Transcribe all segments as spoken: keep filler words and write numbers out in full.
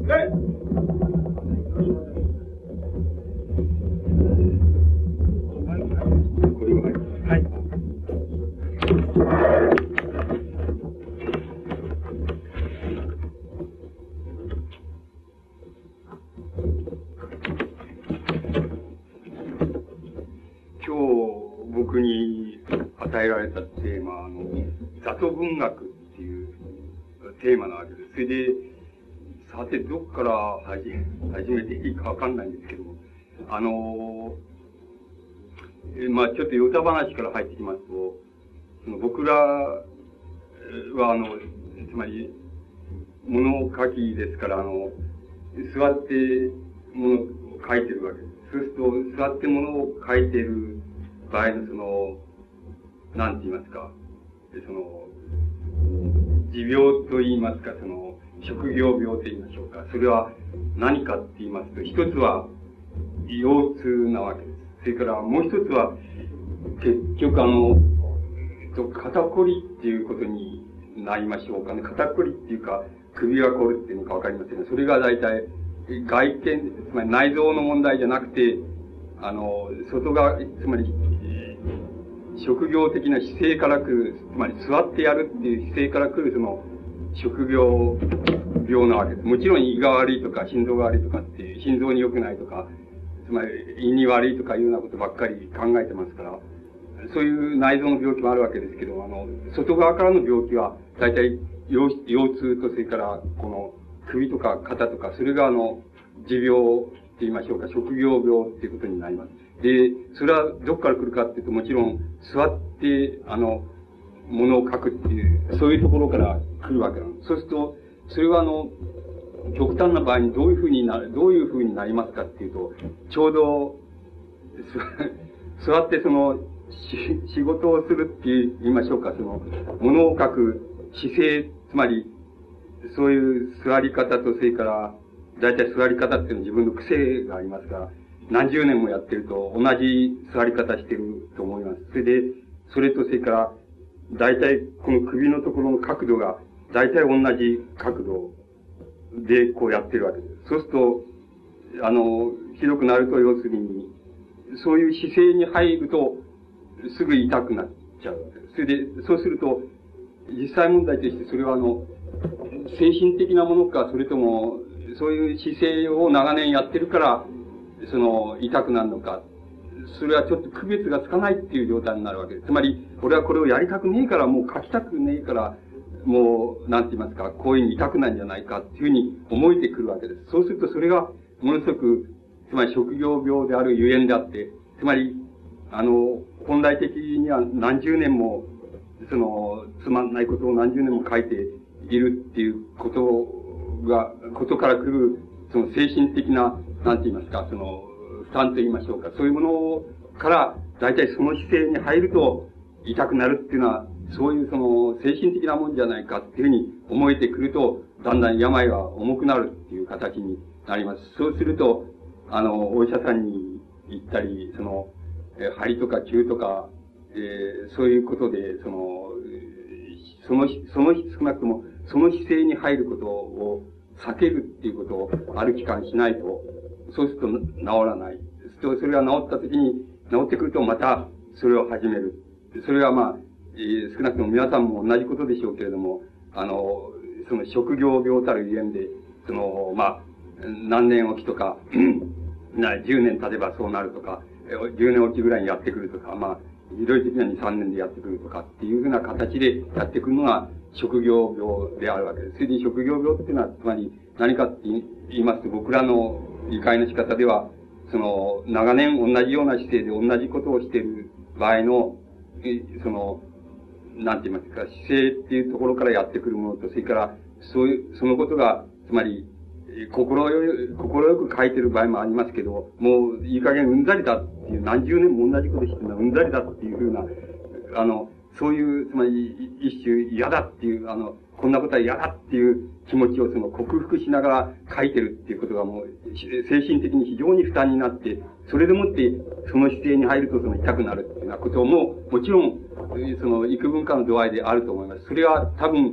僕に与えられたテーマは、あの、雑文学っていうテーマなわけです。それで、さて、どっから始始めていいかわかんないんですけども、あの、えまあちょっとヨタ話から入ってきますと、その僕らは、あの、つまり、物書きですから、あの、座って物を書いてるわけです。そうすると、座って物を書いてる場合のその、なんて言いますか、その、持病と言いますか、その、職業病と言いましょうか。それは何かって言いますと、一つは腰痛なわけです。それからもう一つは、結局あの、肩こりっていうことになりましょうかね。肩こりっていうか、首が凝るっていうのかわかりませんが、それが大体、外見、つまり内臓の問題じゃなくて、あの、外側、つまり、職業的な姿勢から来る、つまり座ってやるっていう姿勢から来るその、職業病なわけです。もちろん胃が悪いとか心臓が悪いとかっていう、心臓に良くないとか、つまり胃に悪いとかいうようなことばっかり考えてますから、そういう内臓の病気もあるわけですけど、あの、外側からの病気は、大体腰、腰痛と、それから、この、首とか肩とか、それがあの、持病って言いましょうか、職業病っていうことになります。で、それはどこから来るかっていうと、もちろん、座って、あの、ものを書くっていう、そういうところから来るわけなんです。そうすると、それはあの、極端な場合にどういうふうになる、どういうふうになりますかっていうと、ちょうど、座ってその、し、仕事をするって言いましょうか、その、ものを書く姿勢、つまり、そういう座り方と、それから、だいたい座り方っていうのは自分の癖がありますから、何十年もやってると同じ座り方してると思います。それで、それとそれから、だいたいこの首のところの角度が、だいたい同じ角度でこうやってるわけです。そうすると、あの、ひどくなると要するに、そういう姿勢に入ると、すぐ痛くなっちゃうわけです。それで、そうすると、実際問題としてそれはあの、精神的なものか、それとも、そういう姿勢を長年やってるから、その、痛くなるのか、それはちょっと区別がつかないっていう状態になるわけです。つまり、俺はこれをやりたくねえから、もう書きたくねえから、もう、なんて言いますか、こういうふうに痛くないんじゃないかっていうふうに思えてくるわけです。そうするとそれが、ものすごく、つまり職業病であるゆえんであって、つまり、あの、本来的には何十年も、その、つまんないことを何十年も書いているっていうことが、ことから来る、その精神的な、なんて言いますか、その、負担と言いましょうか、そういうものから、だいたいその姿勢に入ると痛くなるっていうのは、そういうその、精神的なもんじゃないかっていうふうに思えてくると、だんだん病は重くなるっていう形になります。そうすると、あの、お医者さんに行ったり、その、え、針とか灸とか、えー、そういうことで、その、その、その、少なくとも、その姿勢に入ることを避けるっていうことをある期間しないと、そうすると治らない。それが治った時に、治ってくるとまたそれを始める。それはまあ、えー、少なくとも皆さんも同じことでしょうけれども、あの、その職業病たるゆえんで、その、まあ、何年おきとか、な、じゅうねん経てばそうなるとか、じゅうねんおきぐらいにやってくるとか、まあ、ひどい時にはに、さんねんでやってくるとかっていうふうな形でやってくるのが職業病であるわけです。それで職業病っていうのは、つまり何かって言いますと、僕らの理解の仕方では、その、長年同じような姿勢で同じことをしている場合の、その、なんて言いますか、姿勢っていうところからやってくるものと、それから、そういう、そのことが、つまり、心よ、心よく書いてる場合もありますけど、もういい加減うんざりだっていう、何十年も同じことしてるのはうんざりだっていうふうな、あの、そういう、つまり一種嫌だっていう、あの、こんなことは嫌だっていう気持ちをその克服しながら書いてるっていうことがもう精神的に非常に負担になって、それでもってその姿勢に入るとその痛くなるっていうようなことも、もちろん、その幾分かの度合いであると思います。それは多分、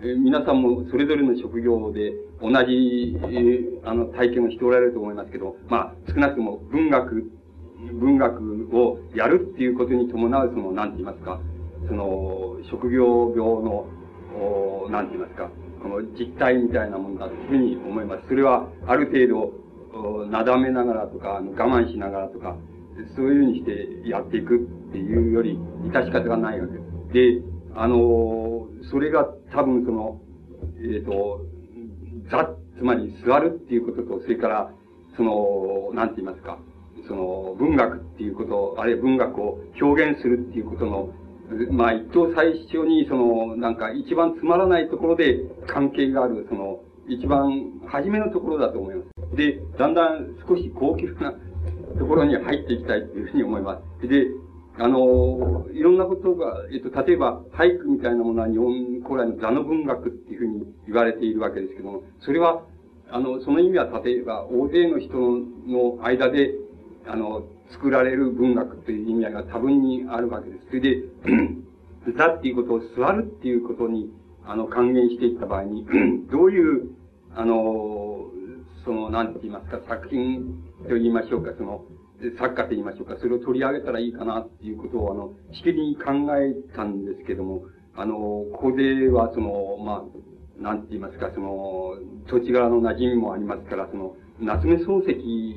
えー、皆さんもそれぞれの職業で同じ、えー、あの、体験をしておられると思いますけど、まあ、少なくとも文学、文学をやるっていうことに伴う、その、なんて言いますか、その、職業病の、おなんて言いますか、この実態みたいなものだというふうに思います。それは、ある程度、なだめながらとか、我慢しながらとか、そういうふうにしてやっていくっていうより、致し方がないわけです。で、あの、それが多分その、えっと、座、つまり座るっていうことと、それから、その、なんて言いますか、その、文学っていうこと、あるいは文学を表現するっていうことの、まあ、一等最初に、その、なんか、一番つまらないところで関係がある、その、一番初めのところだと思います。で、だんだん少し高級なところに入っていきたいというふうに思います。で、あの、いろんなことが、えっと、例えば、俳句みたいなものは日本古来の座の文学っていうふうに言われているわけですけども、それは、あの、その意味は、例えば、大勢の人の間で、あの、作られる文学という意味合いが多分にあるわけです。それで、座っていうことを座るっていうことに、あの、還元していった場合に、どういう、あの、その、なんて言いますか、作品と言いましょうか、その、作家と言いましょうか、それを取り上げたらいいかなっていうことを、あの、しきりに考えたんですけども、あの、ここでは、その、まあ、なんて言いますか、その、土地柄の馴染みもありますから、その、夏目漱石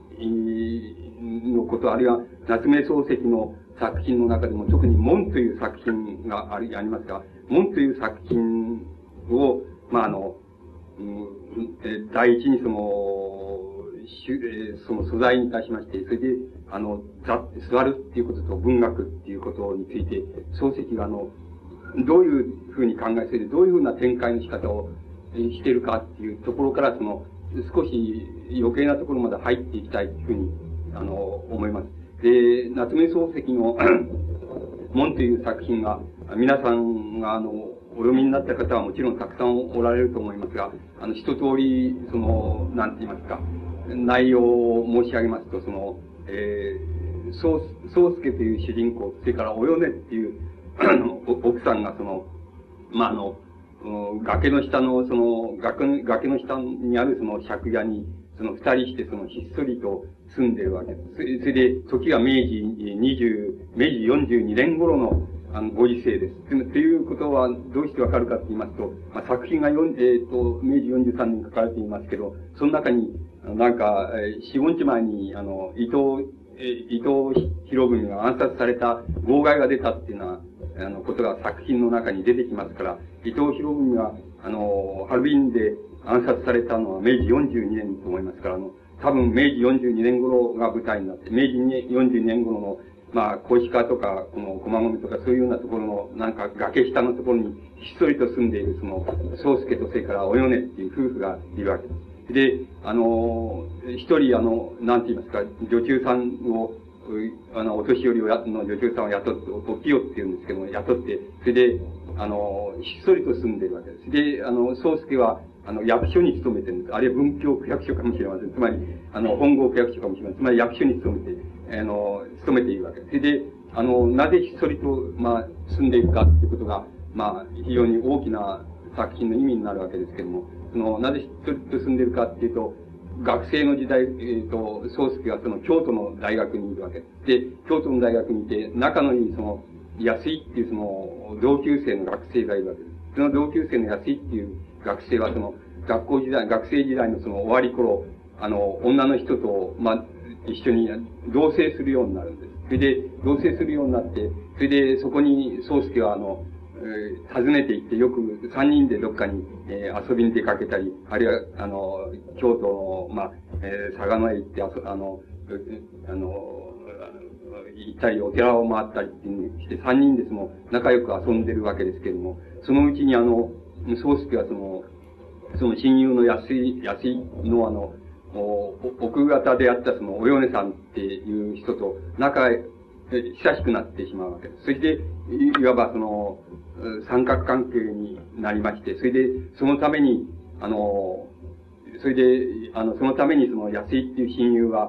のこと、あるいは、夏目漱石の作品の中でも、特に門という作品があり、ありますが、門という作品を、まあ、あの、うん、え第一にその、しゅ、えその素材にいたしまして、それで、あの、座、座るっていうことと文学っていうことについて、漱石があの、どういうふうに考えている、どういうふうな展開の仕方をしているかっていうところから、その、少し余計なところまで入っていきたいというふうに、あの、思います。で、夏目漱石の門という作品が、皆さんが、あの、お読みになった方はもちろんたくさんおられると思いますが、あの、一通り、その、なんて言いますか、内容を申し上げますと、その、えー、そう、宗介という主人公、それからおよねっていう奥さんが、その、まあ、あの、崖の下の、その、崖、崖の下にあるその借家に、その二人してそのひっそりと住んでるわけです。それそれで、時が明治二十、明治よんじゅうにねん頃の、あの、ご時世です。ということは、どうしてわかるかと言いますと、まあ、作品がよん、えっ、と、明治よんじゅうさんねん書かれていますけど、その中に、なんか、四五日前に、あの、伊藤、伊藤博文が暗殺された号外が出たっていうのは、あの、ことが作品の中に出てきますから、伊藤博文が、あの、ハルビンで暗殺されたのは明治よんじゅうにねんと思いますから、あの、多分明治よんじゅうにねん頃が舞台になって、明治よんじゅうにねん頃の、まあ、小石川とか、この駒込とか、そういうようなところの、なんか崖下のところにひっそりと住んでいる、その、宗介とそれからおよねっていう夫婦がいるわけです。で、あの、一人、あの、なんて言いますか、女中さんを、あの、お年寄りをや、の女中さんを雇って、おきよって言うんですけども、雇って、それで、あの、ひっそりと住んでいるわけです。で、あの、宗介は、あの、役所に勤めてるんです。あるいは文京区役所かもしれません。つまり、あの、本郷区役所かもしれません。つまり役所に勤めて、あの、勤めているわけです。それで、あの、なぜひっそりと、まあ、住んでいるかっていうことが、まあ、非常に大きな作品の意味になるわけですけども、その、なぜひっそりと住んでいるかっていうと、学生の時代、えっ、ー、と、宗介がその京都の大学にいるわけです。で、京都の大学にいて、仲のいいその、安井っていうその、同級生の学生がいるわけです。その同級生の安井っていう学生はその、学校時代、学生時代のその終わり頃、あの、女の人と、まあ、一緒に同棲するようになるんです。それで、同棲するようになって、それで、そこに宗介はあの、えー、訪ねて行って、よく三人でどっかに、えー、遊びに出かけたり、あるいは、あの、京都の、まあ、えー、佐賀のへ行って、あそ、あの、あの、行ったり、お寺を回ったりっていうにして、三人でその、仲良く遊んでるわけですけれども、そのうちにあの、宗介はその、その親友の安井、安井のあの、奥方であったその、およねさんっていう人と仲、親しくなってしまうわけです。そして、いわばその、三角関係になりまして、それで、そのために、あの、それで、あの、そのためにその安井っていう親友は、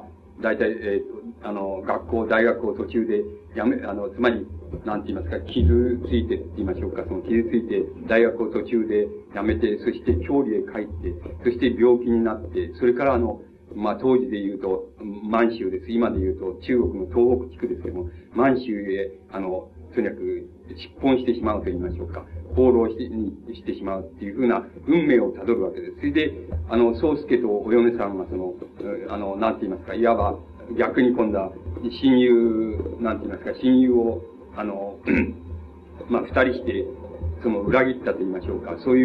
大体、えー、あの、学校、大学を途中でやめ、あの、つまり、なんて言いますか、傷ついてって言いましょうか、その傷ついて、大学を途中で辞めて、そして郷里へ帰って、そして病気になって、それからあの、まあ、当時で言うと、満州です。今で言うと、中国の東北地区ですけども、満州へ、あの、とにかく、失本してしまうと言いましょうか。放浪して、にしてしまうっていうふうな運命をたどるわけです。それで、あの、宗介とお嫁さんがその、あの、なんて言いますか、いわば、逆に今度は、親友、なんて言いますか、親友を、あの、まあ、二人して、その、裏切ったと言いましょうか。そういう、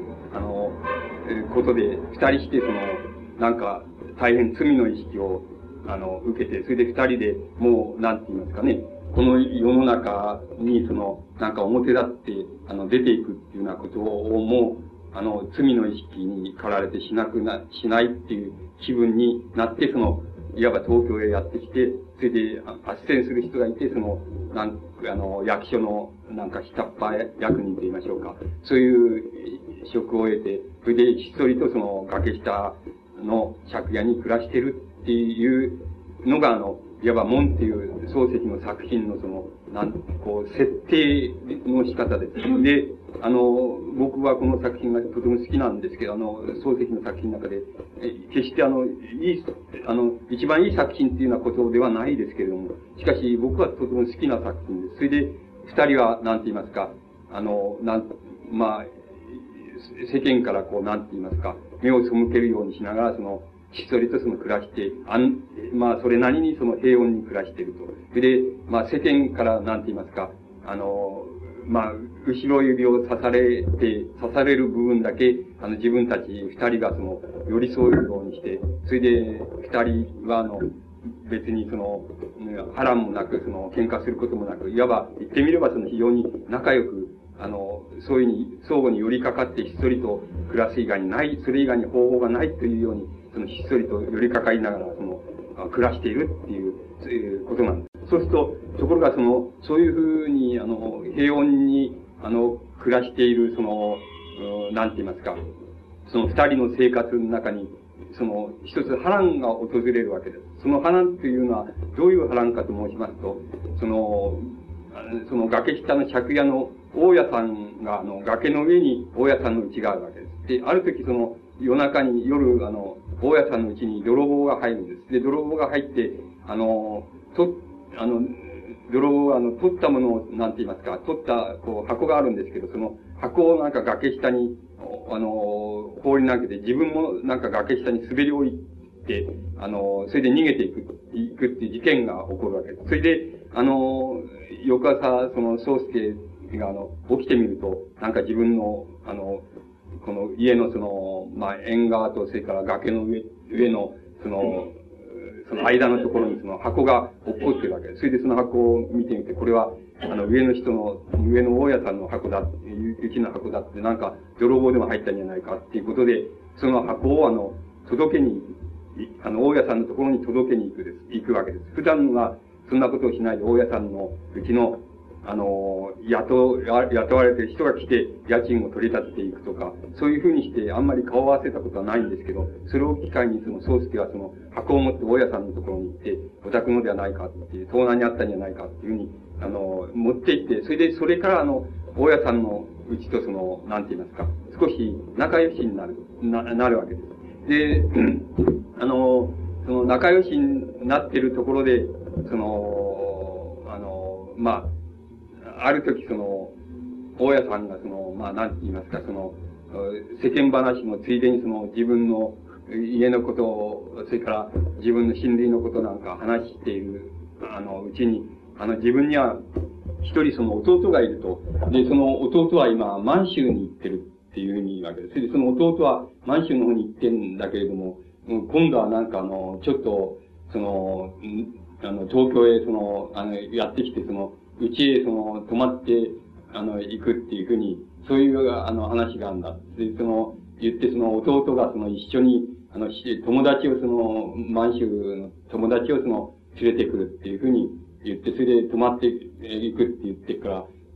あの、ことで、二人して、その、なんか、大変罪の意識を、あの、受けて、それで二人でもう、なんて言いますかね、この世の中に、その、なんか表立って、あの、出ていくっていうようなことを、もう、あの、罪の意識に駆られてしなくな、しないっていう気分になって、その、いわば東京へやってきて、それで、斡旋する人がいて、その、なん、あの、役所の、なんか下っ端役人と言いましょうか。そういう職を得て、それでひっそりとその崖下の借家に暮らしてるっていうのが、あの、いわば門っていう漱石の作品のその、なん、こう、設定の仕方です。で、あの、僕はこの作品がとても好きなんですけど、あの、漱石の作品の中で、決してあの、いい、あの、一番いい作品っていうようなことではないですけれども、しかし僕はとても好きな作品です。それで、二人は、なんて言いますか、あの、なん、まあ、世間からこう、なんて言いますか、目を背けるようにしながら、その、ひっそりとその暮らして、あん、まあ、それなりにその平穏に暮らしていると。それで、まあ、世間から、なんて言いますか、あの、まあ、後ろ指を刺されて、刺される部分だけ、あの、自分たち二人がその、寄り添えるようにして、それで、二人は、あの、別にその、波乱もなく、その、喧嘩することもなく、いわば、言ってみればその、非常に仲良く、あの、そういうふうに、相互に寄りかかってひっそりと暮らす以外にない、それ以外に方法がないというように、その、ひっそりと寄りかかりながら、その、暮らしているっていう、そういうことなんです。そうすると、ところがその、そういうふうに、あの、平穏に、あの、暮らしている、その、なんて言いますか、その二人の生活の中に、その、一つ波乱が訪れるわけです。その波乱というのは、どういう波乱かと申しますと、その、その崖下の借家の大家さんが、あの、崖の上に大家さんの家があるわけです。で、ある時その、夜中に、夜、あの、大家さんの家に泥棒が入るんです。で、泥棒が入って、あの、と、あの、泥棒は、あの、取ったものを、なんて言いますか、取った、こう、箱があるんですけど、その箱をなんか崖下に、あの、放り投げて、自分もなんか崖下に滑り降りて、あの、それで逃げていく、いくっていう事件が起こるわけです。それで、あの、翌朝、その、宗介が、あの、起きてみると、なんか自分の、あの、この家のその、まあ、縁側と、それから崖の上、上の、その、その間のところにその箱が落っこってるわけです。それでその箱を見てみて、これは、あの、上の人の、上の大家さんの箱だっていう、うちの箱だって、なんか、泥棒でも入ったんじゃないかっていうことで、その箱をあの、届けに、あの、大家さんのところに届けに行くです、行くわけです。普段は、そんなことをしないで、大家さんのうちの、あの、雇、雇われてる人が来て、家賃を取り立てていくとか、そういうふうにして、あんまり顔を合わせたことはないんですけど、それを機会に、その、宗介はその、箱を持って大家さんのところに行って、お宅のではないかっていう、盗難にあったんじゃないかっていうふうに、あの、持って行って、それで、それからあの、大家さんのうちとその、なんて言いますか、少し仲良しになる、な、なるわけです。で、あの、その仲良しになってるところで、その、あの、まあ、ある時その、大家さんがその、まあ、なんて言いますか、その、世間話のついでにその、自分の家のことを、それから自分の親類のことなんか話している、あの、うちに、あの、自分には一人その弟がいると。で、その弟は今、満州に行ってるっていうふうに言うわけです。それで、その弟は満州の方に行ってるんだけれども、今度はなんかあの、ちょっと、その、あの、東京へその、あの、やってきて、その、うちへその、泊まって、あの、行くっていうふうに、そういう、あの、話があるんだ。で、その、言って、その、弟がその、一緒に、あの、友達をその、満州の友達をその、連れてくるっていうふうに言って、それで泊まっていくって言ってから、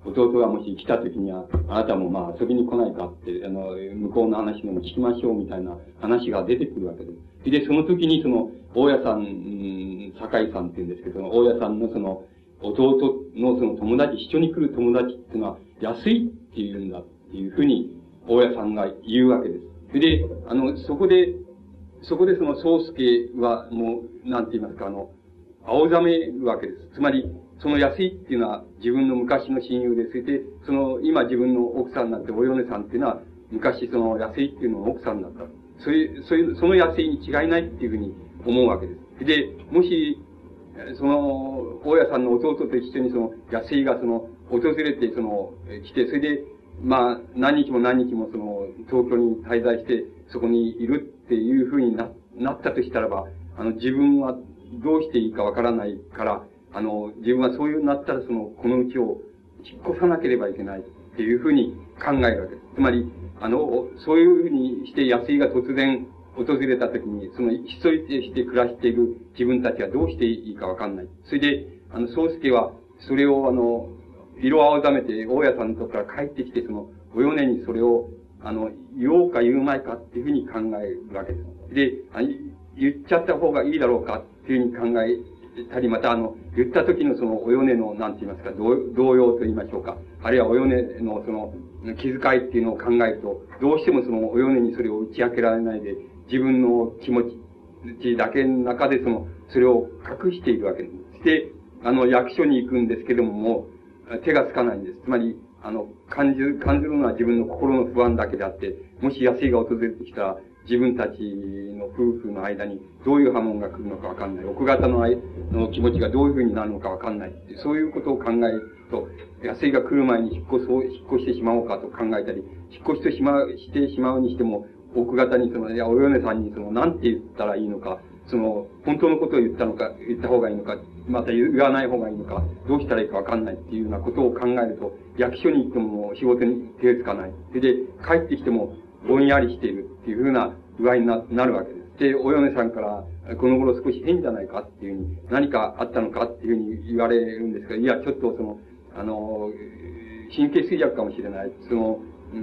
弟がもし来た時には、あなたもまあ遊びに来ないかって、あの、向こうの話でも聞きましょうみたいな話が出てくるわけです。で、その時にその、大家さん、うん、酒井さんって言うんですけど、大家さんのその、弟のその友達、一緒に来る友達っていうのは、安いって言うんだっていうふうに、大家さんが言うわけです。で、あの、そこで、そこでその、宗介はもう、なんて言いますか、あの、青ざめるわけです。つまり、その安いっていうのは自分の昔の親友で、それで、その、今自分の奥さんになって、お米さんっていうのは、昔その安いっていうのの奥さんだった。そういう、そういう、その安いに違いないっていうふうに思うわけです。で、もし、その、大家さんの弟と一緒にその、安いがその、訪れて、その、来て、それで、まあ、何日も何日もその、東京に滞在して、そこにいるっていうふうにな、なったとしたらば、あの、自分はどうしていいかわからないから、あの、自分はそういうなったらその、この家を引っ越さなければいけないっていうふうに考えるわけです。つまり、あの、そういうふうにして安井が突然訪れた時に、その、ひっそりとして暮らしている自分たちはどうしていいかわかんない。それで、あの、宗介は、それをあの、色青ざめて、大家さんのとこから帰ってきて、その、お米にそれを、あの、言おうか言うまいかっていうふうに考えるわけです。で、あ言っちゃった方がいいだろうかっていうふうに考えたり、またあの、言った時のその、お米の、なんて言いますか、動動揺と言いましょうか。あるいはお米のその、気遣いっていうのを考えると、どうしてもその、お米にそれを打ち明けられないで、自分の気持ちだけの中でその、それを隠しているわけです。で、あの、役所に行くんですけども、もう、手がつかないんです。つまり、あの、感じる、感じるのは自分の心の不安だけであって、もし安井が訪れてきたら、自分たちの夫婦の間にどういう波紋が来るのかわかんない。奥方の愛の気持ちがどういうふうになるのかわかんない。そういうことを考えると、安井が来る前に引っ越そう、引っ越してしまおうかと考えたり、引っ越してしまう、してしまうにしても、奥方にその、いや、お嫁さんにその、なんて言ったらいいのか、その、本当のことを言ったのか、言った方がいいのか、また言わない方がいいのか、どうしたらいいかわかんないっていうようなことを考えると、役所に行っても仕事に手つかない。それで、帰ってきても、ぼんやりしているっていうふうな具合にななるわけです。で、お嫁さんから、この頃少し変じゃないかっていうふうに、何かあったのかっていうふうに言われるんですが、いや、ちょっとその、あの、神経衰弱かもしれない。その、うん、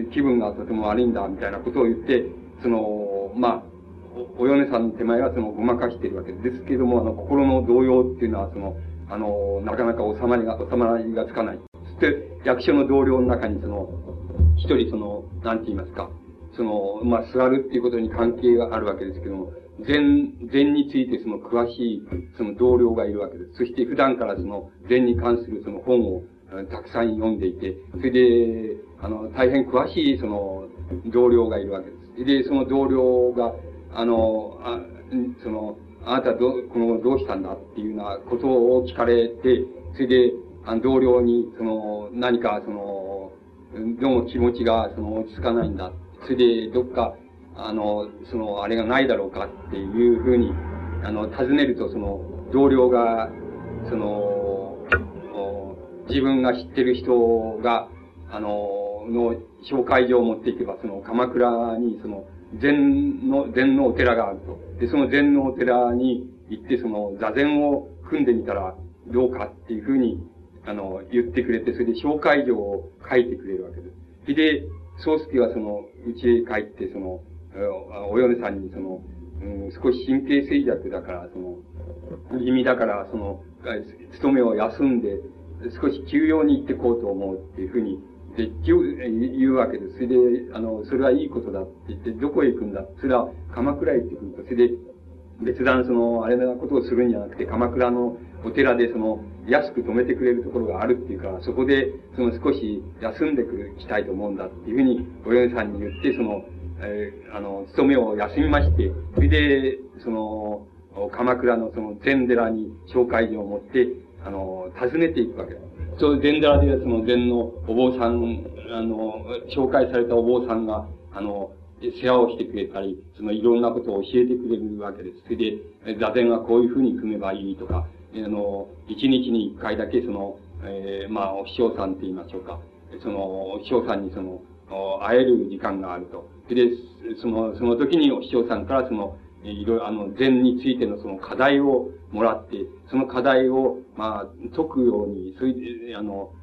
気分がとても悪いんだ、みたいなことを言って、その、まあ、お、お嫁さんの手前はその、ごまかしているわけですけれども、あの、心の動揺っていうのは、その、あの、なかなか収まりが、収まりがつかない。そして、役所の同僚の中にその、一人その、なんて言いますか、その、まあ、座るっていうことに関係があるわけですけども、禅、禅についてその詳しい、その同僚がいるわけです。そして普段からその、禅に関するその本をたくさん読んでいて、それで、あの、大変詳しいその、同僚がいるわけです。で、その同僚が、あの、あその、あなたど、この、どうしたんだっていうようなことを聞かれて、それで、あの、同僚に、その、何か、その、どうも気持ちが、その、落ち着かないんだ。それで、どっか、あの、その、あれがないだろうかっていうふうに、あの、尋ねると、その、同僚が、その、自分が知ってる人が、あの、の紹介状を持っていけば、その、鎌倉に、その、禅の、禅のお寺があると。で、その禅のお寺に行って、その、座禅を組んでみたらどうかっていうふうに、あの、言ってくれて、それで紹介状を書いてくれるわけです。で、宗介はその、家へ帰って、その、お嫁さんにその、うん、少し神経衰弱だから、その、意味だから、その、勤めを休んで、少し休養に行ってこうと思うっていうふうに、で、言う、言うわけです。それで、あの、それはいいことだって言って、どこへ行くんだそれは鎌倉へ行ってくると。それで、別段その、あれなことをするんじゃなくて、鎌倉のお寺でその、安く泊めてくれるところがあるっていうから、そこで、その少し休んでくる、きたいと思うんだっていうふうに、お嫁さんに言って、その、えー、あの、勤めを休みまして、それで、その、鎌倉のその禅寺に紹介状を持って、あの、訪ねていくわけです。そういう禅寺でその禅のお坊さん、あの、紹介されたお坊さんが、あの、世話をしてくれたり、そのいろんなことを教えてくれるわけです。それで、座禅はこういうふうに組めばいいとか、あの、一日に一回だけその、えー、まあ、お師匠さんって言いましょうか。その、お師匠さんにその、会える時間があると。で、その、その時にお師匠さんからその、いろいろ、あの、禅についてのその課題をもらって、その課題を、まあ、解くように、そういう、あの、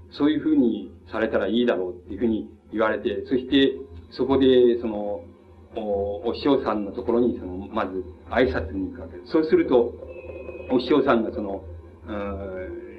そういうふうにされたらいいだろうっていうふうに言われて、そして、そこで、その、お、お師匠さんのところに、その、まず、挨拶に行くわけです。そうすると、お師匠さんがその、うん、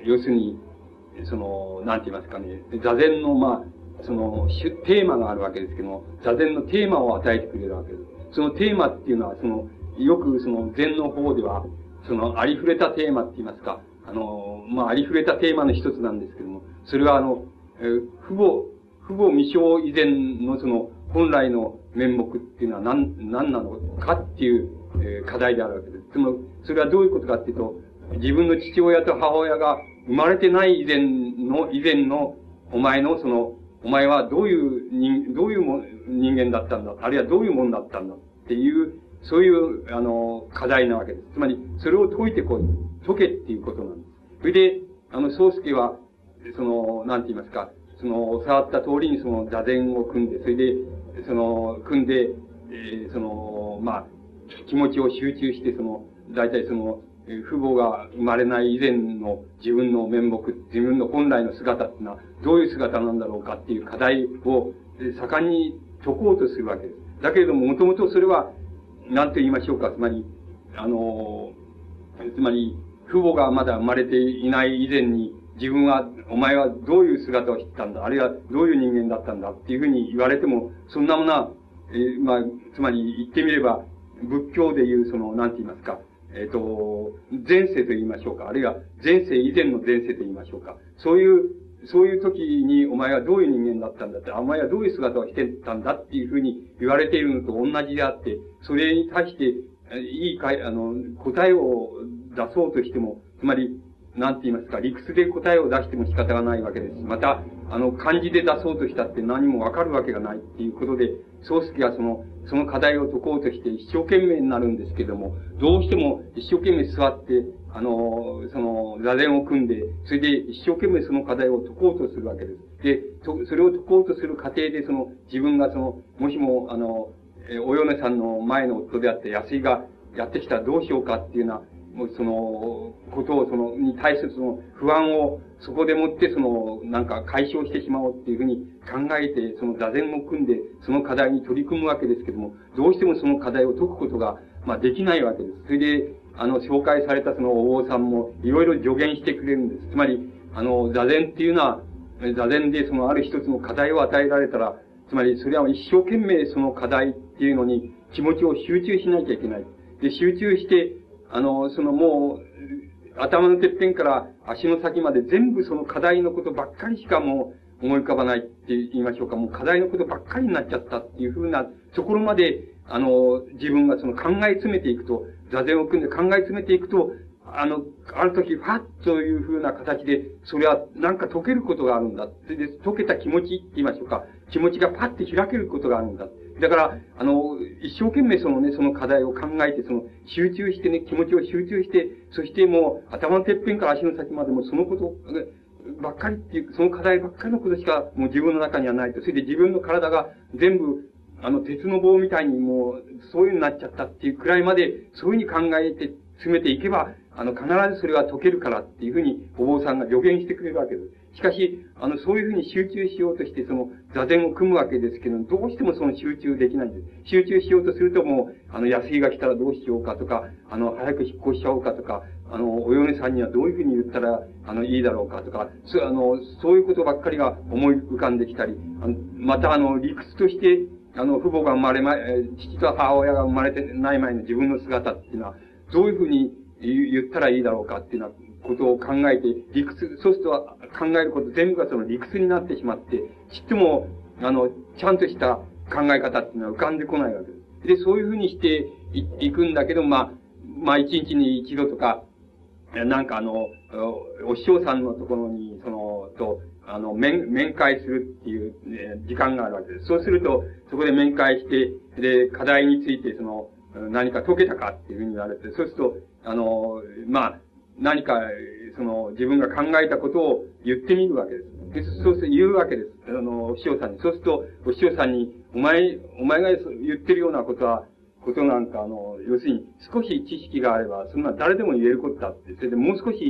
要するに、その、なんて言いますかね、座禅の、まあ、その、テーマがあるわけですけども、座禅のテーマを与えてくれるわけです。そのテーマっていうのは、その、よくその禅の方では、その、ありふれたテーマって言いますか、あの、まあ、ありふれたテーマの一つなんですけども、それはあの、えー、父母、父母未生以前のその、本来の面目っていうのは何、何なのかっていう、えー、課題であるわけです。つまり、それはどういうことかっていうと、自分の父親と母親が生まれてない以前の、以前の、お前のその、お前はどういう人、どういうも人間だったんだ、あるいはどういうもんだったんだっていう、そういう、あの、課題なわけです。つまり、それを解いてこい。解けっていうことなんです。それで、あの、宗介は、その、なんて言いますか、その、教わった通りにその座禅を組んで、それで、その、組んで、えー、その、まあ、気持ちを集中して、その、大体その、父母が生まれない以前の自分の面目、自分の本来の姿っていうのはどういう姿なんだろうかっていう課題を盛んに解こうとするわけです。だけれども、もともとそれは、何と言いましょうか、つまり、あの、つまり、父母がまだ生まれていない以前に、自分は、お前はどういう姿をしてたんだ、あるいはどういう人間だったんだっていうふうに言われても、そんなものは、えー、まあ、つまり言ってみれば、仏教でいうその、なんて言いますか、えっ、ー、と、前世と言いましょうか。あるいは前世以前の前世と言いましょうか。そういう、そういう時にお前はどういう人間だったんだって、お前はどういう姿をしてたんだっていうふうに言われているのと同じであって、それに対して、いいかい、あの、答えを出そうとしても、つまり、なんて言いますか、理屈で答えを出しても仕方がないわけです。また、あの、漢字で出そうとしたって何もわかるわけがないっていうことで、宗介はその、その課題を解こうとして一生懸命になるんですけども、どうしても一生懸命座って、あの、その、座禅を組んで、それで一生懸命その課題を解こうとするわけです。で、それを解こうとする過程で、その、自分がその、もしも、あの、お嫁さんの前の夫であって安井がやってきたらどうしようかっていうような、もうその、ことを、その、に対するその不安を、そこでもって、その、なんか解消してしまおうっていうふうに考えて、その座禅を組んで、その課題に取り組むわけですけども、どうしてもその課題を解くことが、まあ、できないわけです。それで、あの、紹介されたそのお坊さんも、いろいろ助言してくれるんです。つまり、あの、座禅っていうのは、座禅でそのある一つの課題を与えられたら、つまり、それは一生懸命その課題っていうのに気持ちを集中しなきゃいけない。で、集中して、あの、そのもう、頭のてっぺんから足の先まで全部その課題のことばっかりしかもう思い浮かばないって言いましょうか。もう課題のことばっかりになっちゃったっていうふうなところまで、あの、自分がその考え詰めていくと、座禅を組んで考え詰めていくと、あの、ある時、ファッというふうな形で、それはなんか解けることがあるんだ。それで、解けた気持ちって言いましょうか。気持ちがパッて開けることがあるんだ。だから、あの、一生懸命そのね、その課題を考えて、その、集中してね、気持ちを集中して、そしてもう、頭のてっぺんから足の先までもそのことばっかりっていう、その課題ばっかりのことしかもう自分の中にはないと。それで自分の体が全部、あの、鉄の棒みたいにもう、そういう風になっちゃったっていうくらいまで、そういう風に考えて詰めていけば、あの、必ずそれは解けるからっていうふうに、お坊さんが助言してくれるわけです。しかし、あの、そういうふうに集中しようとして、その、座禅を組むわけですけど、どうしてもその集中できないんです。集中しようとするともう、あの、安井が来たらどうしようかとか、あの、早く引っ越しちゃおうかとか、あの、お嫁さんにはどういうふうに言ったら、あの、いいだろうかとか、そう、あの、そういうことばっかりが思い浮かんできたり、あのまた、あの、理屈として、あの、父母が生まれま、父と母親が生まれてない前の自分の姿っていうのは、どういうふうに言ったらいいだろうかっていうようなことを考えて、理屈、そうすると考えること全部がその理屈になってしまって、ちっとも、あの、ちゃんとした考え方っていうのは浮かんでこないわけです。で、そういうふうにしてい、いくんだけど、まあ、まあ、一日に一度とか、なんかあの、お師匠さんのところに、その、と、あの、面、面会するっていう、ね、時間があるわけです。そうすると、そこで面会して、で、課題について、その、何か解けたかっていうふうに言われて、そうすると、あの、まあ、何か、その、自分が考えたことを言ってみるわけです。で、そうすると言うわけです。あの、お師匠さんに。そうすると、お師匠さんに、お前、お前が言ってるようなことは、ことなんか、あの、要するに、少し知識があれば、そんな誰でも言えることだって。それでもう少し、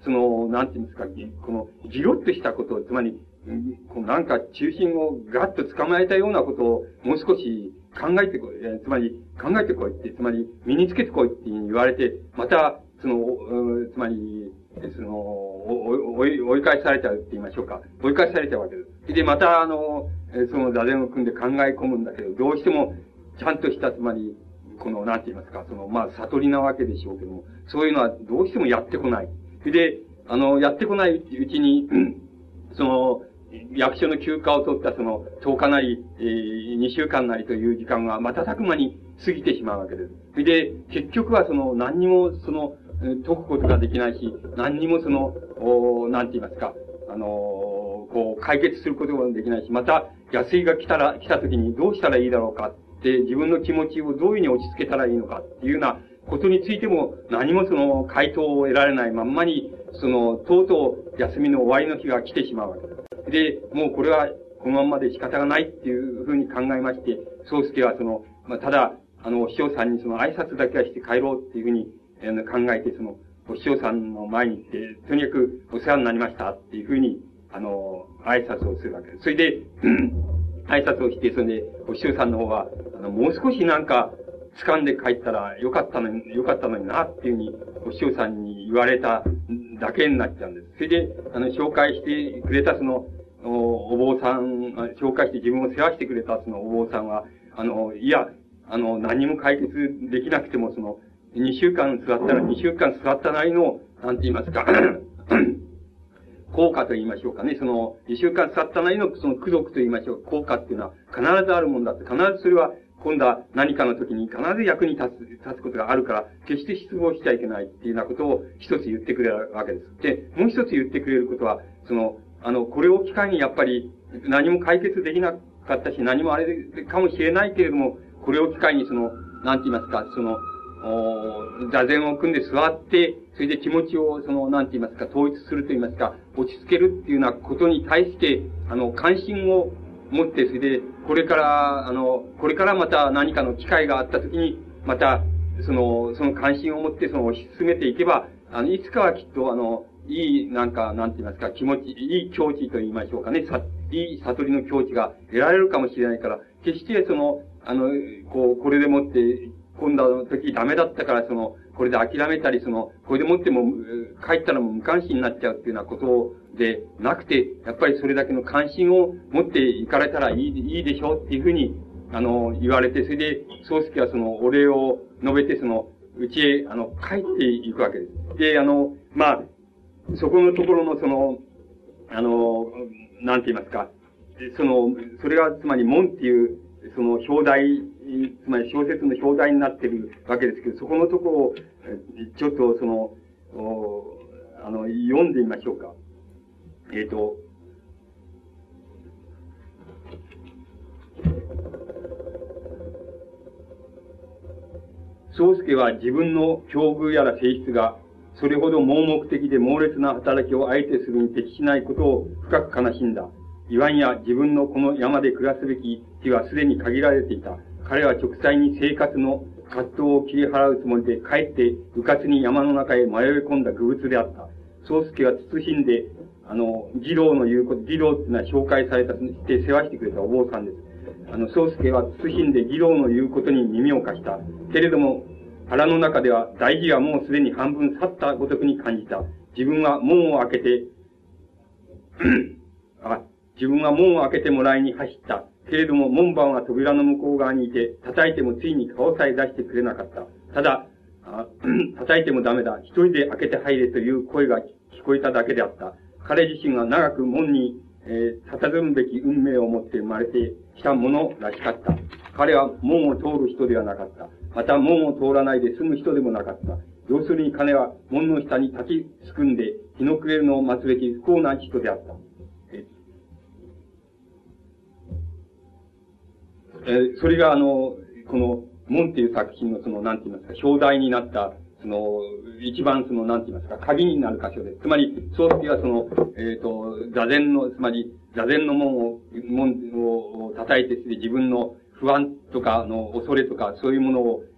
その、なんていうんですか、この、ギロッとしたことを、つまり、このなんか中心をガッと捕まえたようなことをもう少し考えてこい、つまり考えてこいって、つまり身につけてこいって言われて、また、その、つまり、その、追い、追い返されちゃうって言いましょうか。追い返されちゃうわけです。で、また、あの、その座禅を組んで考え込むんだけど、どうしても、ちゃんとした、つまり、この、なんて言いますか、その、まあ、悟りなわけでしょうけども、そういうのはどうしてもやってこない。で、あの、やってこないうちに、その、役所の休暇を取ったその、とおかなり、えー、にしゅうかんなりという時間が瞬く間に過ぎてしまうわけです。で、結局はその、何にもその、解くことができないし、何にもその、おなんて言いますか、あのー、こう、解決することができないし、また、安井が来たら、来た時にどうしたらいいだろうかって、自分の気持ちをどういうふうに落ち着けたらいいのかっていうようなことについても、何もその、回答を得られないまんまに、その、とうとう休みの終わりの日が来てしまうわけです。で、もうこれはこのまんまで仕方がないっていうふうに考えまして、宗介はその、まあ、ただ、あの、お師匠さんにその挨拶だけはして帰ろうっていうふうに、えー、考えて、その、お師匠さんの前に行って、とにかくお世話になりましたっていうふうに、あの、挨拶をするわけです。それで、挨拶をして、それで、お師匠さんの方は、あの、もう少しなんか、掴んで帰ったらよかったのに、よかったのになっていうふうに、お師匠さんに言われただけになっちゃうんです。それで、あの、紹介してくれたその、お、お坊さん、紹介して自分を世話してくれたそのお坊さんは、あの、いや、あの、何も解決できなくても、その、にしゅうかん座ったらにしゅうかん座ったなりの、なんて言いますか、効果と言いましょうかね。その、にしゅうかん座ったなりの、その、功徳と言いましょう。効果っていうのは必ずあるもんだって、必ずそれは、今度は何かの時に必ず役に立つ、立つことがあるから、決して失望しちゃいけないっていうようなことを一つ言ってくれるわけです。で、もう一つ言ってくれることは、その、あの、これを機会にやっぱり何も解決できなかったし、何もあれかもしれないけれども、これを機会にその、なんて言いますか、その、座禅を組んで座って、それで気持ちを、その、なんて言いますか、統一すると言いますか、落ち着けるっていうようなことに対して、あの、関心を持って、それで、これから、あの、これからまた何かの機会があったときに、また、その、その関心を持って、その、推し進めていけば、あの、いつかはきっと、あの、いい、なんか、なんて言いますか、気持ち、いい境地と言いましょうかね、さ、いい悟りの境地が得られるかもしれないから、決して、その、あの、こう、これでもって、今度の時ダメだったから、その、これで諦めたり、その、これでもっても、帰ったらもう無関心になっちゃうっていうようなことでなくて、やっぱりそれだけの関心を持っていかれたらいい、いいでしょうっていうふうに、あの、言われて、それで、宗介はその、お礼を述べて、その、うちへ、あの、帰っていくわけです。で、あの、まあ、そこのところのその、あの、なんて言いますか、その、それがつまり門っていう、その表題、つまり小説の表題になっているわけですけど、そこのところを、ちょっとその、あの、読んでみましょうか。えっと、宗介は自分の境遇やら性質が、それほど盲目的で猛烈な働きを相手するに適しないことを深く悲しんだ。言わんや自分のこの山で暮らすべき日はすでに限られていた。彼は直裁に生活の葛藤を切り払うつもりで、かえって迂闊に山の中へ迷い込んだ愚物であった。宗介は慎んで、あの、義郎の言うこと、義郎っていうのは紹介された、して世話してくれたお坊さんです。あの、宗介は慎んで義郎の言うことに耳を貸した。けれども、腹の中では大事はもうすでに半分去ったごとくに感じた。自分は門を開けて、あ、自分は門を開けてもらいに走った。けれども、門番は扉の向こう側にいて、叩いてもついに顔さえ出してくれなかった。ただ、あ叩いてもダメだ。一人で開けて入れという声が聞こえただけであった。彼自身は長く門に、えー、佇むべき運命を持って生まれてきたものらしかった。彼は門を通る人ではなかった。また門を通らないで済む人でもなかった。要するに彼は門の下に立ちすくんで日の暮れるのを待つべき不幸な人であった。えー、それがあの、この、門っていう作品のその、なんて言いますか、表題になった、その、一番その、なんて言いますか、鍵になる箇所です。つまり、宗介はその、えっ、ー、と、座禅の、つまり、座禅の門を、門を叩いて、自分の不安とかの恐れとか、そういうものを、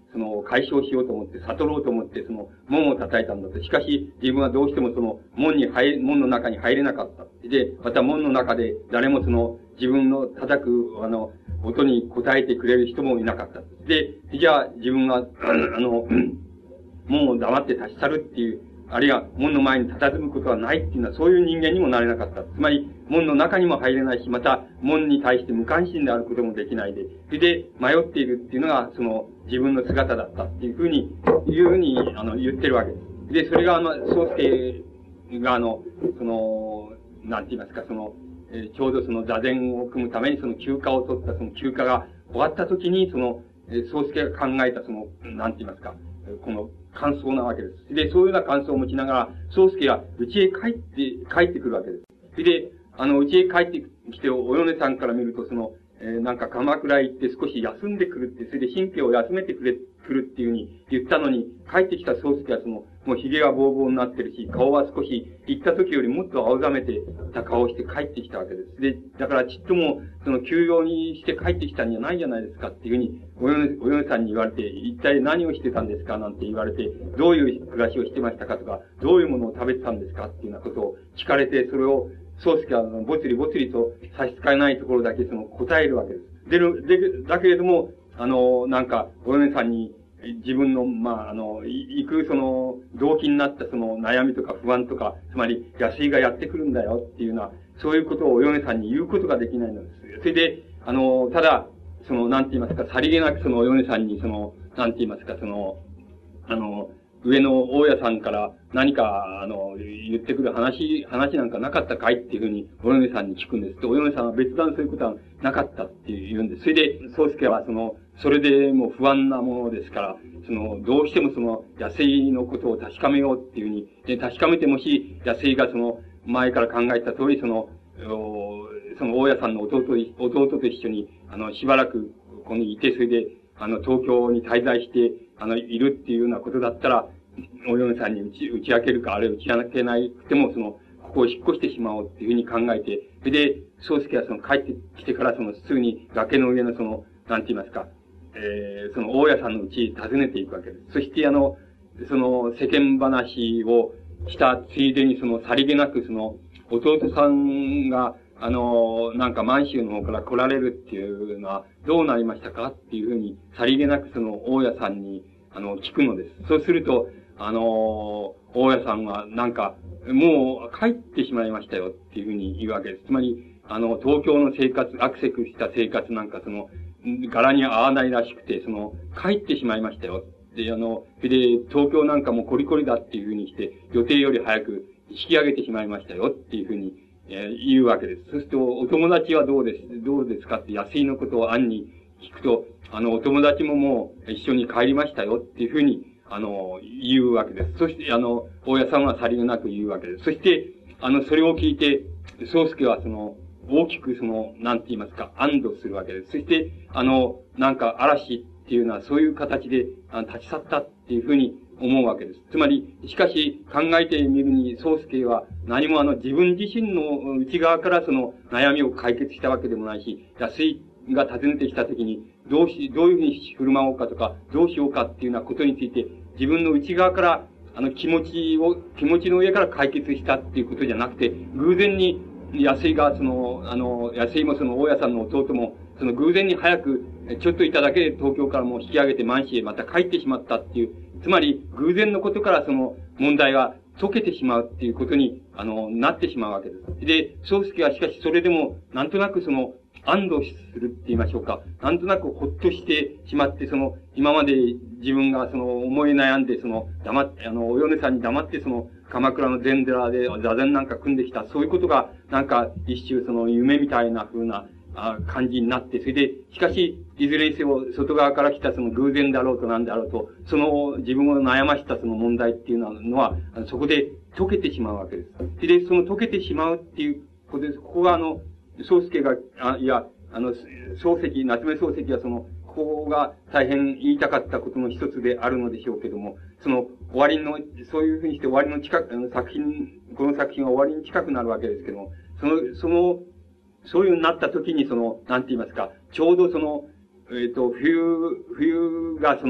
その、解消しようと思って、悟ろうと思って、その、門を叩いたんだと。しかし、自分はどうしてもその、門に入、門の中に入れなかった。で、また門の中で、誰もその、自分の叩く、あの、音に応えてくれる人もいなかった。で、じゃあ、自分は、あの、門を黙って立ち去るっていう、あるいは門の前に佇むことはないっていうのは、そういう人間にもなれなかった。つまり、門の中にも入れないし、また、門に対して無関心であることもできないで、それで迷っているっていうのが、その、自分の姿だったっていうふうに、いうふうに、あの、言ってるわけです。で、それが、あの、宗介が、あの、その、なんて言いますか、その、えー、ちょうどその座禅を組むためにその休暇を取ったその休暇が終わった時に、その、えー、宗介が考えたその、なんて言いますか、この感想なわけです。で、そういうような感想を持ちながら、宗介は家へ帰って、帰ってくるわけです。で、あの、家へ帰ってきて、お米さんから見ると、その、えー、なんか鎌倉へ行って少し休んでくるって、それで神経を休めてくれ、くるっていうふうに言ったのに、帰ってきた宗介はその、もう髭がボーボーになってるし、顔は少し、行った時よりもっと青ざめてた顔をして帰ってきたわけです。で、だからちっとも、その休養にして帰ってきたんじゃないじゃないですかっていうふうに、お嫁、お嫁さんに言われて、一体何をしてたんですかなんて言われて、どういう暮らしをしてましたかとか、どういうものを食べてたんですかっていうようなことを聞かれて、それを、宗介はぼつりぼつりと差し支えないところだけその答えるわけです。で、で、だけれども、あの、なんか、お嫁さんに、自分の、まあ、あの、行く、その、動機になったその悩みとか不安とか、つまり、安いがやってくるんだよっていうのは、そういうことをお嫁さんに言うことができないのです。それで、あの、ただ、その、なんて言いますか、さりげなくそのお嫁さんに、その、なんて言いますか、その、あの、上の大家さんから何か、あの、言ってくる話、話なんかなかったかいっていうふうに、お嫁さんに聞くんです。で、お嫁さんは別段そういうことはなかったって言うんです。それで、宗介はその、それでもう不安なものですから、その、どうしてもその、安井のことを確かめようっていうふうに、で、確かめてもし、安井がその、前から考えた通り、その、その大家さんの弟、弟と一緒に、あの、しばらくここにいて、それで、あの、東京に滞在して、あの、いるっていうようなことだったら、お嫁さんに打ち、打ち明けるか、あるいは打ち明けなくても、その、ここを引っ越してしまおうっていうふうに考えて、それで、宗介はその帰ってきてから、その、すぐに崖の上のその、なんて言いますか、えー、その、大家さんの家へ訪ねていくわけです。そして、あの、その、世間話をしたついでに、その、さりげなく、その、弟さんが、あの、なんか満州の方から来られるっていうのはどうなりましたかっていうふうに、さりげなくその大家さんに、あの、聞くのです。そうすると、あの、大家さんはなんか、もう帰ってしまいましたよっていうふうに言うわけです。つまり、あの、東京の生活、アクセクした生活なんかその、柄に合わないらしくて、その、帰ってしまいましたよ。で、あの、で、東京なんかもコリコリだっていうふうにして、予定より早く引き上げてしまいましたよっていうふうに、えー、言うわけです。そうすると、お友達はどうです、どうですかって安井のことを暗に聞くと、あの、お友達ももう一緒に帰りましたよっていうふうに、あの、言うわけです。そして、あの、大家さんはさりげなく言うわけです。そして、あの、それを聞いて、宗介はその、大きくその、なんて言いますか、安堵するわけです。そして、あの、なんか嵐っていうのはそういう形で、あの、立ち去ったっていうふうに思うわけです。つまり、しかし、考えてみるに、宗介は何もあの、自分自身の内側からその、悩みを解決したわけでもないし、安井が訪ねてきたときに、どうし、どういうふうに振る舞おうかとか、どうしようかっていうようなことについて、自分の内側から、あの、気持ちを、気持ちの上から解決したっていうことじゃなくて、偶然に、安井が、その、あの、安井もその、大家さんの弟も、その偶然に早く、ちょっといただけで東京からもう引き上げて満州へまた帰ってしまったっていう、つまり、偶然のことからその問題が解けてしまうっていうことに、あの、なってしまうわけです。で、宗介はしかしそれでも、なんとなくその、安堵するって言いましょうか。なんとなくほっとしてしまって、その、今まで自分がその、思い悩んで、その、黙って、あの、お嫁さんに黙ってその、鎌倉の禅寺で座禅なんか組んできた、そういうことが、なんか、一周その、夢みたいな風な、あ感じになって、それで、しかし、いずれにせよ、外側から来たその偶然だろうとなんだろうと、その自分を悩ましたその問題っていうのは、そこで解けてしまうわけです。で、その解けてしまうっていうことです。ここがあの、宗介が、あ、いや、あの、漱石、夏目漱石はその、ここが大変言いたかったことの一つであるのでしょうけども、その終わりの、そういうふうにして終わりの近く、あの作品、この作品は終わりに近くなるわけですけども、その、その、そういうになった時にその、なんて言いますか、ちょうどその、えっと、冬、冬がその、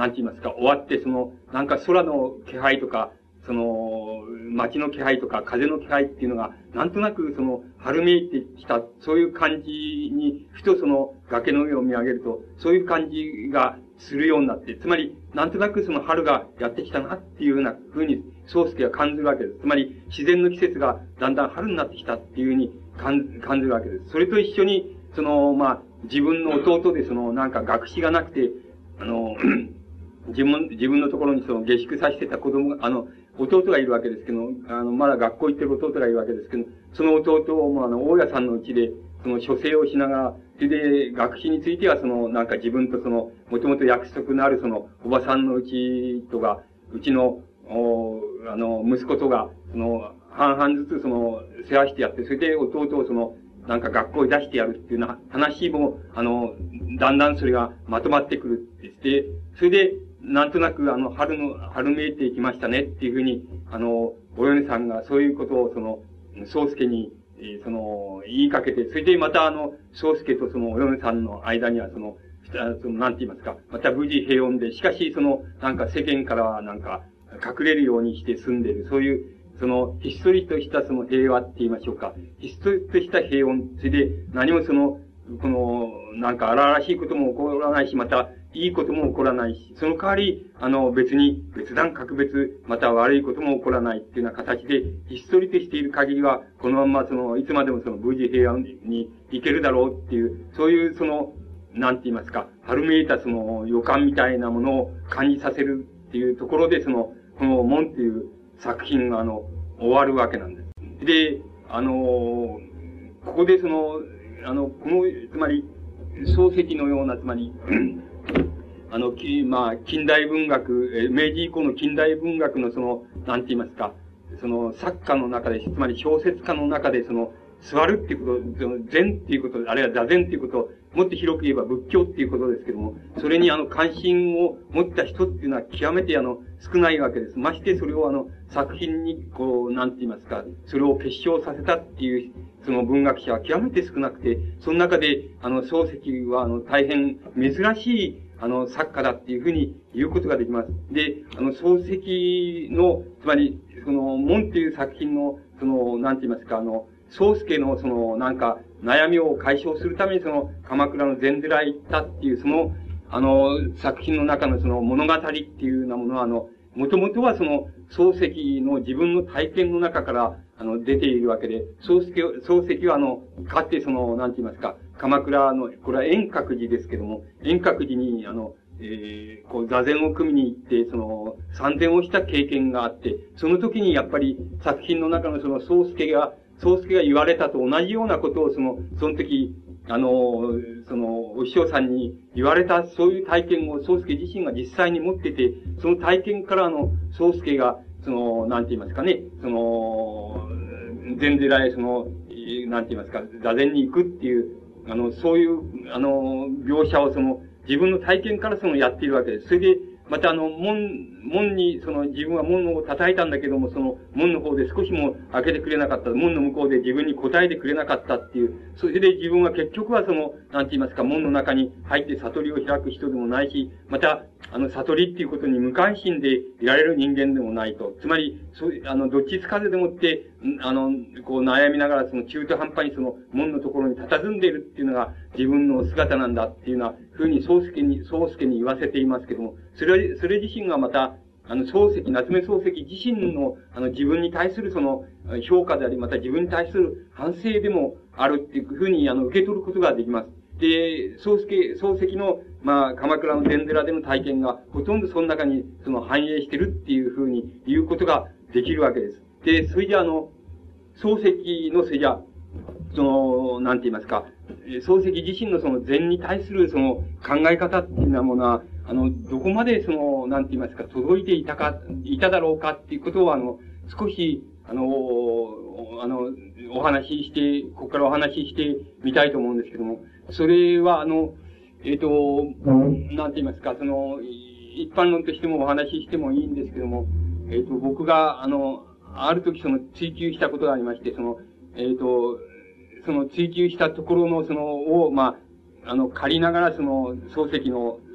なんて言いますか、終わって、その、なんか空の気配とか、その、街の気配とか、風の気配っていうのが、なんとなく、その、春めいてきた、そういう感じに、ふとその、崖の上を見上げると、そういう感じがするようになって、つまり、なんとなくその春がやってきたなっていうような風に、宗介は感じるわけです。つまり、自然の季節がだんだん春になってきたっていうふうに感じるわけです。それと一緒に、その、まあ、自分の弟でその、なんか学士がなくて、あの、自分、自分のところにその下宿させてた子供が、あの、弟がいるわけですけど、あの、まだ学校行ってる弟がいるわけですけど、その弟を、あの、大家さんのうちで、その、書生をしながら、それで、学士については、その、なんか自分とその、もともと約束のあるその、おばさんのうちとが、うちの、おあの、息子とが、その、半々ずつその、世話してやって、それで弟をその、なんか学校に出してやるっていうような話も、あの、だんだんそれがまとまってくるって言って、それで、なんとなくあの、春の、春めいてきましたねっていうふうに、あの、お嫁さんがそういうことをその、宗介に、えー、その、言いかけて、それでまたあの、宗介とそのお嫁さんの間にはその、その、なんて言いますか、また無事平穏で、しかしその、なんか世間からはなんか、隠れるようにして住んでいる、そういう、その、ひっそりとしたその平和って言いましょうか。ひっそりとした平穏。それで、何もその、この、なんか荒々しいことも起こらないし、また、いいことも起こらないし、その代わり、あの、別に、別段格別、また悪いことも起こらないっていうような形で、ひっそりとしている限りは、このまんまその、いつまでもその、無事平安に行けるだろうっていう、そういうその、なんて言いますか、春めいたその、予感みたいなものを感じさせるっていうところで、その、この門っていう作品が、あの、終わるわけなんです。で、あの、ここでその、あの、この、つまり、漱石のような、つまり、あの、き、まあ、近代文学、え、明治以降の近代文学のその、なんて言いますか、その、作家の中で、つまり小説家の中で、その、座るっていうこと、その、禅っていうこと、あるいは座禅っていうこと、もっと広く言えば仏教っていうことですけども、それにあの、関心を持った人っていうのは極めてあの、少ないわけです。ましてそれをあの、作品に、こう、なんて言いますか、それを結晶させたっていう、その文学者は極めて少なくて、その中で、あの、漱石はあの、大変珍しい、あの、作家だっていうふうに言うことができます。で、あの、漱石の、つまり、その、門っていう作品の、その、なんて言いますか、あの、宗介のその、なんか、悩みを解消するためにその、鎌倉の禅寺へ行ったっていう、その、あの、作品の中のその物語っていうようなものは、あの、もともとはその、漱石の自分の体験の中から、あの、出ているわけで、漱石、漱石はあの、かつてその、なんて言いますか、鎌倉の、これは円覚寺ですけども、円覚寺に、あの、えー、こう、座禅を組みに行って、その、参禅をした経験があって、その時にやっぱり作品の中のその、宗介が、宗介が言われたと同じようなことを、その、その時、あの、その、お師匠さんに言われた、そういう体験を宗介自身が実際に持ってて、その体験からの、宗介が、その、なんて言いますかね、その、禅寺へその、なんて言いますか、座禅に行くっていう、あの、そういう、あの、描写をその、自分の体験からそのやっているわけです。それで、またあの、門、門に、その、自分は門を叩いたんだけども、その、門の方で少しも開けてくれなかった。門の向こうで自分に答えてくれなかったっていう。それで自分は結局はその、なんて言いますか、門の中に入って悟りを開く人でもないし、また、あの、悟りっていうことに無関心でいられる人間でもないと。つまり、そう、あの、どっちつかずでもって、あの、こう悩みながらその中途半端にその門のところに佇んでいるっていうのが自分の姿なんだっていうような風に宗介に、宗介に言わせていますけども、それ、それ自身がまた、あの、漱石、夏目漱石自身の、あの、自分に対するその、評価であり、また自分に対する反省でもあるっていうふうに、あの、受け取ることができます。で、漱石、漱石の、まあ、鎌倉の禅寺での体験が、ほとんどその中に、その、反映してるっていうふうに言うことができるわけです。で、それじゃあの、漱石のせいじゃ、その、なんて言いますか、漱石自身のその禅に対するその考え方っていうようなものは、あの、どこまでその、なんて言いますか、届いていたか、いただろうかっていうことを、あの、少し、あの、あの、お話しして、ここからお話ししてみたいと思うんですけども、それは、あの、えっと、なんて言いますか、その、一般論としてもお話ししてもいいんですけども、えっと、僕が、あの、ある時その追求したことがありまして、その、えっと、その追求したところの、その、を、まあ、あの、借りながら、その、漱石の、そ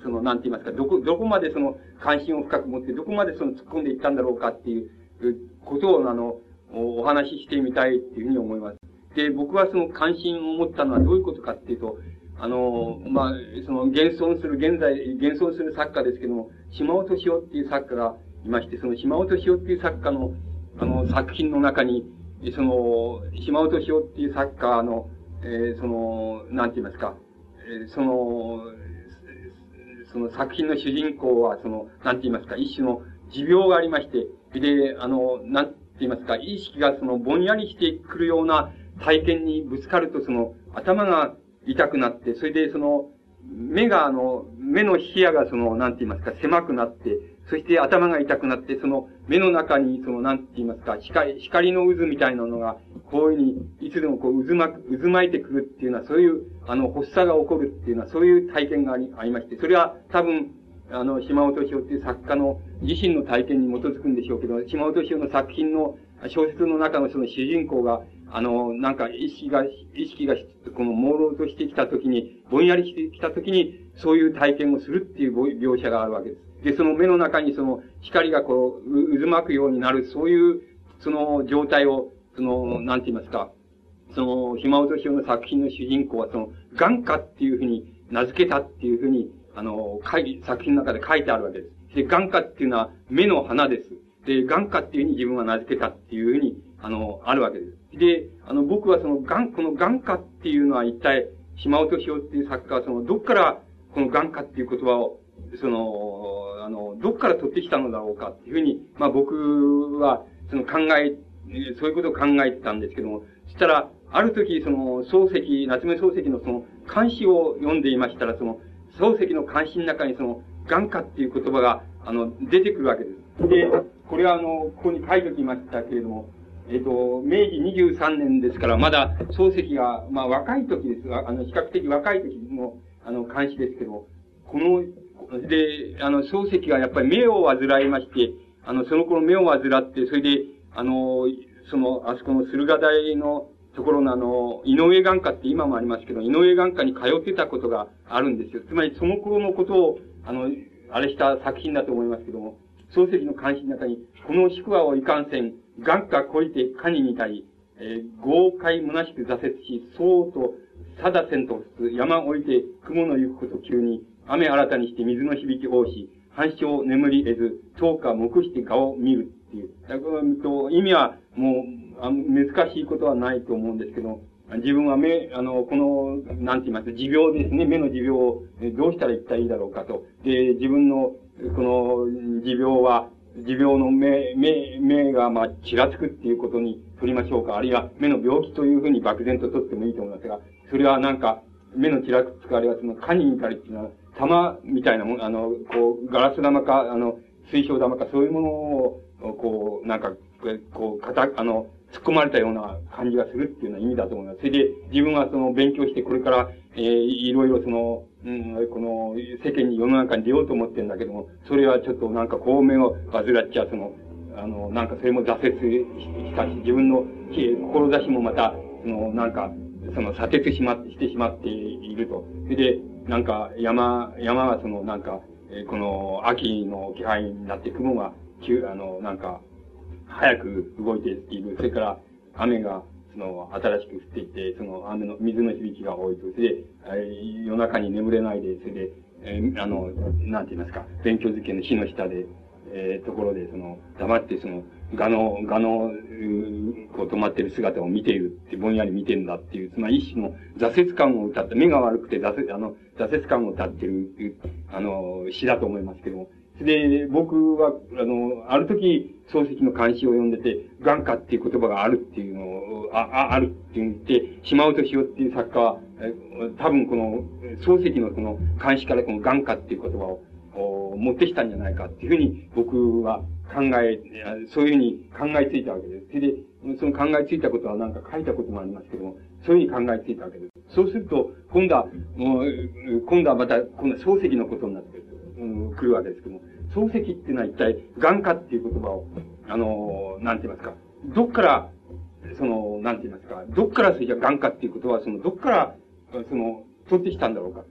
その、なんて言いますか、どこ、どこまでその関心を深く持って、どこまでその突っ込んでいったんだろうかっていうことを、あの、お話ししてみたいっていうふうに思います。で、僕はその関心を持ったのはどういうことかっていうと、あの、まあ、その、現存する、現在、現存する作家ですけども、島尾敏夫っていう作家がいまして、その島尾敏夫っていう作家の、あの、作品の中に、その、島尾敏夫っていう作家の、えー、その、なんて言いますか、えー、その、その作品の主人公は、その、なんて言いますか、一種の持病がありまして、で、あの、なんて言いますか、意識がその、ぼんやりしてくるような体験にぶつかると、その、頭が痛くなって、それでその、目があの、目の視野がその、なんて言いますか、狭くなって、そして頭が痛くなって、その、目の中にその、なんて言いますか、光、光の渦みたいなのが、こういうふうに、いつでもこう、渦巻く、渦巻いてくるっていうのは、そういう、あの、発作が起こるっていうのは、そういう体験があり、ありまして、それは多分、あの、島尾敏夫っていう作家の自身の体験に基づくんでしょうけど、島尾敏夫の作品の小説の中のその主人公が、あの、なんか意識が、意識が、この朦朧としてきたときに、ぼんやりしてきたときに、そういう体験をするっていう描写があるわけです。で、その目の中にその光がこう、渦巻くようになる、そういう、その状態を、その、なんて言いますか、その、島尾敏夫の作品の主人公は、その、眼下っていうふうに名付けたっていうふうに、あの、書い、作品の中で書いてあるわけです。で、眼下っていうのは目の花です。で、眼下っていうふうに自分は名付けたっていうふうに、あの、あるわけです。で、あの、僕はその、眼、この眼下っていうのは一体、島尾敏夫っていう作家は、その、どっから、この眼下っていう言葉を、その、あの、どっから取ってきたのだろうかっていうふうに、まあ僕は、その考え、そういうことを考えてたんですけども、そしたら、ある時、その、漱石、夏目漱石のその、漢詩を読んでいましたら、その、漱石の漢詩の中にその、眼下っていう言葉が、あの、出てくるわけです。で、これはあの、ここに書いておきましたけれども、えっと、明治にじゅうさんねんですから、まだ漱石が、まあ若い時ですが、あの、比較的若い時の、あの、漢詩ですけど、この、で、あの、漱石がやっぱり目を患いまして、あの、その頃目を患って、それで、あの、その、あそこの駿河台のところのあの、井上眼科って今もありますけど、井上眼科に通ってたことがあるんですよ。つまりその頃のことを、あの、あれした作品だと思いますけども、漱石の漢詩の中に、この宿話をいかんせん、眼下こいてかに似たり、えー、豪快虚しく挫折し、そうと、さだせんと普通、山置いて雲の行くこと急に、雨新たにして水の響き多し、反証眠り得ず、遠か目して顔を見るっていう。だからと意味はもうあ難しいことはないと思うんですけど、自分は目、あの、この、なんて言います、持病ですね、目の持病をどうしたら一体いいだろうかと。で、自分の、この持病は、持病の目、目、目がまあ、ちらつくっていうことに取りましょうか。あるいは目の病気というふうに漠然と取ってもいいと思いますが、それはなんか、目のちらつく、あるいはその、カニにたりっていうのは、玉みたいなもの、あの、こう、ガラス玉か、あの、水晶玉か、そういうものを、こう、なんか、こう、かた、あの、突っ込まれたような感じがするっていうような意味だと思います。それで、自分はその、勉強して、これから、えー、いろいろその、うん、この、世間に世の中に出ようと思ってるんだけども、それはちょっとなんか、こう目を患っちゃ、その、あの、なんかそれも挫折したし、自分の志もまた、その、なんか、その、砂鉄しまって、してしまっていると。それで、なんか、山、山はその、なんか、えー、この、秋の気配になって、雲が、急、あの、なんか、早く動いている。それから、雨が、その、新しく降っていて、その、雨の、水の響きが多いと。それで、えー、夜中に眠れないで、それで、えー、あの、なんて言いますか、勉強机の火の下で、えー、ところで、その、黙ってその、蛾の、蛾の、こう止まってる姿を見ているって、ぼんやり見てるんだっていう、つまり一種の挫折感を歌った、目が悪くて挫折、あの、挫折感を歌ってる、あの、詩だと思いますけども。で、僕は、あの、ある時、漱石の漢詩を読んでて、眼下っていう言葉があるっていうのを、あ、あ、あるって言って、島尾敏夫っていう作家は、多分この、漱石のその漢詩からこの眼下っていう言葉を、持ってきたんじゃないかっていうふうに僕は考え、そういうふうに考えついたわけです。それで、その考えついたことはなんか書いたこともありますけども、そういうふうに考えついたわけです。そうすると、今度は、もう今度はまた、今度は漱石のことになってくる、うん、来るわけですけども、漱石っていうのは一体、眼下っていう言葉を、あの、なんて言いますか、どっから、その、なんて言いますか、どっからそれじゃ眼下っていう言葉は、その、どっから、その、取ってきたんだろうか。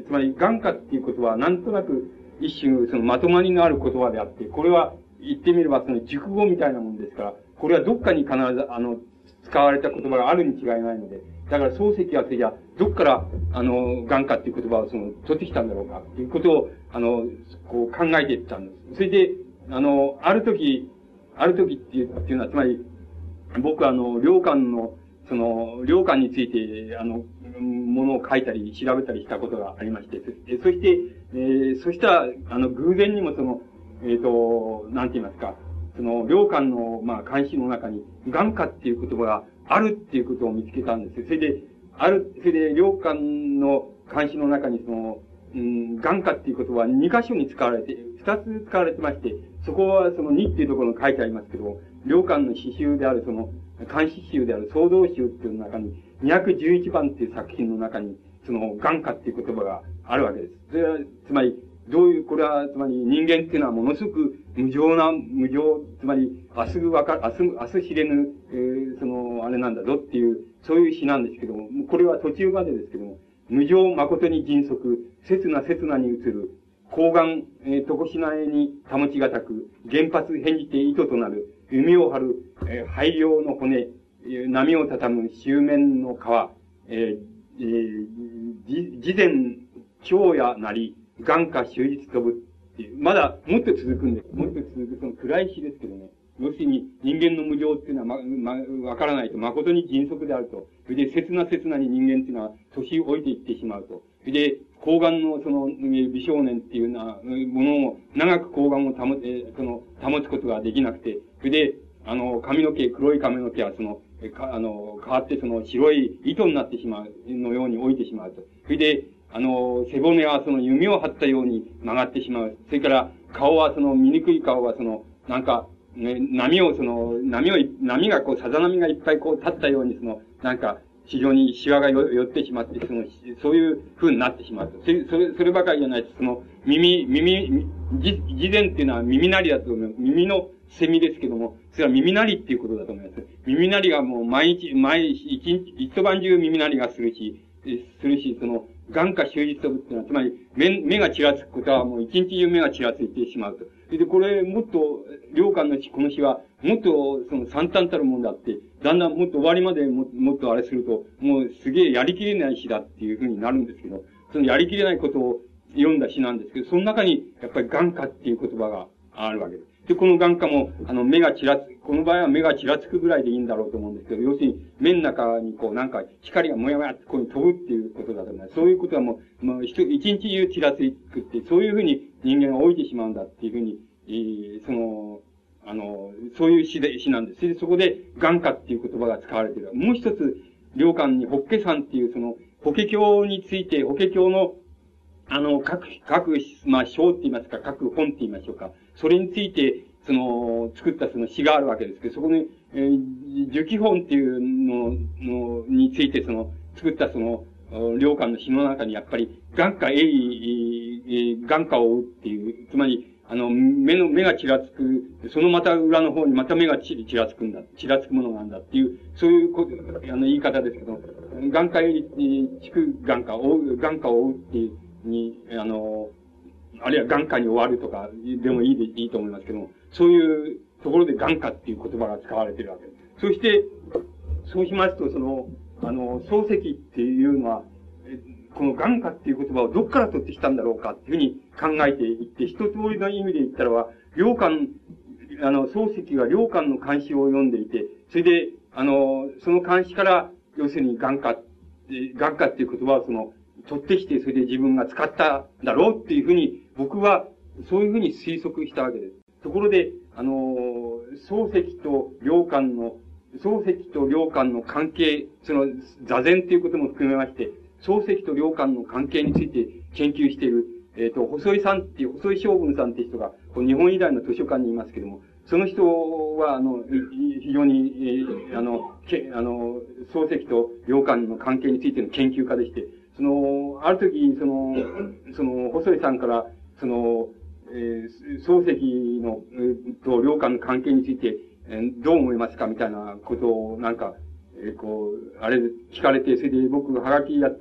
つまり、眼下っていう言葉はなんとなく一種そのまとまりのある言葉であって、これは言ってみればその熟語みたいなもんですから、これはどっかに必ずあの、使われた言葉があるに違いないので、だから漱石はそれじゃ、どっから、あの、眼下っていう言葉をその、取ってきたんだろうか、っていうことを、あの、こう考えていったんです。それで、あの、ある時、ある時っていうっていうのは、つまり、僕はあの、良寛の、その、良寛について、あの、ものを書いたり、調べたりしたことがありまして、そして、えー、そしたら、あの、偶然にもその、えっと、なんて言いますか、その、良寛の、まあ、漢詩の中に、眼下っていう言葉があるっていうことを見つけたんですよ。それで、ある、それで、良寛の漢詩の中に、その、うん、眼下っていう言葉はに箇所に使われて、二つ使われてまして、そこはそのにっていうところに書いてありますけど、良寛の詩集であるその、漢詩集である創造集っていう中に、にひゃくじゅういちばんっていう作品の中に、その、眼下っていう言葉があるわけです。それは、つまり、どういう、これは、つまり人間っていうのはものすごく無情な、無情、つまり、明日わか、明日、明日知れぬ、えー、その、あれなんだぞっていう、そういう詩なんですけども、これは途中までですけども、無情誠に迅速、切な切なに映る、高顔、えー、床品絵に保ちがたく、原発変じて糸となる、弓を張る、えー、灰量の骨、えー、波を畳む周面の川、えー、えー、事前、蝶やなり、眼下終日飛ぶっていう、まだもっと続くんです。もっと続く、その暗い詩ですけどね。要するに人間の無常っていうのはま、ま、わからないと、誠に迅速であると。それで、切な切なに人間っていうのは年を老いていってしまうと。それで、睾丸のその美少年っていうようなものを、長く睾丸を保て、その、保つことができなくて、それで、あの、髪の毛、黒い髪の毛はその、か、あの、変わってその白い糸になってしまう、のように老いてしまうと。それで、あの、背骨はその弓を張ったように曲がってしまう。それから顔はその醜い顔はその、なんか、ね、波をその、波を、波がこう、さざ波がいっぱいこう立ったようにその、なんか、非常にシワが寄ってしまって、その、そういう風になってしまうと。それ、それ、そればかりじゃないです。その、耳、耳、じ、事前っていうのは耳鳴りだと思う。耳のセミですけども、それは耳鳴りっていうことだと思います。耳鳴りがもう毎日、毎日、一日、一晩中耳鳴りがするし、するし、その、眼下終日飛ぶっていうのは、つまり、目、目がちらつくことはもう一日中目がちらついてしまうと。で、これ、もっと、良寛のこの詩は、もっと、その、惨憺たるもんだって、だんだんもっと終わりまでももっとあれすると、もうすげえやりきれない詩だっていうふうになるんですけど、そのやりきれないことを読んだ詩なんですけど、その中に、やっぱり眼下っていう言葉があるわけです。で、この眼下も、あの、目がちらつ、この場合は目がちらつくぐらいでいいんだろうと思うんですけど、要するに、目の中にこう、なんか、光がもやもやってこう飛ぶっていうことだと思います。そういうことはもう、もう一日中ちらつくって、そういうふうに人間が老いてしまうんだっていうふうに、えー、その、あの、そういう詩で、詩なんです。で、そこで、眼下っていう言葉が使われている。もう一つ、良寛に、法華山っていう、その、法華経について、法華経の、あの、各、各、まあ、章って言いますか、各本って言いましょうか。それについて、その、作ったその詩があるわけですけど、そこに、えー、受記本っていうの、の、について、その、作ったその、良寛の詩の中に、やっぱり、眼下鋭意、眼下を追うっていう、つまり、あの、目の、目がちらつく、そのまた裏の方にまた目がちちらつくんだ、ちらつくものなんだっていう、そういうこと、あの、言い方ですけど、眼下鋭意、ちく眼下を追う、眼下を追うっていう、に、あの、あるいは眼下に終わるとかでもいいで、いいと思いますけども、そういうところで眼下っていう言葉が使われているわけです。そして、そうしますと、その、あの、漱石っていうのは、この眼下っていう言葉をどっから取ってきたんだろうかっていうふうに考えていって、一通りの意味で言ったらは、良寛、あの、漱石が良寛の漢詩を読んでいて、それで、あの、その漢詩から、要するに眼下、眼下っていう言葉をその、取ってきて、それで自分が使っただろうっていうふうに、僕はそういうふうに推測したわけです。ところで、あの、漱石と良寛の、漱石と良寛の関係、その座禅っていうことも含めまして、漱石と良寛の関係について研究している、えっ、と、細井さんっていう、細井将軍さんっていう人が、日本医大の図書館にいますけども、その人は、あの、非常に、えー、あの、け、あの、漱石と良寛の関係についての研究家でして、その、ある時、その、その、細井さんから、その、えー、漱石の、えー、と良寛の関係について、えー、どう思いますかみたいなことを、なんか、えー、こう、あれ、聞かれて、それで僕、はがきやって、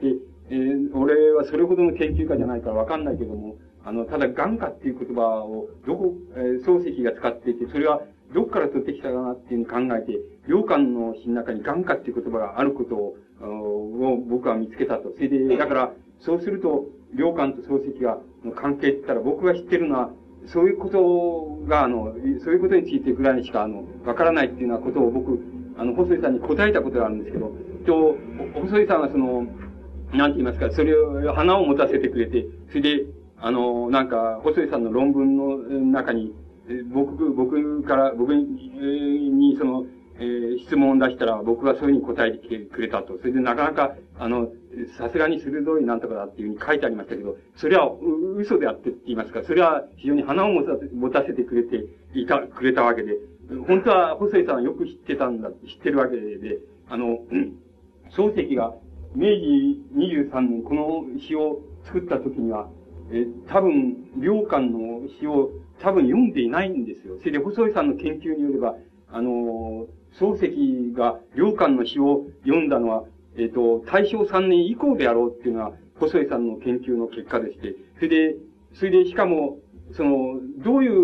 えー、俺はそれほどの研究家じゃないからわかんないけども、あの、ただ、眼科っていう言葉を、どこ、えー、漱石が使っていて、それは、どこから取ってきたかなっていうふうに考えて、良寛の詩の中に眼科っていう言葉があることを、を僕は見つけたと。それで、だから、そうすると、良寛と漱石が、の関係って言ったら、僕が知ってるのは、そういうことが、あの、そういうことについてぐらいにしか、あの、わからないっていうようなことを僕、あの、細井さんに答えたことがあるんですけど、と、細井さんはその、なんて言いますか、それを、花を持たせてくれて、それで、あの、なんか、細井さんの論文の中に、僕、僕から、僕に、その、えー、質問を出したら、僕がそういうふうに答えてくれたと。それで、なかなか、あの、さすがに鋭いなんとかだっていうふうに書いてありましたけど、それは嘘であってって言いますか、それは非常に花を持たせ持たせてくれていた、くれたわけで、本当は細井さんはよく知ってたんだ、知ってるわけで、あの、漱石が明治にじゅうさんねん、この詩を作った時には、え、多分、良寛の詩を多分読んでいないんですよ。それで、細井さんの研究によれば、あの、漱石が良寛の詩を読んだのは、えっと、大正さんねん以降であろうっていうのは、細井さんの研究の結果でして、それで、それで、しかも、その、どういう、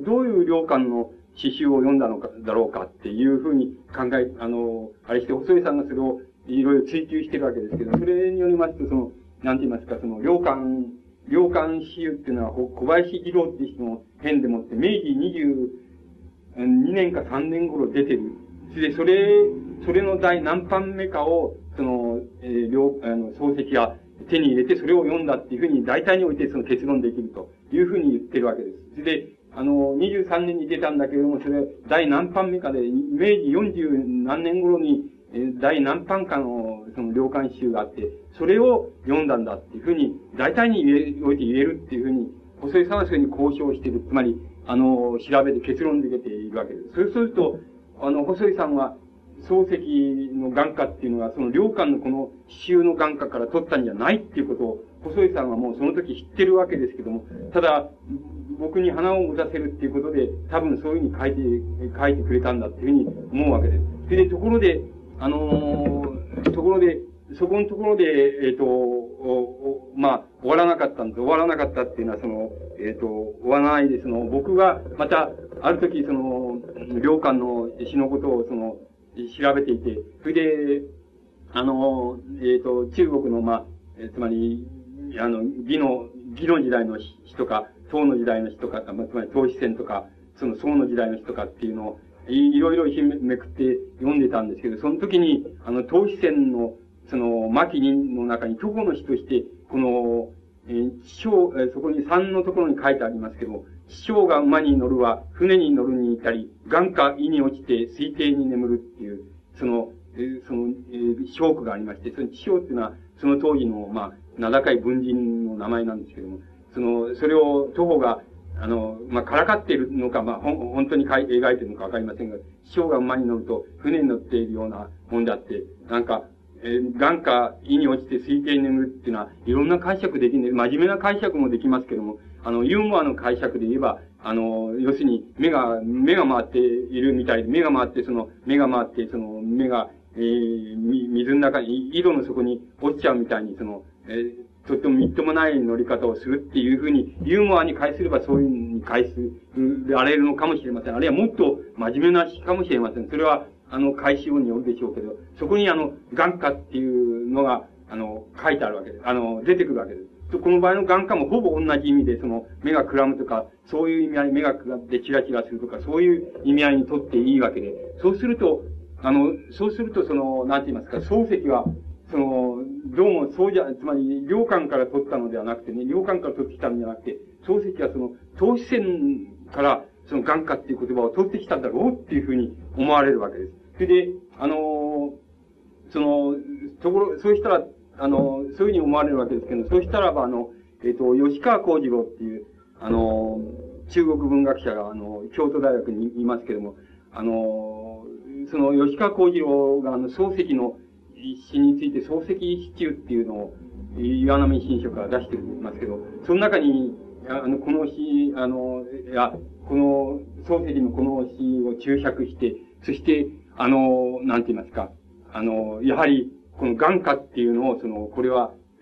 どういう良寛の詩集を読んだのか、だろうかっていうふうに考え、あの、あれして、細井さんがそれをいろいろ追求してるわけですけど、それによりますと、その、なんて言いますか、その、良寛、良寛詩集っていうのは、小林二郎っていう人の編でもって、明治にじゅうにねんかさんねん頃出てる。それで、それ、それの第何版目かを、その、えー、両、あの、漱石が手に入れて、それを読んだっていうふうに、大体においてその結論できるというふうに言ってるわけです。それで、あの、にじゅうさんねんに出たんだけれども、それ、第何版目かで、明治よんじゅう何年頃に、えー、第何版かの、その、良寛集があって、それを読んだんだっていうふうに、大体に言え、おいて言えるっていうふうに、細井さんはそういうふうに交渉している。つまり、あの、調べて結論づけているわけです。そうすると、あの、細井さんは、漱石の眼科っていうのは、その良寛のこの詩集の眼科から取ったんじゃないっていうことを、細井さんはもうその時知ってるわけですけども、ただ、僕に花を持たせるっていうことで、多分そういうふうに書いて、書いてくれたんだっていうふうに思うわけです。それで、ところで、あのー、ところで、そこのところで、えっ、ー、と、お、お、まあ、終わらなかったんです。終わらなかったっていうのは、その、えっ、ー、と、終わらないで、その、僕が、また、ある時、その、良寛の詩のことを、その、調べていて、それで、あの、えっ、ー、と、中国の、まあ、えつまり、あの、魏の、魏の時代の詩とか、唐の時代の詩とか、まあ、つまり、唐詩選とか、その宋の時代の詩とかっていうのを、い, いろいろめくって読んでたんですけど、その時に、あの、唐詩選の、その、巻人の中に、徒歩の詩として、この、えー、章、えー、そこにさんのところに書いてありますけども、師匠が馬に乗るは、船に乗るにいたり、眼下胃に落ちて水底に眠るっていう、その、えー、その、えー、章句がありまして、その師匠っていうのは、その当時の、まあ、名高い文人の名前なんですけども、その、それを徒歩が、あの、まあ、からかっているのか、まあ、ほん、本当に描い描いているのかわかりませんが、師匠が馬に乗ると、船に乗っているようなもんであって、なんか、えー、眼下胃に落ちて水底に眠るっていうのは、いろんな解釈できる、真面目な解釈もできますけども、あの、ユーモアの解釈で言えば、あの、要するに、目が、目が回っているみたいで、目が回って、その、目が回って、その、目が、えー、水の中に、井戸の底に落ちちゃうみたいに、その、えー、とってもみっともない乗り方をするっていうふうに、ユーモアに返すればそういうふうに返す、られるのかもしれません。あるいはもっと真面目な詩かもしれません。それは、あの、返しようによるでしょうけど、そこにあの、眼下っていうのが、あの、書いてあるわけです。あの、出てくるわけです。この場合の眼下もほぼ同じ意味で、その、目がくらむとか、そういう意味合い、目がくらってチラチラするとか、そういう意味合いにとっていいわけで、そうすると、あの、そうすると、その、なんて言いますか、漱石は、その、どうもそうじゃ、つまり、良寛から取ったのではなくてね、良寛から取ってきたのではなくて、漱石はその、唐詩選から、その眼下っていう言葉を取ってきたんだろうっていうふうに思われるわけです。それで、あの、その、ところ、そうしたら、あの、そういうふうに思われるわけですけど、そうしたらば、あの、えっと、吉川幸次郎っていう、あの、中国文学者が、あの、京都大学にいますけれども、あの、その吉川幸次郎が、あの、漱石の詩について、漱石詩集っていうのを、岩波新書から出していますけど、その中に、あの、この詩、あの、いや、この、漱石のこの詩を注釈して、そして、あの、なんて言いますか、あの、やはり、この眼下っていうのを、その、これは、え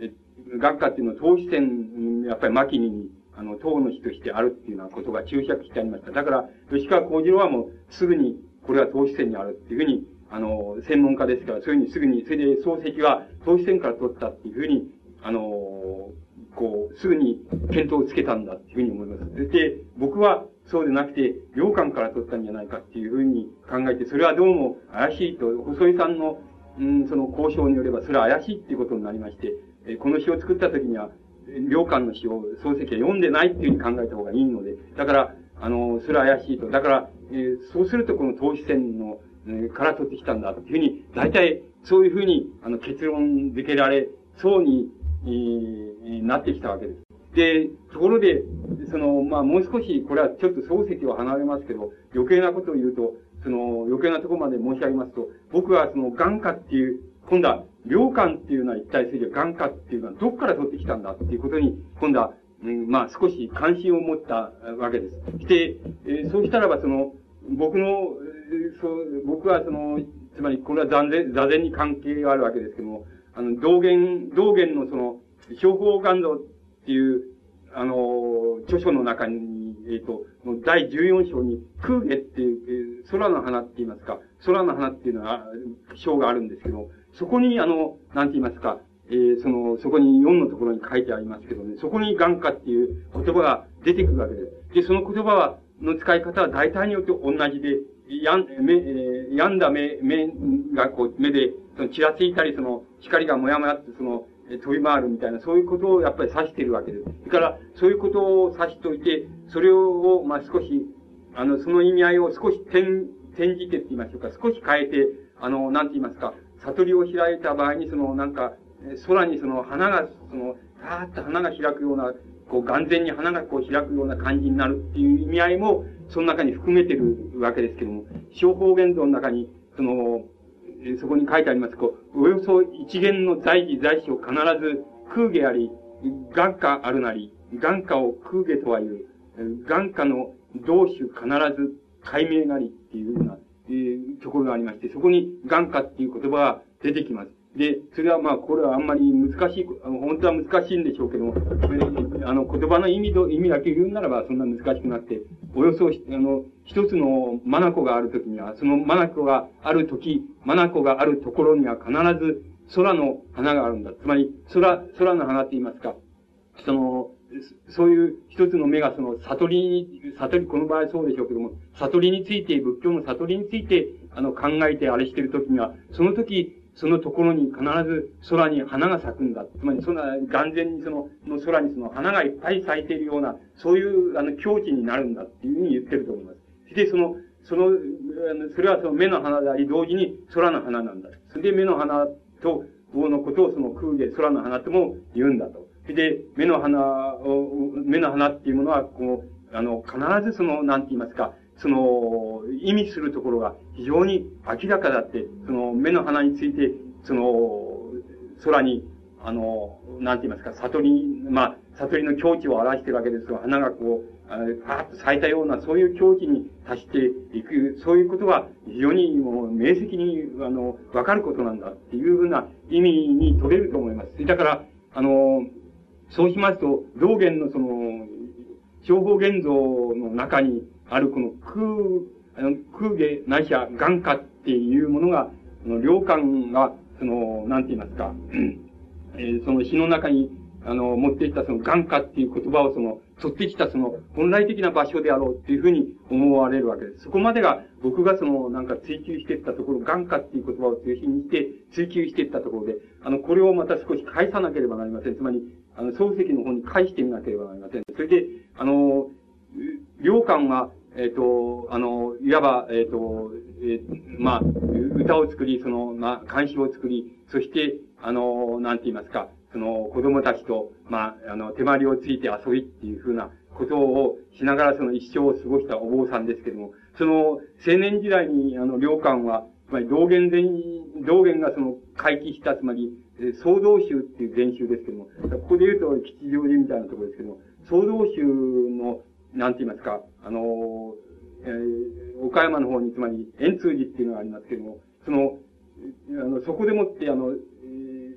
学科っていうのは当主戦、やっぱり牧に、あの、党の日としてあるっていうようなことが注釈してありました。だから、吉川幸次郎はもう、すぐに、これは党主戦にあるっていうふうに、あの、専門家ですから、そういうふうにすぐに、それで漱石は党主戦から取ったっていうふうに、あの、こう、すぐに検討をつけたんだっていうふうに思います。で、僕はそうでなくて、良寛から取ったんじゃないかっていうふうに考えて、それはどうも怪しいと、細井さんの、うん、その交渉によれば、それは怪しいっていうことになりまして、えこの詩を作った時には、良寛の詩を漱石は読んでないっていうふうに考えた方がいいので、だから、あの、それは怪しいと。だから、えー、そうするとこの投資戦の、えー、から取ってきたんだっていうふうに、大体、そういうふうに、あの、結論付けられそうに、えー、なってきたわけです。で、ところで、その、まあ、もう少し、これはちょっと漱石は離れますけど、余計なことを言うと、その、余計なところまで申し上げますと、僕はその、眼科っていう、今度は、良寛っていうのは一体する眼科っていうのはどこから取ってきたんだっていうことに、今度は、うん、まあ、少し関心を持ったわけです。で、えー、そうしたらば、その、僕の、えー、そう、僕はその、つまり、これは座禅、座禅に関係があるわけですけども、あの、道元、道元のその、商法願像っていう、あの、著書の中に、えっ、ー、と、だいじゅうよん章に、空下っていう、えー、空の花って言いますか、空の花っていうのは、章があるんですけど、そこに、あの、なんて言いますか、えー、その、そこによんのところに書いてありますけどね、そこに眼科っていう言葉が出てくるわけです。で、その言葉は、の使い方は大体によって同じで、やん、目、えー、病んだ目、目がこう、目で、その、ちらついたり、その、光がもやもやって、その、飛び回るみたいな、そういうことをやっぱり指しているわけです。それから、そういうことを指しておいて、それを、まあ、少し、あの、その意味合いを少し転、転じてって言いましょうか、少し変えて、あの、なんて言いますか、悟りを開いた場合に、その、なんか、空にその花が、その、パーッと花が開くような、こう、眼前に花がこう開くような感じになるっていう意味合いも、その中に含めてるわけですけども、小方言像の中に、その、そこに書いてあります、こう、およそ一元の在時在所を必ず空下あり、眼下あるなり、眼下を空下とはいう、眼下の同種必ず解明なりっていうような、えー、ところがありまして、そこに眼下っていう言葉が出てきます。で、それはまあ、これはあんまり難しい、本当は難しいんでしょうけども、あの、言葉の意味と、意味だけ言うならば、そんな難しくなって、およそ、あの、一つの眼があるときには、その眼があるとき、眼があるところには必ず空の花があるんだ。つまり、空、空の花って言いますか、その、そういう一つの目がその悟りに、悟り、この場合そうでしょうけども、悟りについて、仏教の悟りについて、あの、考えてあれしてるときには、その時、そのところに必ず空に花が咲くんだ。つまり、そんな、眼前にその、の空にその花がいっぱい咲いているような、そういう、あの、境地になるんだっていうふうに言ってると思います。で、その、その、それはその目の花であり、同時に空の花なんだ。それで目の花と、のことをその空で空の花とも言うんだと。で、目の花を、目の花っていうものは、こう、あの、必ずその、なんて言いますか、その、意味するところが非常に明らかだって、その、目の花について、その、空に、あの、なんて言いますか、悟り、まあ、悟りの境地を表しているわけですが、花がこう、あのパーッと咲いたような、そういう境地に達していく、そういうことは非常にもう明晰に、あの、わかることなんだっていうふうな意味に取れると思います。だから、あの、そうしますと、道元のその、小方現像の中にあるこの空、あの空下ないしは眼下っていうものが、その良寛が、その、なんて言いますか、えー、その詩の中に、あの、持っていったその眼下っていう言葉をその、取ってきたその、本来的な場所であろうっていうふうに思われるわけです。そこまでが僕がその、なんか追求していったところ、眼下っていう言葉を中心にして追求していったところで、あの、これをまた少し返さなければなりません。つまり、あの、漱石の方に返してみなければなりません。それで、あの、良寛は、えっ、ー、と、あの、いわば、えっ、ー、と、えー、まあ、歌を作り、その、まあ、漢詩を作り、そして、あの、なんて言いますか、その、子供たちと、まあ、あの、手まりをついて遊びっていうふうなことをしながら、その一生を過ごしたお坊さんですけども、その、青年時代に、あの、良寛は、つまり、道元前、道元がその、回帰した、つまり、総道宗っていう伝宗ですけども、ここで言うと吉祥寺みたいなところですけども、総道宗の、なんて言いますか、あの、えー、岡山の方に、つまり、円通寺っていうのがありますけども、その、あの、そこでもって、あの、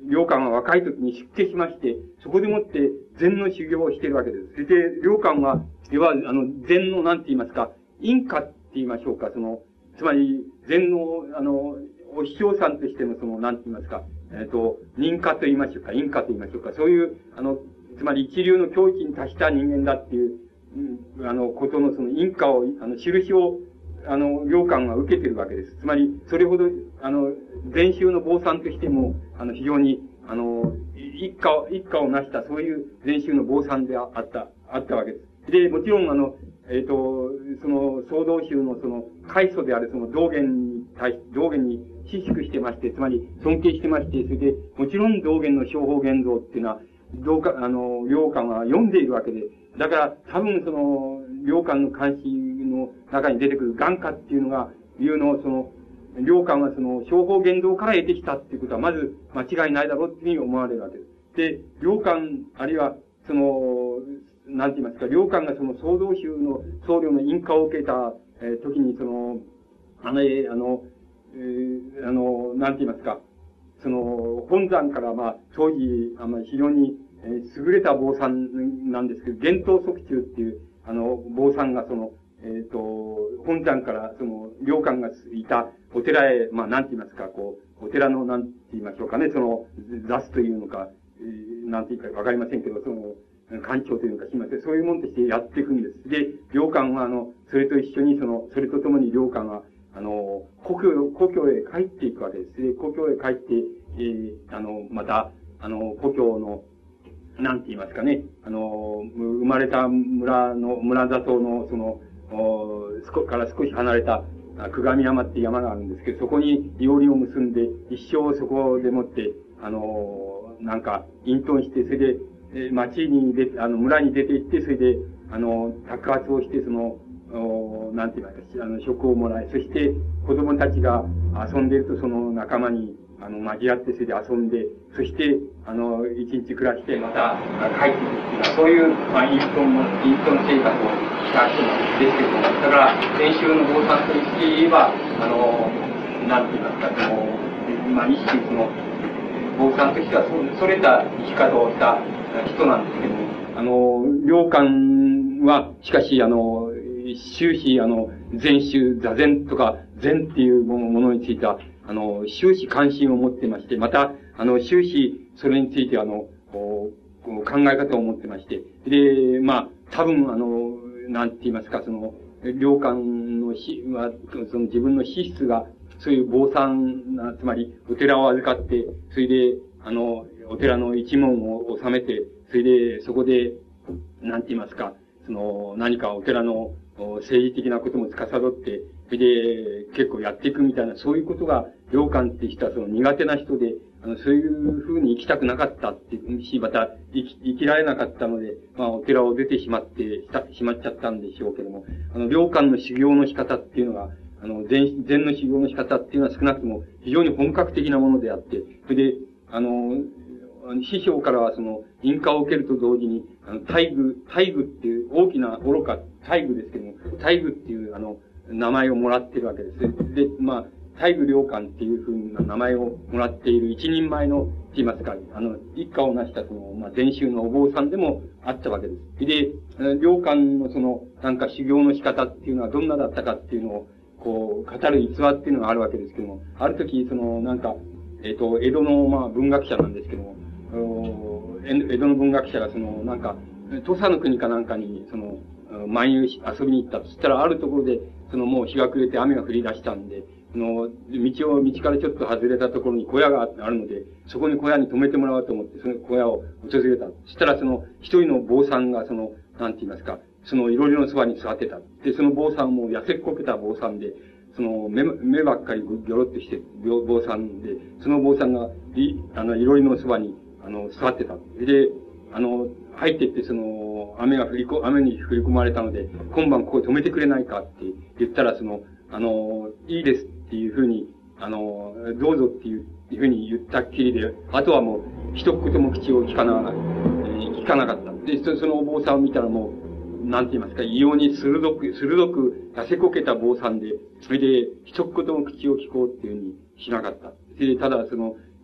良寛は若い時に出家しまして、そこでもって禅の修行をしているわけです。それで、良寛は、いわゆる、あの、禅の、なんて言いますか、因果って言いましょうか、その、つまり、禅の、あの、お師匠さんとしての、その、なんて言いますか、えっと、認可と言いましょうか、因果と言いましょうか、そういう、あの、つまり一流の境地に達した人間だっていう、うん、あの、ことのその因果を、あの、印を、あの、良寛は受けてるわけです。つまり、それほど、あの、禅宗の坊さんとしても、あの、非常に、あの、一家を、一家を成した、そういう禅宗の坊さんであった、あったわけです。で、もちろん、あの、えっ、と、その、総道宗のその、開祖であるその道元に対し、道元に支粛してまして、つまり尊敬してまして、それで、もちろん道元の正法言像っていうのは、どうか、あの、良寛は読んでいるわけで、だから、多分その、良寛の監視の中に出てくる眼科っていうのが、いうのをその、良寛はその、正法言動から得てきたっていうことは、まず間違いないだろうっていうふうに思われるわけです。で、良寛、あるいは、その、なんて言いますか、良寛がその総道宗の僧侶の印鑑を受けた、えー、時に、その、あの、えー、あの、えー、あの、なんて言いますか、その、本山から、まあ、当時、あの、非常に、えー、優れた坊さんなんですけど、玄東即中っていう、あの、坊さんがその、えっ、ー、と、本山から、その、良寛がいたお寺へ、まあ、なんて言いますか、こう、お寺の、なんて言いましょうかね、その、座すというのか、えー、なんて言うかわかりませんけど、その、官庁というのかしません。そういうもんとしてやっていくんです。で、良寛は、あの、それと一緒に、その、それとともに良寛は、あの、故郷、故郷へ帰っていくわけです。で、故郷へ帰って、えー、あの、また、あの、故郷の、なんて言いますかね、あの、生まれた村の、村里の、その、おそこから少し離れた、久上山っていう山があるんですけど、そこにいおりを結んで、一生そこでもって、あの、なんか、隠遁して、それで、え町に出、あの、村に出て行って、それで、あの、宅発をして、その、おなんて言いますか、あの、食をもらい、そして、子供たちが遊んでいると、その仲間に、あの、交わって、それで遊んで、そして、あの、一日暮らして、また、帰ってくるっていうのは、そういう、まあ、隠遁の、隠遁生活をした人なんですけれども、だから、先週の坊さんとして言えば、あの、なんて言いますか、その、まあ、一種その、坊さんとしては、それた生き方をした人なんですけども、あの、良寛は、しかし、あの、終始、あの、禅宗、座禅とか、禅っていうものについては、あの、終始関心を持ってまして、また、あの、終始、それについて、あの、こう考え方を持ってまして、で、まあ、多分、あの、なんて言いますか、その、良寛のし、は、その自分の資質が、そういう坊さんな、つまり、お寺を預かって、それで、あの、お寺の一門を収めて、それで、そこで、なんて言いますか、その、何かお寺の政治的なことも司って、それで、結構やっていくみたいな、そういうことが、良寛って人はその苦手な人で、あの、そういう風に生きたくなかったっていうし、また、生き、生きられなかったので、まあ、お寺を出てしまって、した、しまっちゃったんでしょうけども、あの、良寛の修行の仕方っていうのが、あの、禅、禅の修行の仕方っていうのは少なくとも非常に本格的なものであって、それで、あの、師匠からはその、印鑑を受けると同時に、あの、大愚、大愚っていう大きな愚か、大愚ですけども、大愚っていうあの、名前をもらってるわけです。で、まあ、大愚良寛っていうふうな名前をもらっている一人前の、言いますか、あの、一家を成したその、まあ、禅宗のお坊さんでもあったわけです。で、良寛のその、なんか修行の仕方っていうのはどんなだったかっていうのを、こう、語る逸話っていうのがあるわけですけども、ある時、その、なんか、えっと、江戸の、まあ、文学者なんですけども、江戸の文学者がその、なんか、土佐の国かなんかに、その、漫遊し、遊びに行った。そしたら、あるところで、その、もう日が暮れて雨が降り出したんで、その、道を、道からちょっと外れたところに小屋があるので、そこに小屋に泊めてもらおうと思って、その小屋を訪れた。そしたら、その、一人の坊さんが、その、なんて言いますか、その、いろりのそばに座ってた。で、その坊さんも痩せっこけた坊さんで、その、目、目ばっかりぎょろっとして、坊さんで、その坊さんが、い、あの、いろりのそばに、あの、座ってた。で、あの、入ってって、その、雨が降りこ、雨に降り込まれたので、今晩ここ止めてくれないかって言ったら、その、あの、いいですっていうふうに、あの、どうぞっていうふうに言ったっきりで、あとはもう、一言も口を聞かな、えー、聞かなかった。で、そのお坊さんを見たらもう、なんて言いますか、異様に鋭く、鋭く痩せこけた坊さんで、それで、一言も口を聞こうっていうふうにしなかった。で、ただその、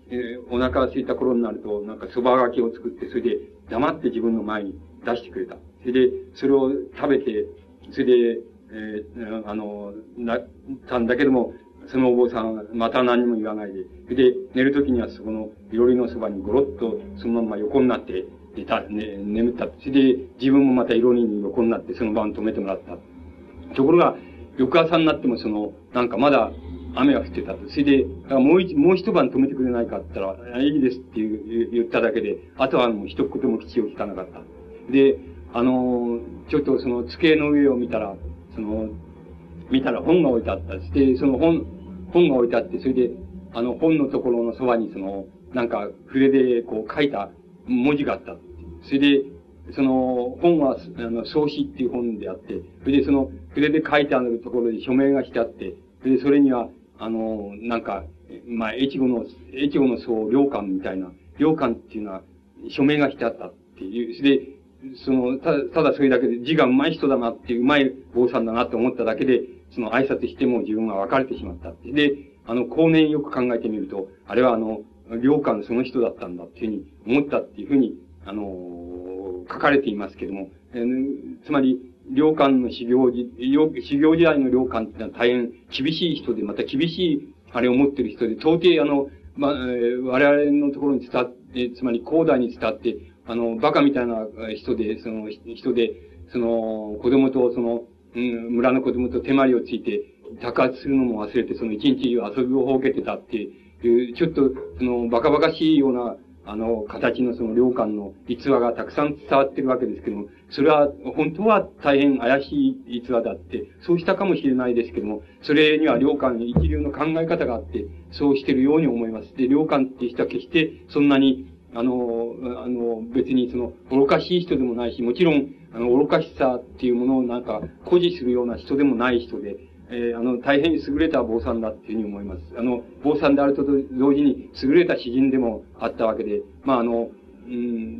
えー、お腹が空いた頃になると、なんか蕎麦がきを作って、それで黙って自分の前に出してくれた。それで、それを食べて、それで、えー、あの、な、たんだけども、そのお坊さんはまた何も言わないで、それで、寝るときにはそこのいろりのそばにゴロッとそのまま横になって寝た、ね、眠った。それで、自分もまたいろりに横になってその晩止めてもらった。ところが、翌朝になってもその、なんかまだ雨が降ってたと。それで、もう一、もう一晩止めてくれないかって言ったら、いいですっていう言っただけで、あとはもう一言も口を聞かなかった。で、あの、ちょっとその机の上を見たら、その、見たら本が置いてあった。して、その本、本が置いてあって、それで、あの本のところのそばにその、なんか筆でこう書いた文字があった。それで、その本は、あの、創始っていう本であって、それでその筆で書いてあるところで署名がしてあって、それでそれには、あの、なんか、まあ、越後の、越後の僧、良寛みたいな、良寛っていうのは署名がしてあったっていう、それで、その、ただ、ただそれだけで字が上手い人だなっていう、上手い坊さんだなって思っただけで、その挨拶しても自分は別れてしまったって。で、あの、後年よく考えてみると、あれはあの、良寛その人だったんだっていうふうに思ったっていうふうに、あのー、書かれていますけども、えー、つまり、良寛の修行時、修行時代の良寛っていうのは大変厳しい人で、また厳しい、あれを持っている人で、到底あの、ま、えー、我々のところに伝わって、つまり広大に伝わって、あの、馬鹿みたいな人で、その、人で、その、子供と、その、うん、村の子供と手まりをついて、宅発するのも忘れて、その一日遊びをほうけてたっていう、ちょっと、その、バカバカしいような、あの、形のその良寛の逸話がたくさん伝わってるわけですけども、それは、本当は大変怪しい逸話だって、そうしたかもしれないですけども、それには良寛一流の考え方があって、そうしてるように思います。で、良寛っていう人は決して、そんなに、あの、あの、別にその、愚かしい人でもないし、もちろん、あの、愚かしさっていうものをなんか、誇示するような人でもない人で、えー、あの、大変優れた坊さんだっていうふうに思います。あの、坊さんであると同時に優れた詩人でもあったわけで、まあ、あの、うん、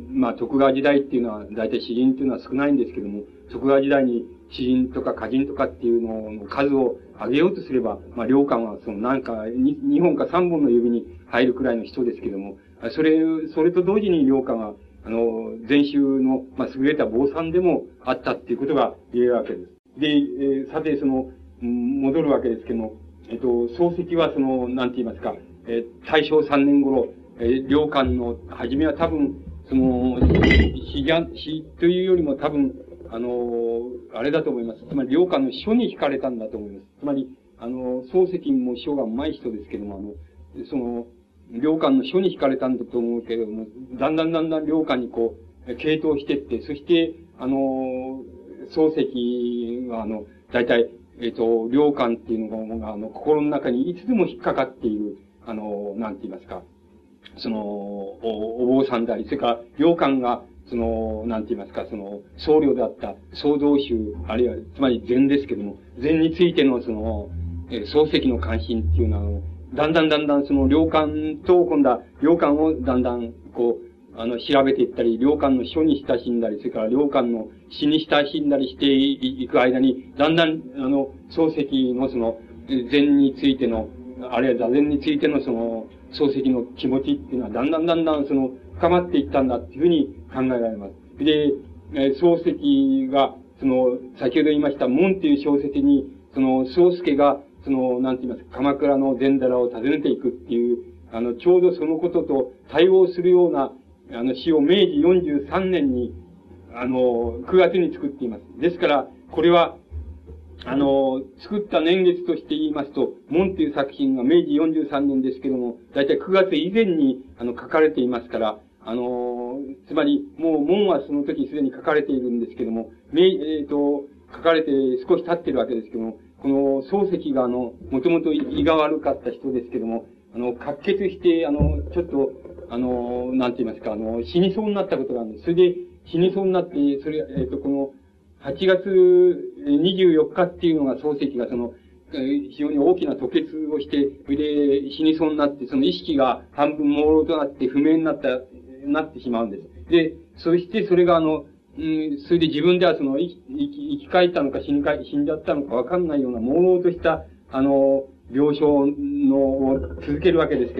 まあ、徳川時代っていうのは、大体詩人っていうのは少ないんですけども、徳川時代に詩人とか歌人とかっていうのの数を上げようとすれば、まあ、良寛はそのなんか、にほんかさんぼんの指に入るくらいの人ですけども、それ、それと同時に良寛は、あの、禅宗の、まあ、優れた坊さんでもあったっていうことが言えるわけです。で、えー、さて、その、戻るわけですけども、えっと、漱石はその、なんて言いますか、えー、大正さんねん頃、えー、良寛の、初めは多分、その、詩じゃ、詩というよりも多分、あのー、あれだと思います。つまり、良寛の書に惹かれたんだと思います。つまり、あの、漱石も書が上手い人ですけども、あの、その、良寛の書に惹かれたんだと思うけれども、だんだんだんだん良寛にこう、傾倒していって、そして、あの、漱石は、あの、大体、えっと、良寛っていうのが、あの、心の中にいつでも引っかかっている、あの、なんて言いますか、その、お、お坊さんであり、それから、良寛が、その、なんて言いますか、その、僧侶であった創造宗、あるいは、つまり禅ですけども、禅についての、その、えー、漱石の関心っていうのは、だんだんだんだんその良寛と、今度は良寛をだんだん、こう、あの、調べていったり、良寛の書に親しんだり、それから良寛の詩に親しんだりしていく間に、だんだん、あの、漱石のその、禅についての、あるいは座禅についてのその、漱石の気持ちっていうのは、だんだんだんだんその、深まっていったんだっていうふうに考えられます。で、漱石が、その、先ほど言いました、門っていう小説に、その、宗助が、その、なんて言いますか、鎌倉の禅寺を訪ねていくっていう、あの、ちょうどそのことと対応するような、あの、詩を明治よんじゅうさんねんに、あの、くがつに作っています。ですから、これは、あの、作った年月として言いますと、門という作品が明治よんじゅうさんねんですけども、だいたいくがつ以前に、あの、書かれていますから、あの、つまり、もう門はその時すでに書かれているんですけども、明、えっと、書かれて少し経っているわけですけども、この漱石があの、もともと胃が悪かった人ですけども、あの、滑血して、あの、ちょっと、あの、なんて言いますか、あの、死にそうになったことがあるんです。それで、死にそうになって、それ、えっと、この、はちがつにじゅうよっかっていうのが漱石がその、非常に大きな吐血をして、それで死にそうになって、その意識が半分朦朧となって不明になった、なってしまうんです。で、そしてそれがあの、うん、それで自分ではその、生き、生き、生き返ったのか死にか死んじゃったのかわかんないような朦朧とした、あの、病床の、を続けるわけですけども、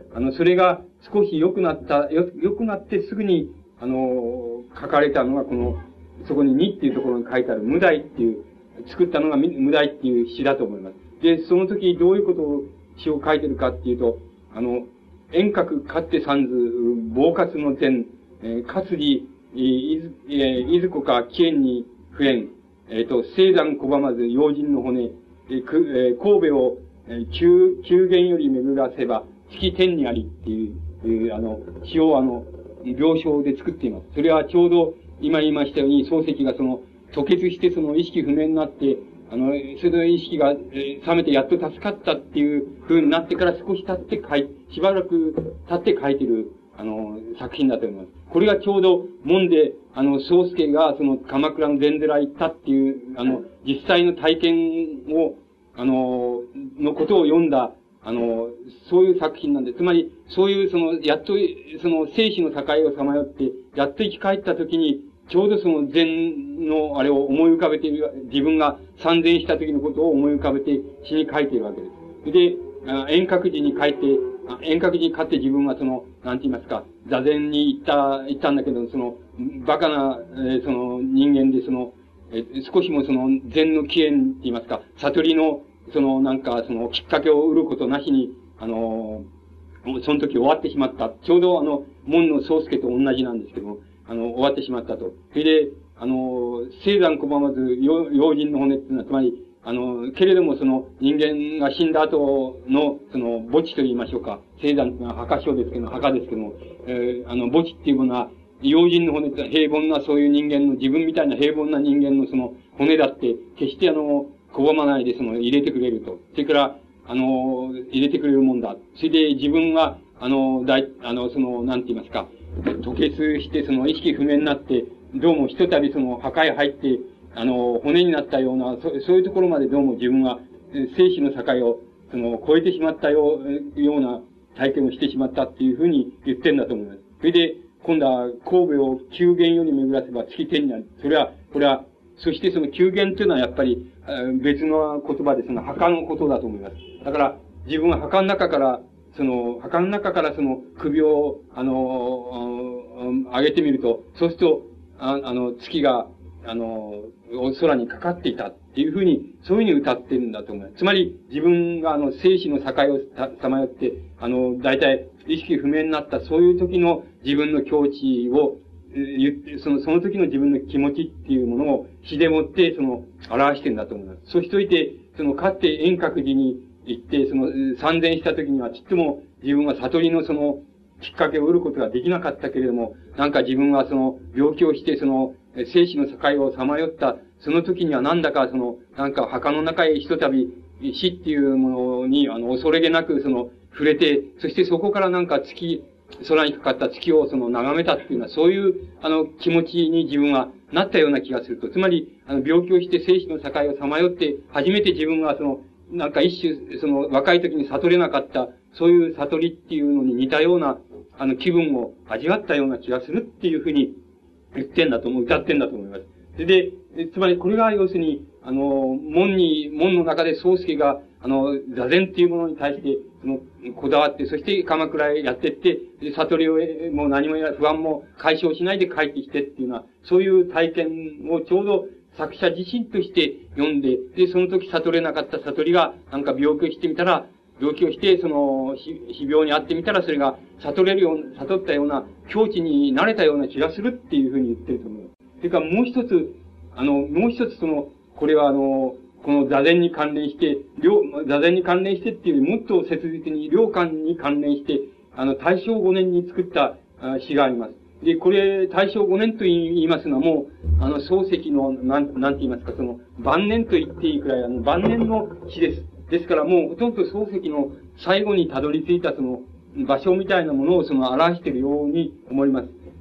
あの、それが少し良くなった、よ、良くなってすぐに、あの、書かれたのがこの、そこににっていうところに書いてある無題っていう、作ったのが無題っていう詩だと思います。で、その時どういうことを詩を書いてるかっていうと、あの、遠隔勝って三図、暴活の前、えー、活理、いず、えー、いずこか起源に不縁、えっ、ー、と、生山拒まず用心の骨、えー、く、えー、神戸を、えー、中、中元より巡らせば、月天にありっていう、えー、あの、詩をあの、描写で作っています。それはちょうど、今言いましたように、漱石がその、吐血してその意識不明になって、あの、その意識が、えー、覚めてやっと助かったっていう風になってから少し経って書い、しばらく経って書いてる、あの、作品だと思います。これがちょうど、門で、あの、宗介がその鎌倉の禅寺行ったっていう、あの、実際の体験を、あの、のことを読んだ、あの、そういう作品なんで、つまり、そういうその、やっと、その、生死の境をさまよって、やっと生き返った時に、ちょうどその禅のあれを思い浮かべている、自分が参禅した時のことを思い浮かべて詩に書いているわけです。で、遠隔寺に帰って、遠隔寺に勝って自分はその、なんて言いますか、座禅に行った、行ったんだけど、その、バカな、えー、その人間でその、えー、少しもその禅の起源って言いますか、悟りの、そのなんかそのきっかけを得ることなしに、あのー、その時終わってしまった。ちょうどあの、門の宗介と同じなんですけども、あの、終わってしまったと。それで、あの、生山拒まず、用心の骨っていうのは、つまり、あの、けれどもその人間が死んだ後の、その墓地と言いましょうか。生山っていうのは墓所ですけど、墓ですけども、えー、あの、墓地っていうものは、用心の骨って平凡なそういう人間の、自分みたいな平凡な人間のその骨だって、決してあの、拒まないでその入れてくれると。それから、あの、入れてくれるもんだ。それで自分が、あの、だい、あの、その、なんて言いますか、吐血してその意識不明になって、どうもひとたびその破壊入って、あの、骨になったような、そそういうところまでどうも自分が生死の境を、その、超えてしまったよう、ような体験をしてしまったっていうふうに言ってんだと思います。それで、今度は神戸を九元より巡らせば月天になる。それは、これは、そしてその九元というのはやっぱり、別の言葉でその墓のことだと思います。だから、自分は墓の中から、その、墓の中からその首を、あの、上げてみると、そうすると、ああの、月が、あの、空にかかっていたっていうふうに、そういうふうに歌ってるんだと思います。つまり、自分があの、生死の境をさまよって、あの、大体、意識不明になった、そういう時の自分の境地を、言って、その、その時の自分の気持ちっていうものを詩でもって、その、表してるんだと思います。そしといて、その、かつて遠隔寺に行って、その、参禅した時には、ちっとも自分は悟りのその、きっかけを得ることができなかったけれども、なんか自分はその、病気をして、その、生死の境をさまよった、その時にはなんだかその、なんか墓の中へひとたび死っていうものに、あの、恐れげなくその、触れて、そしてそこからなんか月、空にかかった月をその眺めたっていうのは、そういう、あの、気持ちに自分はなったような気がすると。つまり、あの、病気をして生死の境をさまよって、初めて自分がその、なんか一種、その、若い時に悟れなかった、そういう悟りっていうのに似たような、あの、気分を味わったような気がするっていうふうに言ってんだと思う、歌ってんだと思います。それで、つまりこれが要するに、あの、門に、門の中で宗介が、あの、座禅っていうものに対して、その、こだわって、そして鎌倉へやってって、悟りを、もう何もや、不安も解消しないで帰ってきてっていうのは、そういう体験をちょうど作者自身として読んで、で、その時悟れなかった悟りが、なんか病気をしてみたら、病気をして、その、死病にあってみたら、それが悟れるような、悟ったような境地になれたような気がするっていうふうに言ってると思う。それからもう一つ、あの、もう一つその、これはあの、この座禅に関連して、両、座禅に関連してっていうよりもっと切実に良寛に関連して、あの、大正五年に作った詩があります。で、これ、大正五年と言いますのはもう、あの、漱石の、なん、なんて言いますか、その、晩年と言っていいくらい、あの、晩年の詩です。ですからもう、ほとんど漱石の最後にたどり着いたその、場所みたいなものをその、表しているように思います。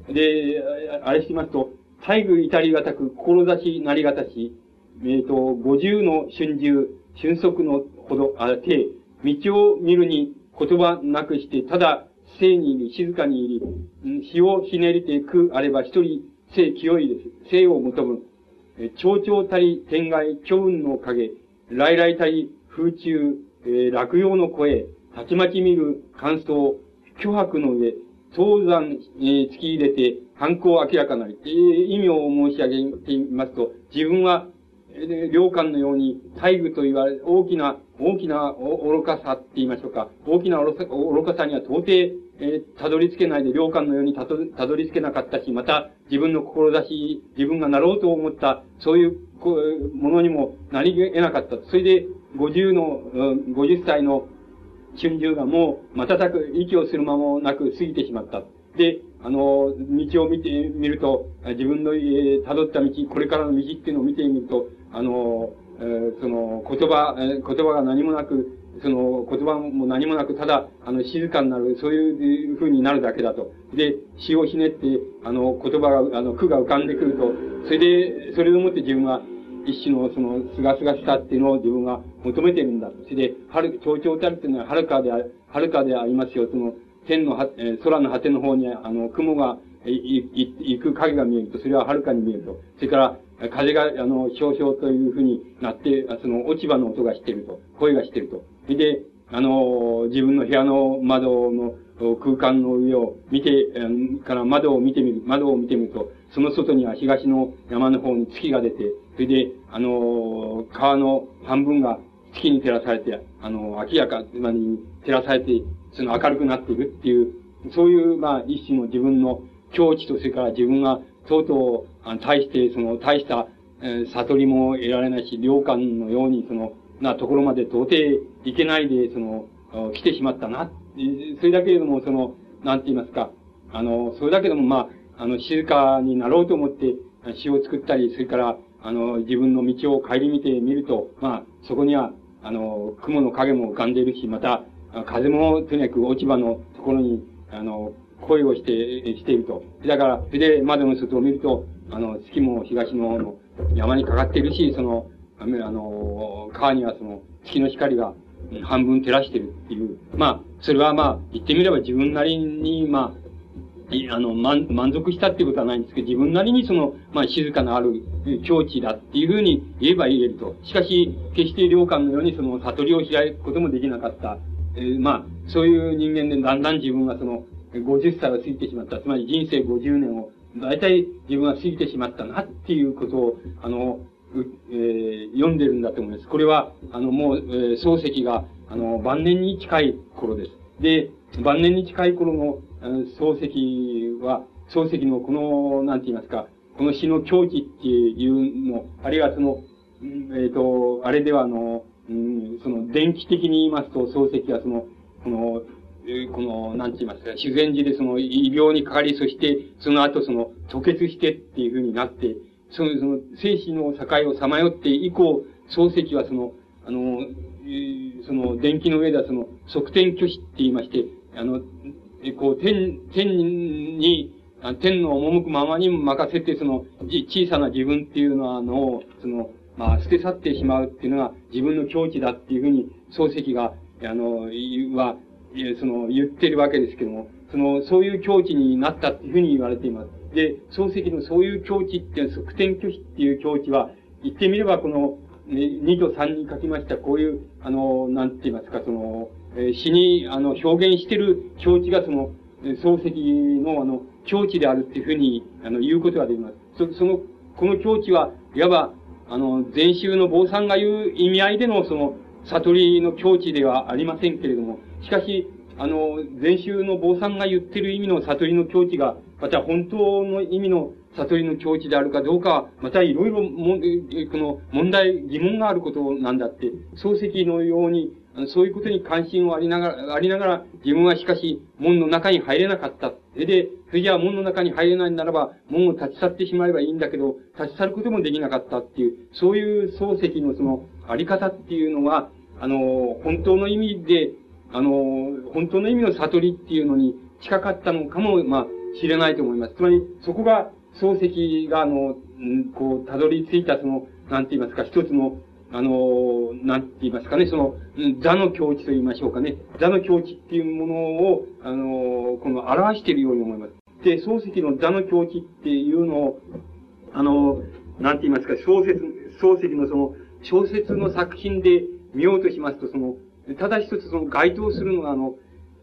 で、あれしますと、大愚至りがたく、志なりがたし、えっ、と、五十の春秋、春足のほど、あ、手、道を見るに言葉なくして、ただ、生に入り、静かに入り、死をひねりてくあれば一人、生清いです。生を求む。蝶々たり天外、巨雲の影、来来たり風中、えー、落葉の声、たちまち見る感想、 虚白の上、東山、えー、突き入れて、犯行明らかなり、えー、意味を申し上げてみますと、自分は、良寛のように、大愚と言われ、大きな、大きな愚かさって言いましょうか。大きな愚かさには到底、えー、たどり着けないで、良寛のようにたどたどり着けなかったし、また、自分の志、自分がなろうと思った、そういうものにもなり得なかった。それで、五十の、五十歳の春秋がもう、瞬く息をする間もなく過ぎてしまった。で、あの、道を見てみると、自分の、えー、辿った道、これからの道っていうのを見てみると、あの、えー、その、言葉、えー、言葉が何もなく、その、言葉も何もなく、ただ、あの、静かになる、そういう風になるだけだと。で、詩をひねって、あの、言葉が、あの、句が浮かんでくると、それで、それをもって自分は、一種の、その、すがすがしさっていうのを自分が求めてるんだ。それで、はる、蝶々たるっていうのは、はるかであ、はるかでありますよ。その、天のは、えー、空の果ての方に、あの、雲が、い、い、行く影が見えると、それははるかに見えると。それから、風が、あの、少々というふうになって、その、落ち葉の音がしてると。声がしてると。それで、あの、自分の部屋の窓の空間の上を見て、から窓を見てみる、窓を見てみると、その外には東の山の方に月が出て、それで、あの、川の半分が月に照らされて、あの、明らかに照らされて、その明るくなっているっていう、そういう、まあ、一種の自分の境地と、それから自分が、とうとう、対して、その、大した、えー、悟りも得られないし、良寛のように、その、なところまで到底いけないで、その、来てしまったな。それだけれども、その、なんて言いますか、あの、それだけでも、まあ、あの、静かになろうと思って、詩を作ったり、それから、あの、自分の道を顧みてみると、まあ、そこには、あの、雲の影も浮かんでいるし、また、風もとにかく落ち葉のところに、あの、恋をして、していると。だから、それで窓の外を見ると、あの、月も東のの山にかかっているし、その、あの、川にはその、月の光が半分照らしているっていう。まあ、それはまあ、言ってみれば自分なりに、まあ、あの、満、満足したっていうことはないんですけど、自分なりにその、まあ、静かなある境地だっていうふうに言えば言えると。しかし、決して良寛のようにその、悟りを開くこともできなかった。えー、まあ、そういう人間でだんだん自分はその、ごじゅっさいを過ぎてしまった。つまり人生ごじゅうねんを、だいたい自分は過ぎてしまったなっていうことを、あの、えー、読んでるんだと思います。これは、あの、もう、えー、漱石が、あの、晩年に近い頃です。で、晩年に近い頃の、漱石は、漱石のこの、なんて言いますか、この詩の境地っていうの、あるいはその、えっ、ー、と、あれではあの、うん、その、電気的に言いますと、漱石はその、この、この、なんて言いますか、修善寺でその、異病にかかり、そして、その後その、吐血してっていう風になって、その、その、生死の境をさまよって以降、漱石はその、あの、その、電気の上ではその、側天虚子って言いまして、あの、こう、天、天に、天の赴くままに任せて、その、小さな自分っていうのを、その、まあ、捨て去ってしまうっていうのが自分の境地だっていうふうに、漱石が、あの、は、その、言ってるわけですけども、その、そういう境地になったっていうふうに言われています。で、漱石のそういう境地っていう、側天虚子っていう境地は、言ってみればこの、にとさんに書きました、こういう、あの、なんて言いますか、その、詩に、あの、表現してる境地がその、漱石の、あの、境地であるっていうふうに、あの、言うことができます。そ、その、この境地は、いわば、あの、禅宗の坊さんが言う意味合いでの、その、悟りの境地ではありませんけれども、しかし、あの、禅宗の坊さんが言ってる意味の悟りの境地が、また本当の意味の悟りの境地であるかどうかは、またいろいろも、この問題、疑問があることなんだって、漱石のように、そういうことに関心をありながら、ありながら、自分はしかし、門の中に入れなかった。それで、それじゃあ門の中に入れないならば、門を立ち去ってしまえばいいんだけど、立ち去ることもできなかったっていう、そういう漱石のその、あり方っていうのは、あの、本当の意味で、あの、本当の意味の悟りっていうのに近かったのかも、まあ、知れないと思います。つまり、そこが、漱石が、あの、こう、たどり着いたその、なんて言いますか、一つの、あの、なんて言いますかね、その、座の境地と言いましょうかね。座の境地っていうものを、あの、この表しているように思います。で、漱石の座の境地っていうのを、あの、なんて言いますか、小説、漱石のその、小説の作品で見ようとしますと、その、ただ一つその該当するのが、あの、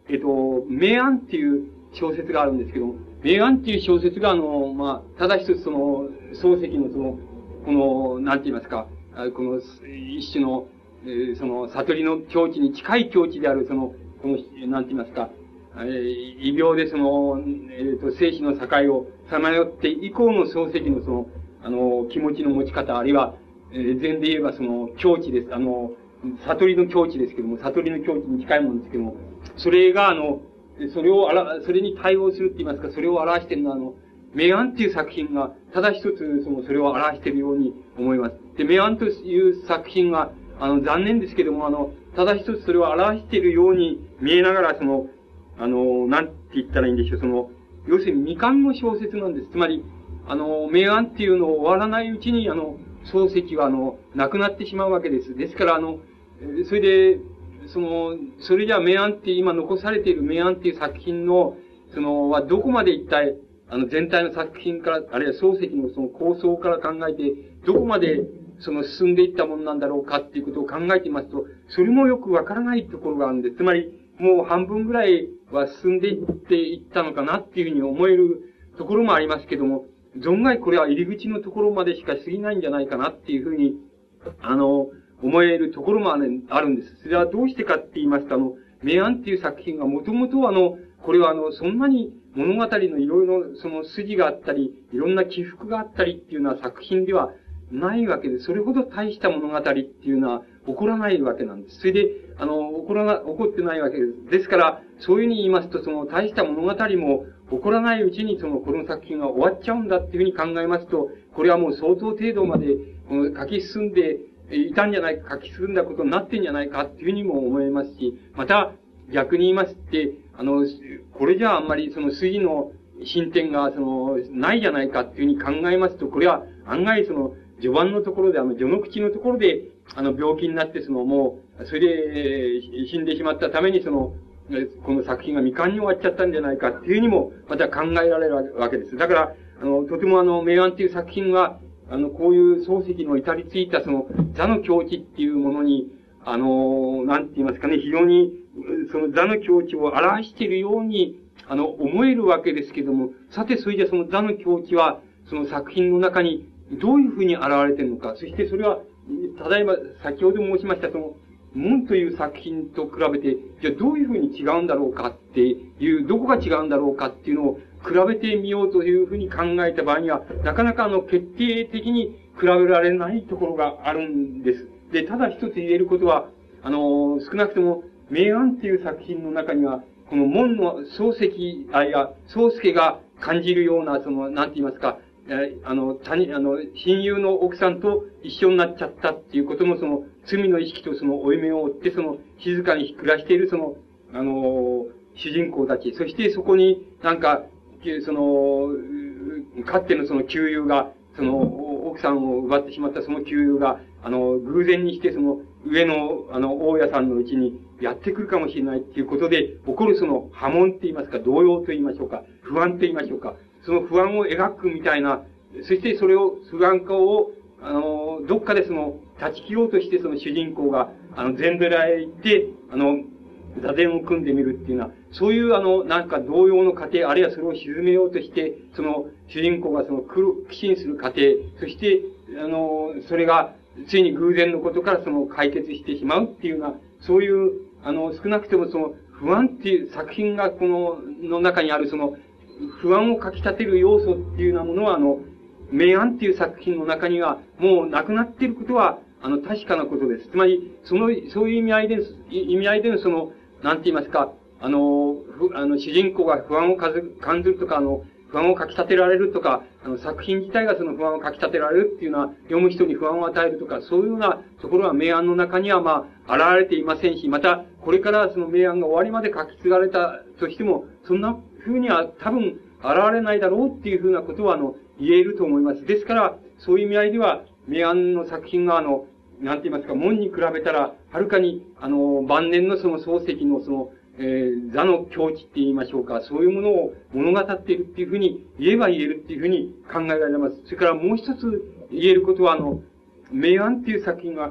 えっと、明暗っていう小説があるんですけども、明暗っていう小説が、あの、まあ、ただ一つその、漱石のその、この、なんて言いますか、この、一種の、えー、その、悟りの境地に近い境地である、その、この、なんて言いますか、えー、異病でその、えっ、ー、と、生死の境をさまよって以降の漱石のその、あの、気持ちの持ち方、あるいは、えー、禅で言えばその、境地です。あの、悟りの境地ですけども、悟りの境地に近いものですけども、それが、あの、それをあら、それに対応するって言いますか、それを表しているのは、あの、明暗っていう作品が、ただ一つ、その、それを表しているように思います。で、明暗という作品は、あの、残念ですけども、あの、ただ一つそれを表しているように見えながら、その、あの、なんて言ったらいいんでしょう、その、要するに未完の小説なんです。つまり、あの、明暗っていうのを終わらないうちに、あの、漱石は、あの、亡くなってしまうわけです。ですから、あの、それで、その、それじゃあ明暗って今残されている明暗っていう作品の、その、はどこまで一体、あの、全体の作品から、あるいは漱石のその構想から考えて、どこまで、その進んでいったものなんだろうかっていうことを考えていますと、それもよくわからないところがあるんです。つまり、もう半分ぐらいは進んでいっていったのかなっていうふうに思えるところもありますけども、存外これは入り口のところまでしか過ぎないんじゃないかなっていうふうに、あの、思えるところもあるんです。それはどうしてかって言いますと、あの、明暗っていう作品がもともとあの、これはあの、そんなに物語のいろいろその筋があったり、いろんな起伏があったりっていうような作品ではないわけで、それほど大した物語っていうのは起こらないわけなんです。それで、あの、起こらな、起こってないわけです。ですから、そういうふうに言いますと、その大した物語も起こらないうちに、その、この作品が終わっちゃうんだっていうふうに考えますと、これはもう相当程度まで、この書き進んでいたんじゃないか、書き進んだことになってんじゃないかっていうふうにも思いますし、また、逆に言いますって、あの、これじゃああんまりその筋の進展が、その、ないじゃないかっていうふうに考えますと、これは案外その、序盤のところで、あの、序の口のところで、あの、病気になって、その、もう、それで、死んでしまったために、その、この作品が未完に終わっちゃったんじゃないかっていうふうにも、また考えられるわけです。だから、あの、とてもあの、明暗っていう作品は、あの、こういう漱石の至りついた、その、座の境地っていうものに、あの、なんて言いますかね、非常に、その座の境地を表しているように、あの、思えるわけですけども、さて、それじゃその座の境地は、その作品の中に、どういうふうに現れているのか。そしてそれは、ただいま、先ほど申しました、その、門という作品と比べて、じゃあどういうふうに違うんだろうかっていう、どこが違うんだろうかっていうのを比べてみようというふうに考えた場合には、なかなかあの、決定的に比べられないところがあるんです。で、ただ一つ言えることは、あの、少なくとも、明暗っていう作品の中には、この門の漱石、あ、いや、漱石が感じるような、その、なんて言いますか、えあの、他人、あの、親友の奥さんと一緒になっちゃったっていうことも、その、罪の意識とその負い目を負って、その、静かに暮らしている、その、あの、主人公たち、そしてそこになんか、その、かつてのその旧友が、その、奥さんを奪ってしまったその旧友が、あの、偶然にしてその、上の、あの、大家さんのうちにやってくるかもしれないっていうことで、起こるその波紋って言いますか、動揺と言いましょうか、不安と言いましょうか、その不安を描くみたいな、そしてそれを、不安化を、あの、どっかでその、断ち切ろうとしてその主人公が、あの、禅寺へ行って、あの、座禅を組んでみるっていうのは、そういうあの、なんか動揺の過程、あるいはそれを沈めようとして、その、主人公がその苦、苦心する過程、そして、あの、それが、ついに偶然のことからその解決してしまうっていうような、そういう、あの、少なくともその、不安っていう作品がこの、の中にあるその、不安をかき立てる要素っていうようなものは、あの、明暗っていう作品の中には、もうなくなっていることは、あの、確かなことです。つまり、その、そういう意味合いで、意味合いでのその、なんて言いますか、あの、あの、主人公が不安を感じるとか、あの、不安をかき立てられるとか、あの、作品自体がその不安をかき立てられるっていうのは、読む人に不安を与えるとか、そういうようなところは明暗の中には、まあ、現れていませんし、また、これからその明暗が終わりまで書き継がれたとしても、そんな風には多分、現れないだろうっていうふうなことは、あの、言えると思います。ですから、そういう意味合いでは、明暗の作品が、あの、なんて言いますか、門に比べたら、はるかに、あの、晩年のその漱石のその、えー、座の境地って言いましょうか、そういうものを物語っているっていうふうに言えば言えるっていうふうに考えられます。それからもう一つ言えることは、あの、明暗っていう作品が、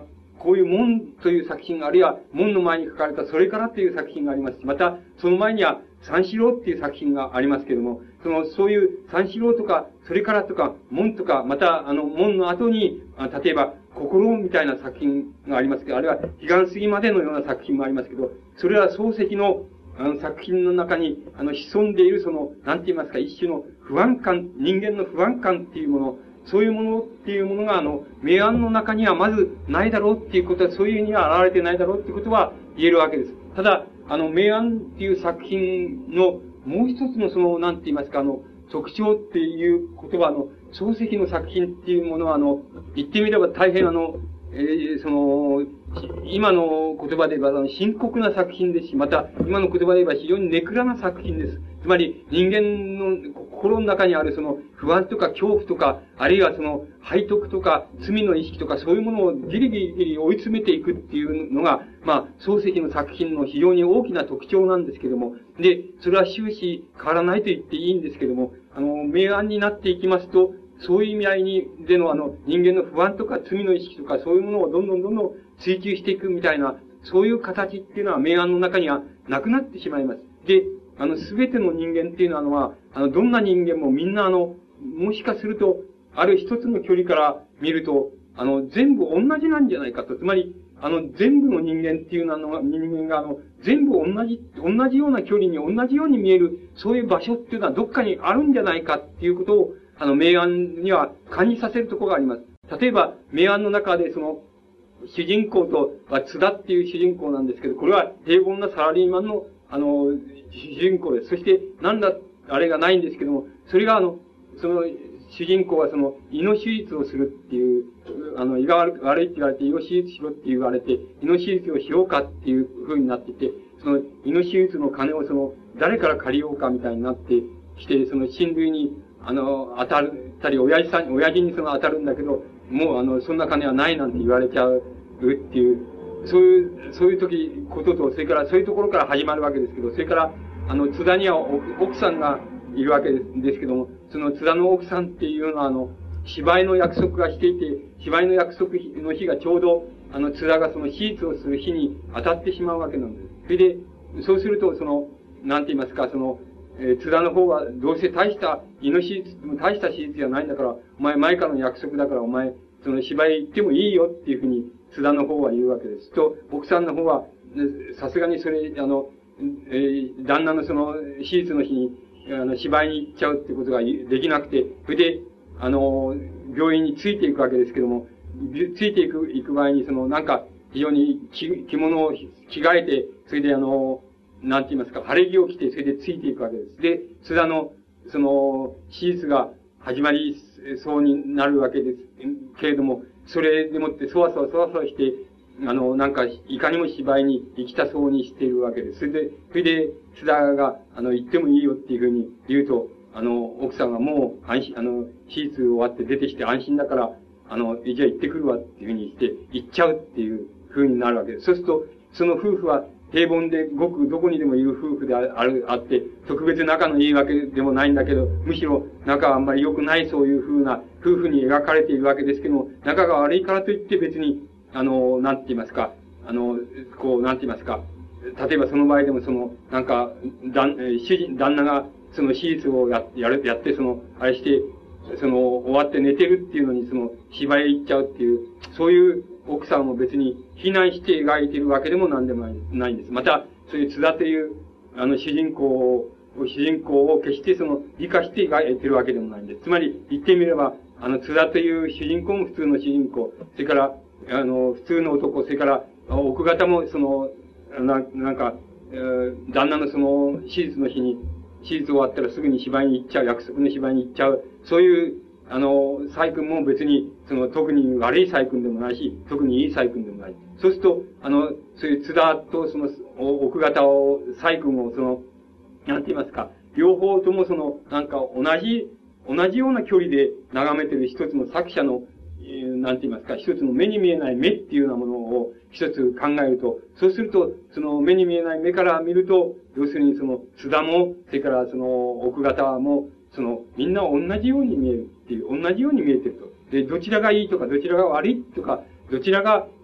こういう門という作品、あるいは門の前に書かれたそれからという作品がありますし、また、その前には三四郎っていう作品がありますけれども、その、そういう三四郎とか、それからとか、門とか、また、あの、門の後に、例えば、心みたいな作品がありますけど、あるいは、彼岸過ぎまでのような作品もありますけど、それは漱石の、あの、作品の中に、あの、潜んでいる、その、なんて言いますか、一種の不安感、人間の不安感っていうもの、そういうものっていうものが、あの、明暗の中にはまずないだろうっていうことは、そういうには現れてないだろうっていうことは言えるわけです。ただ、あの、明暗っていう作品のもう一つのその、なんて言いますか、あの、特徴っていう言葉の、漱石の作品っていうものは、あの、言ってみれば大変あの、えー、その、今の言葉で言えば、あの、深刻な作品ですし、また、今の言葉で言えば非常にネクラな作品です。つまり、人間の心の中にあるその、不安とか恐怖とか、あるいはその、背徳とか、罪の意識とか、そういうものをギリギリギリ追い詰めていくっていうのが、まあ、漱石の作品の非常に大きな特徴なんですけども、で、それは終始変わらないと言っていいんですけども、あの、明暗になっていきますと、そういう意味合いに、でのあの、人間の不安とか罪の意識とか、そういうものをどんどんどんどん追求していくみたいな、そういう形っていうのは明暗の中にはなくなってしまいます。で、あの、すべての人間っていうのは、あの、どんな人間もみんなあの、もしかすると、ある一つの距離から見ると、あの、全部同じなんじゃないかと。つまり、あの、全部の人間っていうのは、人間があの、全部同じ、同じような距離に同じように見える、そういう場所っていうのはどっかにあるんじゃないかっていうことを、あの、明暗には感じさせるところがあります。例えば、明暗の中でその、主人公と、津田っていう主人公なんですけど、これは平凡なサラリーマンの、あの、主人公です。そして、なんだ、あれがないんですけども、それがあの、その、主人公はその、胃の手術をするっていう、あの、胃が悪いって言われて、胃の手術しろって言われて、胃の手術をしようかっていう風になっていて、その、胃の手術の金をその、誰から借りようかみたいになってきて、その、親類に、あの、当たる、たり、親父さん、親父にその当たるんだけど、もうあの、そんな金はないなんて言われちゃうっていう、そういう、そういう時、ことと、それからそういうところから始まるわけですけど、それから、あの、津田には奥さんがいるわけですですけども、その津田の奥さんっていうのは、あの、芝居の約束がしていて、芝居の約束の日がちょうど、あの、津田がその手術をする日に当たってしまうわけなんです。それで、そうすると、その、なんて言いますか、その、えー、津田の方は、どうせ大した、胃の手術、大した手術じゃないんだから、お前前からの約束だから、お前、その芝居行ってもいいよっていうふうに、津田の方は言うわけです。と、奥さんの方は、さすがにそれ、あの、えー、旦那のその、手術の日に、あの、芝居に行っちゃうってことができなくて、それで、あの、病院についていくわけですけども、ついていく、行く場合に、その、なんか、非常に着、着物を着替えて、それであの、なんて言いますか、晴れ着を着て、それでついていくわけです。で、津田の、その、手術が始まりそうになるわけですけれども、それでもって、そわそわそわそわして、あの、なんか、いかにも芝居に行きたそうにしているわけです。それで、それで、津田が、あの、行ってもいいよっていうふうに言うと、あの、奥さんがもう、安心、あの、手術終わって出てきて安心だから、あの、じゃあ行ってくるわっていうふうにして、行っちゃうっていうふうになるわけです。そうすると、その夫婦は、平凡でごくどこにでもいる夫婦である、あって、特別仲のいいわけでもないんだけど、むしろ仲はあんまり良くないそういう風な夫婦に描かれているわけですけども、仲が悪いからといって別に、あの、なんて言いますか、あの、こう、なんて言いますか、例えばその場合でもその、なんか、旦、主人、旦那がその手術をや、やる、やって、その、あれして、その、終わって寝てるっていうのに、その、芝居へ行っちゃうっていう、そういう奥さんも別に非難して描いているわけでも何でもないんです。また、そういう津田という、あの、主人公を、主人公を決してその、美化して描いているわけでもないんです。つまり、言ってみれば、あの、津田という主人公も普通の主人公、それから、あの、普通の男、それから、奥方も、その、な、なんか、えー、旦那のその、手術の日に、手術終わったらすぐに芝居に行っちゃう、約束の芝居に行っちゃう、そういう、あの、細君も別に、その、特に悪い細君でもないし、特にいい細君でもない。そうすると、あの、そういう津田とその、奥方を、細君を、その、なんて言いますか、両方ともその、なんか同じ、同じような距離で眺めてる一つの作者の、えー、なんて言いますか、一つの目に見えない目っていうようなものを一つ考えると、そうすると、その目に見えない目から見ると、要するにその津田も、それからその奥方も、そのみんな同じように見えるっていう、同じように見えてると。で、どちらがいいとか、どちらが悪いとか、どちらが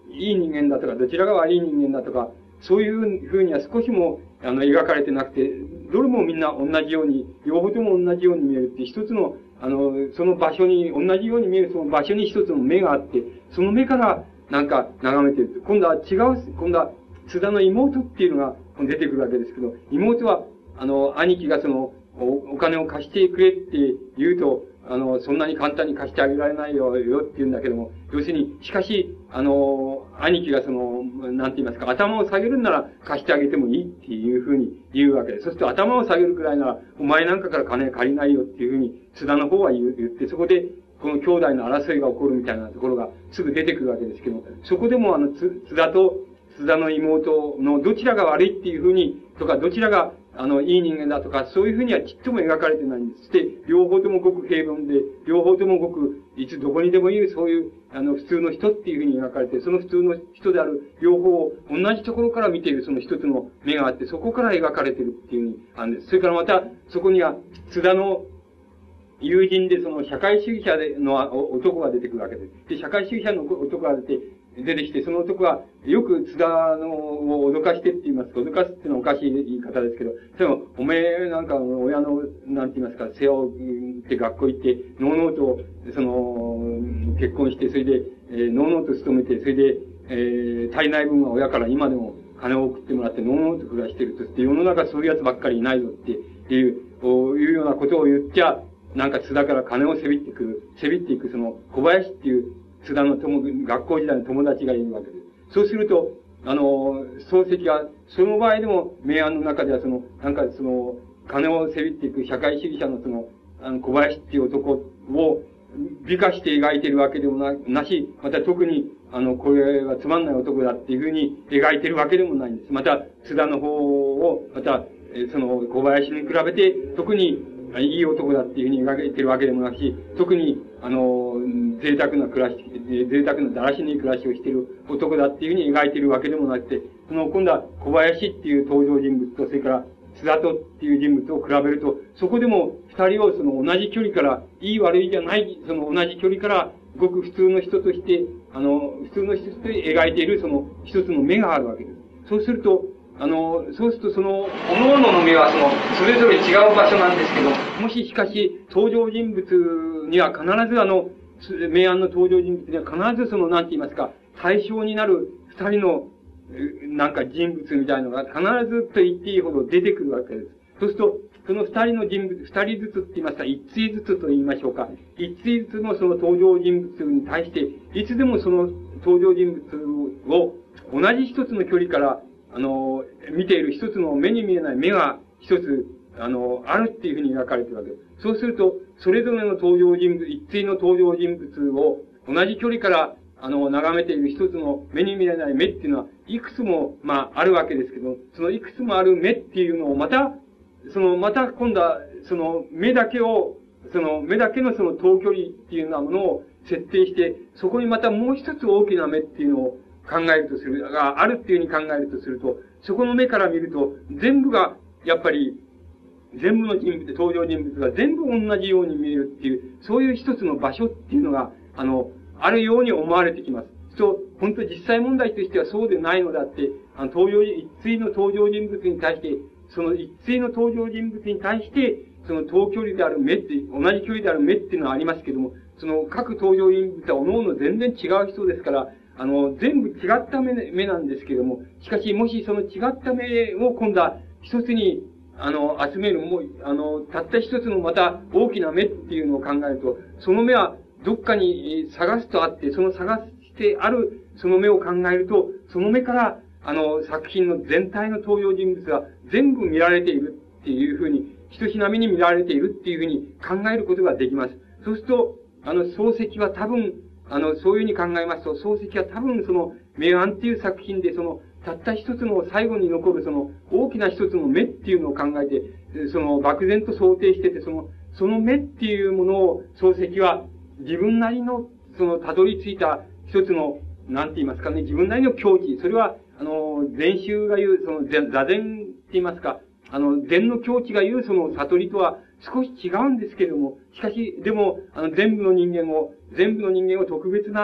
いい人間だとか、どちらが悪い人間だとか、そういうふうには少しも、あの、描かれてなくて、どれもみんな同じように、両方とも同じように見えるって、一つの、あの、その場所に、同じように見えるその場所に一つの目があって、その目からなんか眺めてる。今度は違う、今度は津田の妹っていうのが出てくるわけですけど、妹は、あの、兄貴がその、お、お金を貸してくれって言うと、あの、そんなに簡単に貸してあげられないよ、よって言うんだけども、要するに、しかし、あの、兄貴がその、なんて言いますか、頭を下げるんなら貸してあげてもいいっていうふうに言うわけです。そうすると頭を下げるくらいなら、お前なんかから金借りないよっていうふうに、津田の方は言って、そこで、この兄弟の争いが起こるみたいなところがすぐ出てくるわけですけど、そこでもあの、津田と、津田の妹のどちらが悪いっていうふうに、とか、どちらが、あの、いい人間だとか、そういうふうにはちっとも描かれてないんです。で、両方ともごく平凡で、両方ともごく、いつどこにでもいる、そういう、あの、普通の人っていうふうに描かれて、その普通の人である両方を同じところから見ているその一つの目があって、そこから描かれているっていうふうにあるんです。それからまた、そこには、津田の友人でその社会主義者での男が出てくるわけです。で、社会主義者の男が出て、出てきて、その男は、よく津田のを脅かしてって言いますか、脅かすっていうのはおかしい言い方ですけど、でも、おめえなんか親の、なんて言いますか、世話をって学校行って、のうのうと、その、結婚して、それで、えー、のうのうと勤めて、それで、えー、足りない分は親から今でも金を送ってもらって、のうのうと暮らしてるとして、世の中そういう奴ばっかりいないぞっていう、いうようなことを言っちゃ、なんか津田から金をせびってくる、せびっていく、その、小林っていう、津田の友、学校時代の友達がいるわけです。そうすると、あの、漱石は、その場合でも、明暗の中ではその、なんかその、金をせびっていく社会主義者のその、あの、小林っていう男を、美化して描いているわけでもな、なし、また特に、あの、これはつまんない男だっていうふうに描いているわけでもないんです。また、津田の方を、また、その、小林に比べて、特に、いい男だっていうふうに描いてるわけでもなし、特に、あの、贅沢な暮らし、贅沢なだらしに暮らしをしている男だっていうふうに描いてるわけでもなくて、その、今度は小林っていう登場人物と、それから、津田とっていう人物を比べると、そこでも二人をその同じ距離から、いい悪いじゃない、その同じ距離から、ごく普通の人として、あの、普通の人として描いているその一つの目があるわけです。そうすると、あの、そうするとその、各々の目はその、それぞれ違う場所なんですけど、もししかし、登場人物には必ずあの、明暗の登場人物には必ずその、なんて言いますか、対象になる二人の、なんか人物みたいのが必ずと言っていいほど出てくるわけです。そうすると、その二人の人物、二人ずつって言いますか、一対ずつと言いましょうか。一対ずつのその登場人物に対して、いつでもその登場人物を同じ一つの距離から、あの、見ている一つの目に見えない目が一つ、あの、あるっていうふうに描かれているわけです。そうすると、それぞれの登場人物、一対の登場人物を同じ距離から、あの、眺めている一つの目に見えない目っていうのは、いくつも、まあ、あるわけですけど、そのいくつもある目っていうのをまた、その、また今度は、その目だけを、その目だけのその等距離っていうようなものを設定して、そこにまたもう一つ大きな目っていうのを考えるとする、があるっていうふうに考えるとすると、そこの目から見ると、全部が、やっぱり、全部の人物、登場人物が全部同じように見えるっていう、そういう一つの場所っていうのが、あの、あるように思われてきます。そう、本当実際問題としてはそうでないのだって、あの、登場、一対の登場人物に対して、その一対の登場人物に対して、その等距離である目って、同じ距離である目っていうのはありますけども、その各登場人物は各々全然違う人ですから、あの、全部違った目、目なんですけども、しかしもしその違った目を今度は一つに、あの、集める、もう、あの、たった一つのまた大きな目っていうのを考えると、その目はどっかに探すとあって、その探してあるその目を考えると、その目から、あの、作品の全体の登場人物が全部見られているっていうふうに、一品目に見られているっていうふうに考えることができます。そうすると、あの、漱石は多分、あの、そういうふうに考えますと、漱石は多分その、明暗っていう作品で、その、たった一つの最後に残るその、大きな一つの目っていうのを考えて、その、漠然と想定してて、その、その目っていうものを、漱石は自分なりの、その、たどり着いた一つの、なんて言いますかね、自分なりの境地。それは、あの、禅宗が言う、その、座禅って言いますか、あの、禅の境地が言うその悟りとは少し違うんですけれども、しかし、でも、あの、全部の人間を、全部の人間を特別な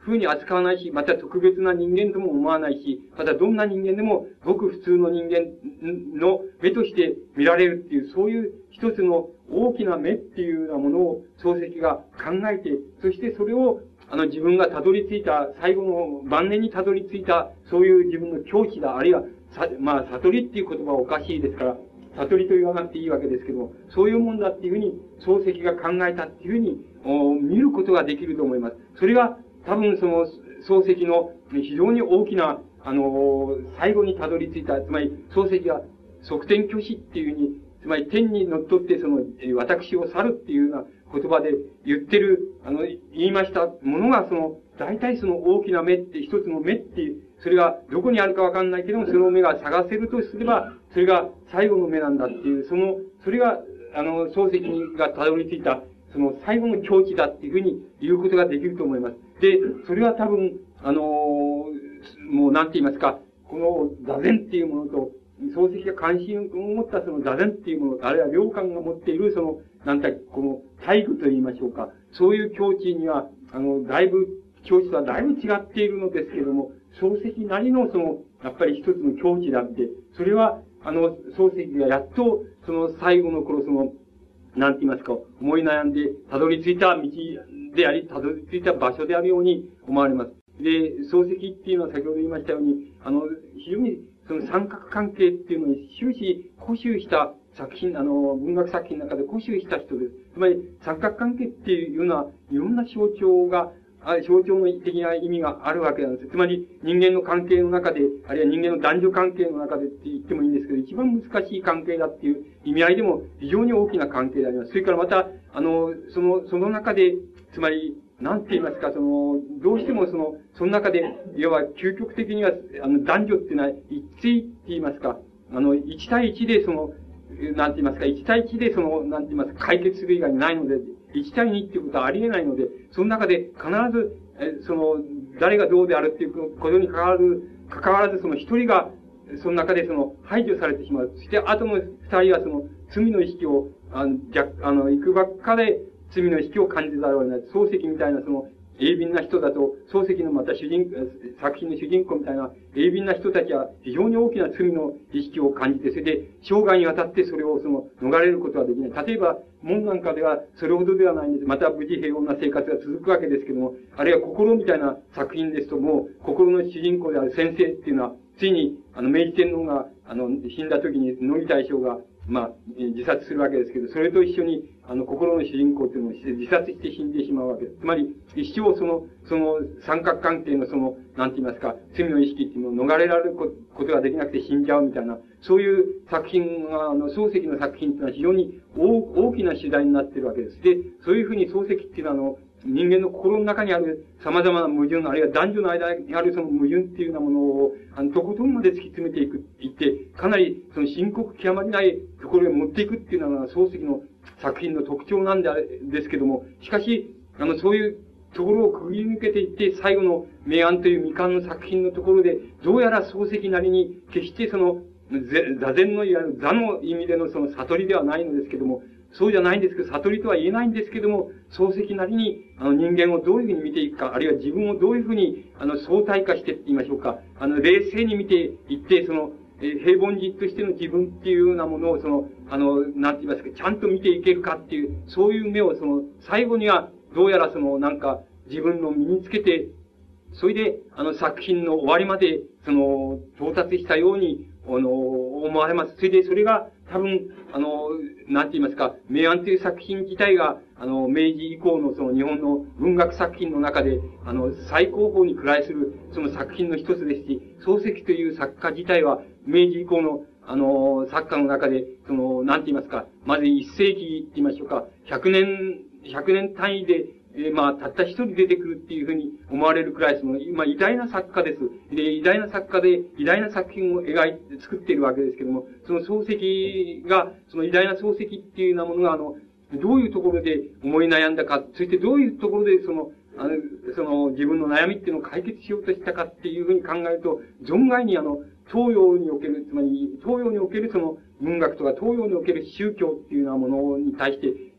風に扱わないし、また特別な人間とも思わないし、またどんな人間でもごく普通の人間の目として見られるっていう、そういう一つの大きな目っていうようなものを漱石が考えて、そしてそれをあの自分がたどり着いた、最後の晩年にたどり着いた、そういう自分の境地だ、あるいは、さ、まあ、悟りっていう言葉はおかしいですから、悟りと言わなくていいわけですけども、そういうもんだっていうふうに、漱石が考えたっていうふうに、見ることができると思います。それが、多分その、漱石の非常に大きな、あの、最後にたどり着いた、つまり、漱石が側天虚子っていうふうに、つまり天にのっとってその、私を去るっていうような言葉で言ってる、あの、言いましたものが、その、大体その大きな目って、一つの目っていう、それがどこにあるかわかんないけども、その目が探せるとすれば、それが最後の目なんだっていう、その、それが、あの、漱石がたどり着いた、その最後の境地だっていうふうに言うことができると思います。で、それは多分、あのー、もうなんて言いますか、この座禅っていうものと、漱石が関心を持ったその座禅っていうもの、あるいは良寛が持っているその、なんて、この体具と言いましょうか。そういう境地には、あの、だいぶ、境地とはだいぶ違っているのですけれども、漱石なりのその、やっぱり一つの境地であって、それは、あの、漱石がやっと、その最後の頃その、なんて言いますか、思い悩んで、たどり着いた道であり、たどり着いた場所であるように思われます。で、漱石っていうのは先ほど言いましたように、あの、非常にその三角関係っていうのに終始固執した作品、あの、文学作品の中で固執した人です。つまり、三角関係っていうのは、いろんな象徴が、象徴の的な意味があるわけなんです。つまり、人間の関係の中で、あるいは人間の男女関係の中でって言ってもいいんですけど、一番難しい関係だっていう意味合いでも非常に大きな関係であります。それからまた、あの、その、その中で、つまり、なんて言いますか、その、どうしてもその、その中で、いわば究極的には、あの、男女っていうのは一対って言いますか、あの、一対一でその、なんて言いますか、一対一でその、なんて言いますか、解決する以外にないので、一対二っていうことはありえないので、その中で必ず、え、その、誰がどうであるっていうことに関わる、関わらずその一人が、その中でその排除されてしまう。そして後の二人はその罪の意識を、あの、逆、あの、いくばっかで罪の意識を感じざるを得ない。漱石みたいなその、鋭敏な人だと、漱石のまた主人、作品の主人公みたいな鋭敏な人たちは非常に大きな罪の意識を感じて、それで生涯にわたってそれをその逃れることはできない。例えば、門なんかではそれほどではないんです。また無事平穏な生活が続くわけですけども、あるいは心みたいな作品ですともう、心の主人公である先生っていうのは、ついに、あの、明治天皇が、あの、死んだ時に、乃木大将が、まあ、自殺するわけですけど、それと一緒に、あの、心の主人公っていうのを自殺して死んでしまうわけです。つまり、一生その、その三角関係のその、なんて言いますか、罪の意識っていうのを逃れられることができなくて死んじゃうみたいな、そういう作品が、あの、漱石の作品っていうのは非常に大大きな次第になっているわけです。で、そういうふうに漱石っていうのは、あの、人間の心の中にある様々な矛盾、あるいは男女の間にあるその矛盾っていうようなものを、あの、とことんまで突き詰めていく、いって、かなりその深刻極まりないところへ持っていくっていうのが漱石の作品の特徴なんであれですけども、しかし、あの、そういうところをくぐり抜けていって、最後の明暗という未完の作品のところで、どうやら漱石なりに、決してその、座禅のいわゆる座の意味でのその悟りではないのですけども、そうじゃないんですけど、悟りとは言えないんですけども、漱石なりに、あの、人間をどういうふうに見ていくか、あるいは自分をどういうふうに、あの、相対化してって言いましょうか、あの、冷静に見ていって、その、えー、平凡人としての自分っていうようなものを、その、あの、なんて言いますか、ちゃんと見ていけるかっていう、そういう目を、その、最後には、どうやらその、なんか、自分の身につけて、それで、あの、作品の終わりまで、その、到達したように、あの、思われます。それで、それが、多分、あの、なんて言いますか、明暗という作品自体が、あの、明治以降のその日本の文学作品の中で、あの、最高峰に位する、その作品の一つですし、漱石という作家自体は、明治以降の、あの、作家の中で、その、なんて言いますか、まず一世紀って言いましょうか、百年、百年単位で、えー、まあ、たった一人出てくるっていうふうに思われるくらい、その、まあ、偉大な作家です。で、偉大な作家で、偉大な作品を描いて、作っているわけですけども、その漱石が、その偉大な漱石っていうようなものが、あの、どういうところで思い悩んだか、そしてどういうところで、その、あの、その、自分の悩みっていうのを解決しようとしたかっていうふうに考えると、存外にあの、東洋における、つまり、東洋におけるその、文学とか東洋における宗教っていうようなものに対して、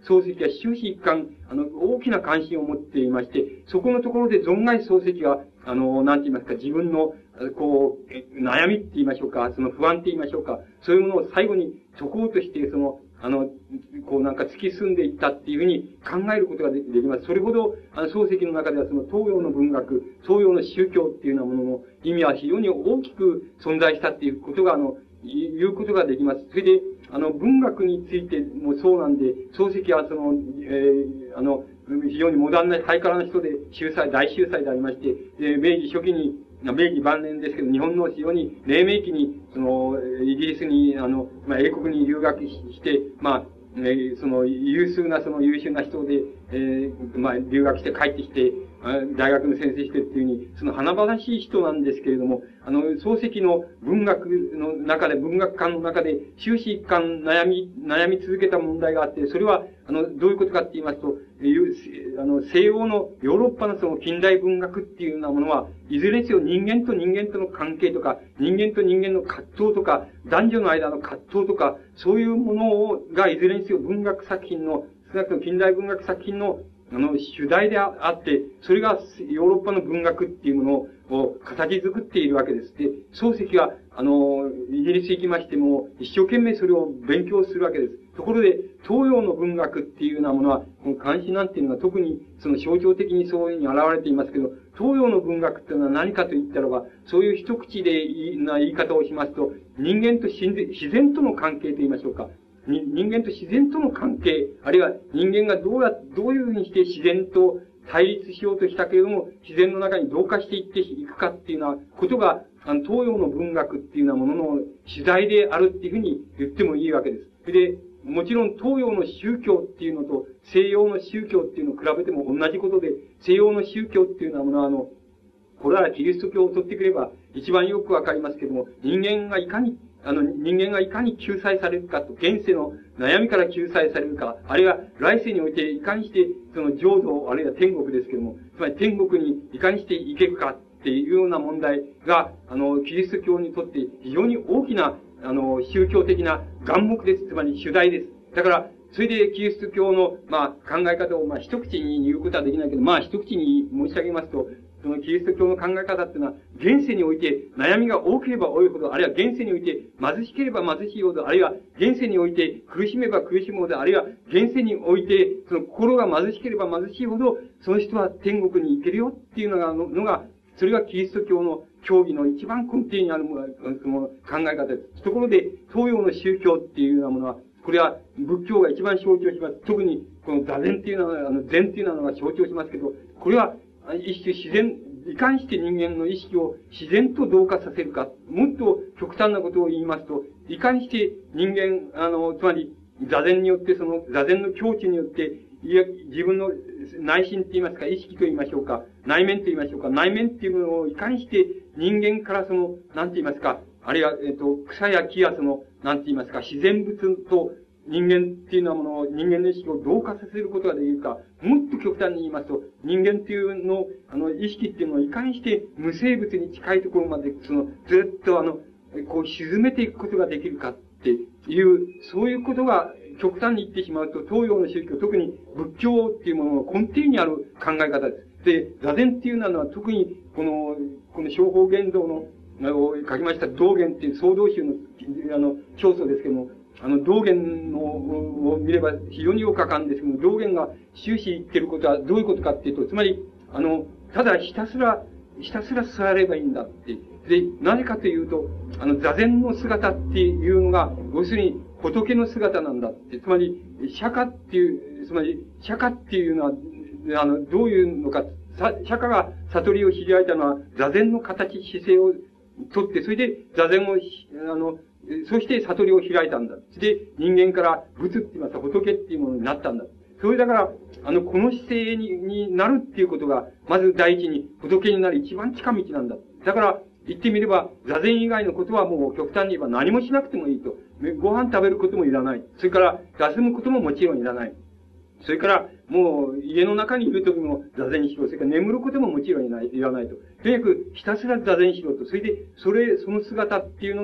漱石は終始一貫、あの、大きな関心を持っていまして、そこのところで存外漱石は、あの、なんて言いますか、自分の、こう、悩みって言いましょうか、その不安って言いましょうか、そういうものを最後に解こうとして、その、あの、こうなんか突き進んでいったっていうふうに考えることができます。それほど、あの、漱石の中ではその東洋の文学、東洋の宗教っていうようなものの意味は非常に大きく存在したっていうことが、あの、言うことができます。それで、あの、文学についてもそうなんで、漱石はその、えー、あの、非常にモダンな、ハイカラな人で、秀才、大秀才でありまして、で、明治初期に、明治晩年ですけど、日本の非常に黎明期に、その、イギリスに、あの、まあ、英国に留学して、まあ、えー、その、有数な、その優秀な人で、えー、まあ、留学して帰ってきて、大学の先生してっていうふうに、その華々しい人なんですけれども、あの、漱石の文学の中で、文学観の中で、終始一貫悩み、悩み続けた問題があって、それは、あの、どういうことかって言いますと、あの、西欧のヨーロッパのその近代文学っていうようなものは、いずれにせよ人間と人間との関係とか、人間と人間の葛藤とか、男女の間の葛藤とか、そういうものがいずれにせよ文学作品の、少なくとも近代文学作品のあの、主題であって、それがヨーロッパの文学っていうものを形作っているわけです。で、漱石は、あの、イギリス行きましても、一生懸命それを勉強するわけです。ところで、東洋の文学っていうようなものは、この漢詩なんていうのが特にその象徴的にそういうふうに現れていますけど、東洋の文学っていうのは何かと言ったらば、そういう一口でいいな言い方をしますと、人間と自然との関係と言いましょうか。人間と自然との関係、あるいは人間がどうや、どういうふうにして自然と対立しようとしたけれども、自然の中に同化していっていくかっていうようなことが、あの、東洋の文学っていうようなものの主題であるっていうふうに言ってもいいわけです。それで、もちろん東洋の宗教っていうのと西洋の宗教っていうのを比べても同じことで、西洋の宗教っていうようなものは、あの、これはキリスト教を取ってくれば一番よくわかりますけども、人間がいかにあの、人間がいかに救済されるかと、現世の悩みから救済されるか、あるいは来世においていかにして、その浄土、あるいは天国ですけども、つまり天国にいかにしていけるかっていうような問題が、あの、キリスト教にとって非常に大きな、あの、宗教的な眼目です。つまり主題です。だから、それでキリスト教の、まあ、考え方を、まあ、一口に言うことはできないけど、まあ、一口に申し上げますと、そのキリスト教の考え方っていうのは、現世において悩みが多ければ多いほど、あるいは現世において貧しければ貧しいほど、あるいは現世において苦しめば苦しむほど、あるいは現世においてその心が貧しければ貧しいほど、その人は天国に行けるよっていうのが、のが、それがキリスト教の教義の一番根底にあるその考え方です。ところで、東洋の宗教っていうようなものは、これは仏教が一番象徴します。特にこの座禅っていうのは、あの禅っていうのが象徴しますけど、これは一種自然、いかにして人間の意識を自然と同化させるか。もっと極端なことを言いますと、いかにして人間、あの、つまり、座禅によって、その、座禅の境地によって、いや、自分の内心と言いますか、意識と言いましょうか、内面と言いましょうか、内面っていうものをいかにして人間からその、なんて言いますか、あるいは、えっと、草や木やその、なんて言いますか、自然物と、人間っていうようなものを、人間の意識を同化させることができるか、もっと極端に言いますと、人間っていうの、あの、意識っていうのをいかにして無生物に近いところまで、その、ずっとあの、こう沈めていくことができるかっていう、そういうことが極端に言ってしまうと、東洋の宗教、特に仏教っていうものの根底にある考え方です。で、座禅っていうのは特に、この、この小法言動の、を書きました道元っていう総道宗の、あの、教祖ですけども、あの、道元のを見れば非常によくわかるんですけども、道元が終始言ってることはどういうことかっていうと、つまり、あの、ただひたすら、ひたすら座ればいいんだって。で、なぜかというと、あの、座禅の姿っていうのが、要するに仏の姿なんだって。つまり、釈迦っていう、つまり、釈迦っていうのは、あの、どういうのか、釈迦が悟りを開いたのは、座禅の形、姿勢をとって、それで座禅を、あの、そして悟りを開いたんだ。で、人間から仏って言いますか、仏っていうものになったんだ。それだから、あの、この姿勢に、になるっていうことが、まず第一に仏になる一番近道なんだ。だから、言ってみれば、座禅以外のことはもう極端に言えば何もしなくてもいいと。ご飯食べることもいらない。それから、休むことももちろんいらない。それから、もう、家の中にいるときも座禅しろ。それから眠ることももちろんいない、いらないと。とにかく、ひたすら座禅しろと。それで、それ、その姿っていうのが、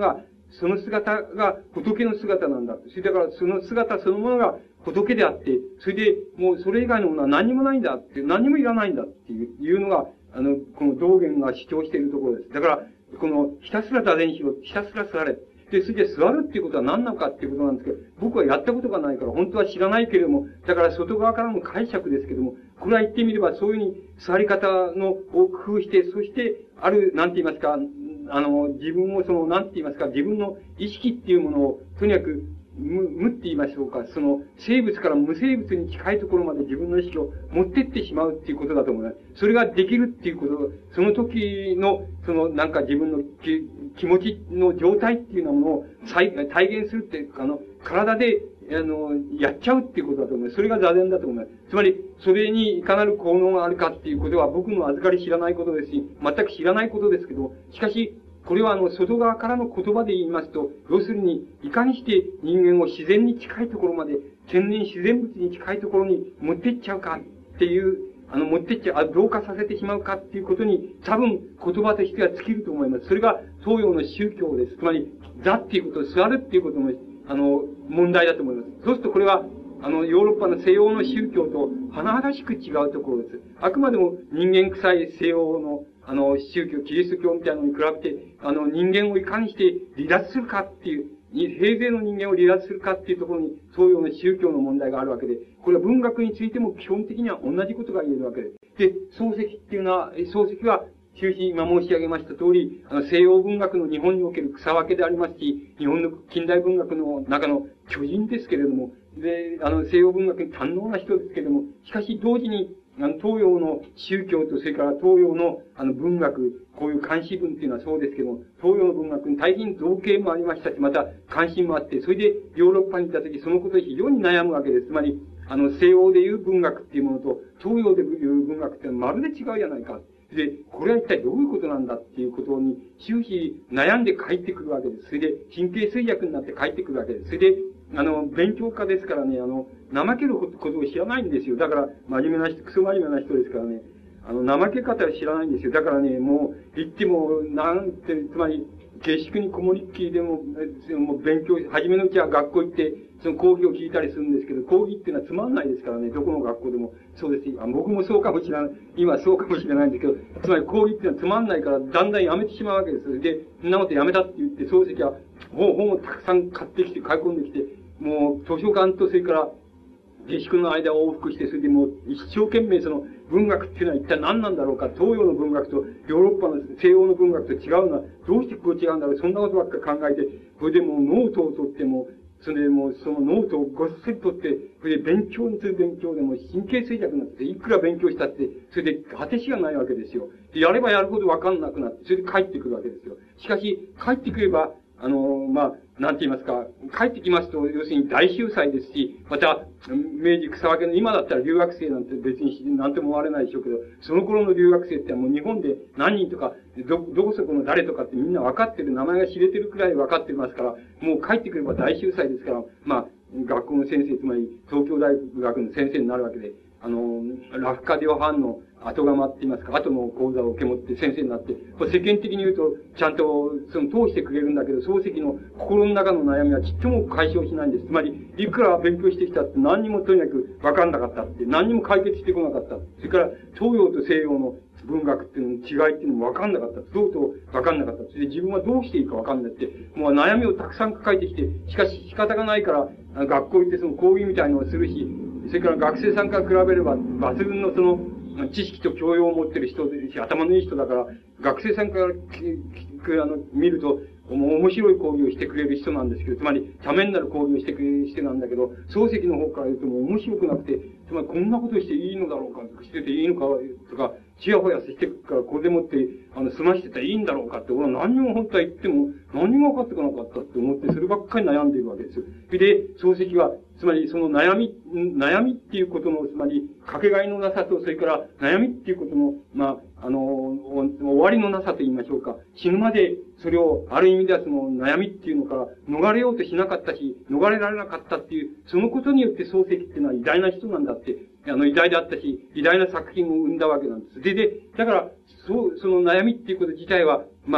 その姿が仏の姿なんだ。それだからその姿そのものが仏であって、それでもうそれ以外のものは何もないんだって、何もいらないんだっていうのが、あの、この道元が主張しているところです。だから、この、ひたすら座禅しろ、ひたすら座れ。で、それで座るっていうことは何なのかっていうことなんですけど、僕はやったことがないから、本当は知らないけれども、だから外側からの解釈ですけども、これは言ってみれば、そういうふうに座り方のを工夫して、そして、ある、なんて言いますか、あの、自分をその、なんて言いますか、自分の意識っていうものを、とにかく、無、無って言いましょうか。その、生物から無生物に近いところまで自分の意識を持ってってしまうっていうことだと思います。それができるっていうこと、その時の、その、なんか自分の気、気持ちの状態っていうようなものを再、体現するっていうか、あの、体で、あの、やっちゃうっていうことだと思います。それが座禅だと思います。つまり、それにいかなる効能があるかっていうことは僕の預かり知らないことですし、全く知らないことですけど、しかし、これはあの、外側からの言葉で言いますと、要するに、いかにして人間を自然に近いところまで、天然自然物に近いところに持っていっちゃうかっていう、あの、持っていっちゃう、あ、同化させてしまうかっていうことに、多分言葉としては尽きると思います。それが東洋の宗教です。つまり、座っていうこと、座るっていうことの、あの、問題だと思います。そうするとこれは、あの、ヨーロッパの西洋の宗教と、甚だしく違うところです。あくまでも人間臭い西洋の、あの、宗教、キリスト教みたいなのに比べて、あの、人間をいかにして離脱するかっていう、平成の人間を離脱するかっていうところに、東洋の宗教の問題があるわけで、これは文学についても基本的には同じことが言えるわけです。で、漱石っていうのは、漱石は、終始今申し上げました通り、あの、西洋文学の日本における草分けでありますし、日本の近代文学の中の巨人ですけれども、で、あの、西洋文学に堪能な人ですけれども、しかし同時に、あの、東洋の宗教と、それから東洋の、あの、文学、こういう漢詩文っていうのはそうですけども、東洋の文学に大変造形もありましたし、また関心もあって、それでヨーロッパに行った時、そのことに非常に悩むわけです。つまり、あの、西洋でいう文学っていうものと、東洋でいう文学っていうのはまるで違うじゃないか。で、これは一体どういうことなんだっていうことに終始悩んで帰ってくるわけです。それで神経衰弱になって帰ってくるわけです。それで、あの、勉強家ですからね、あの、怠けることを知らないんですよ。だから、真面目な人、クソ真面目な人ですからね、あの、怠け方を知らないんですよ。だからね、もう、言っても、なんて、つまり、下宿にこもりっきりでも、もう勉強、初めのうちは学校行って、その講義を聞いたりするんですけど、講義っていうのはつまんないですからね、どこの学校でも。そうです。あ、僕もそうかもしれない。今そうかもしれないんですけど、つまり講義っていうのはつまんないから、だんだんやめてしまうわけです。で、そんなことやめたって言って、漱石は本本をたくさん買ってきて、買い込んできて、もう図書館とそれから、下宿の間を往復して、それでもう一生懸命その文学っていうのは一体何なんだろうか、東洋の文学とヨーロッパの西洋の文学と違うのは、どうしてこう違うんだろう、そんなことばっか考えて、それでもうノートを取っても、それでもうそのノートをごっそり取って、それで勉強にする勉強でも神経衰弱になって、いくら勉強したって、それで果てしがないわけですよ。で、やればやるほどわかんなくなって、それで帰ってくるわけですよ。しかし、帰ってくれば、あの、まあ、なんて言いますか、帰ってきますと、要するに大秀才ですし、また、明治草分けの今だったら留学生なんて別になんとも思われないでしょうけど、その頃の留学生ってもう日本で何人とか、ど、どこそこの誰とかってみんな分かってる、名前が知れてるくらい分かってますから、もう帰ってくれば大秀才ですから、まあ、学校の先生、つまり東京大学の先生になるわけで、あの、ラフカデオハンの後釜って言いますか、後の講座を受け持って先生になって、世間的に言うと、ちゃんと、その、通してくれるんだけど、漱石の心の中の悩みはちっとも解消しないんです。つまり、いくら勉強してきたって何にもとにかく分かんなかったって、何にも解決してこなかった。それから、東洋と西洋の文学っていうのの違いっていうのも分かんなかった。そうと分かんなかった。それで自分はどうしていいか分かんないって、もう悩みをたくさん抱えてきて、しかし仕方がないから、学校行ってその講義みたいのをするし、それから学生さんから比べれば抜群のその知識と教養を持ってる人ですし、頭のいい人だから、学生さんから、あの、見ると、面白い講義をしてくれる人なんですけど、つまり、ためになる講義をしてくれる人なんだけど、漱石の方から言うともう面白くなくて、つまりこんなことしていいのだろうか、してていいのか、とか、ちやほやしてくから、これでもって、あの、済ましてたらいいんだろうかって、俺は何にも本当は言っても、何にも分かってこなかったって思って、そればっかり悩んでいるわけですよ。で、漱石は、つまりその悩み、悩みっていうことの、つまり、かけがえのなさと、それから悩みっていうことの、まあ、あの、終わりのなさと言いましょうか。死ぬまで、それを、ある意味ではその悩みっていうのから逃れようとしなかったし、逃れられなかったっていう、そのことによって漱石っていうのは偉大な人なんだって、あの、偉大だったし、偉大な作品を生んだわけなんです。で、で、だから、そう、その悩みっていうこと自体は、まあ、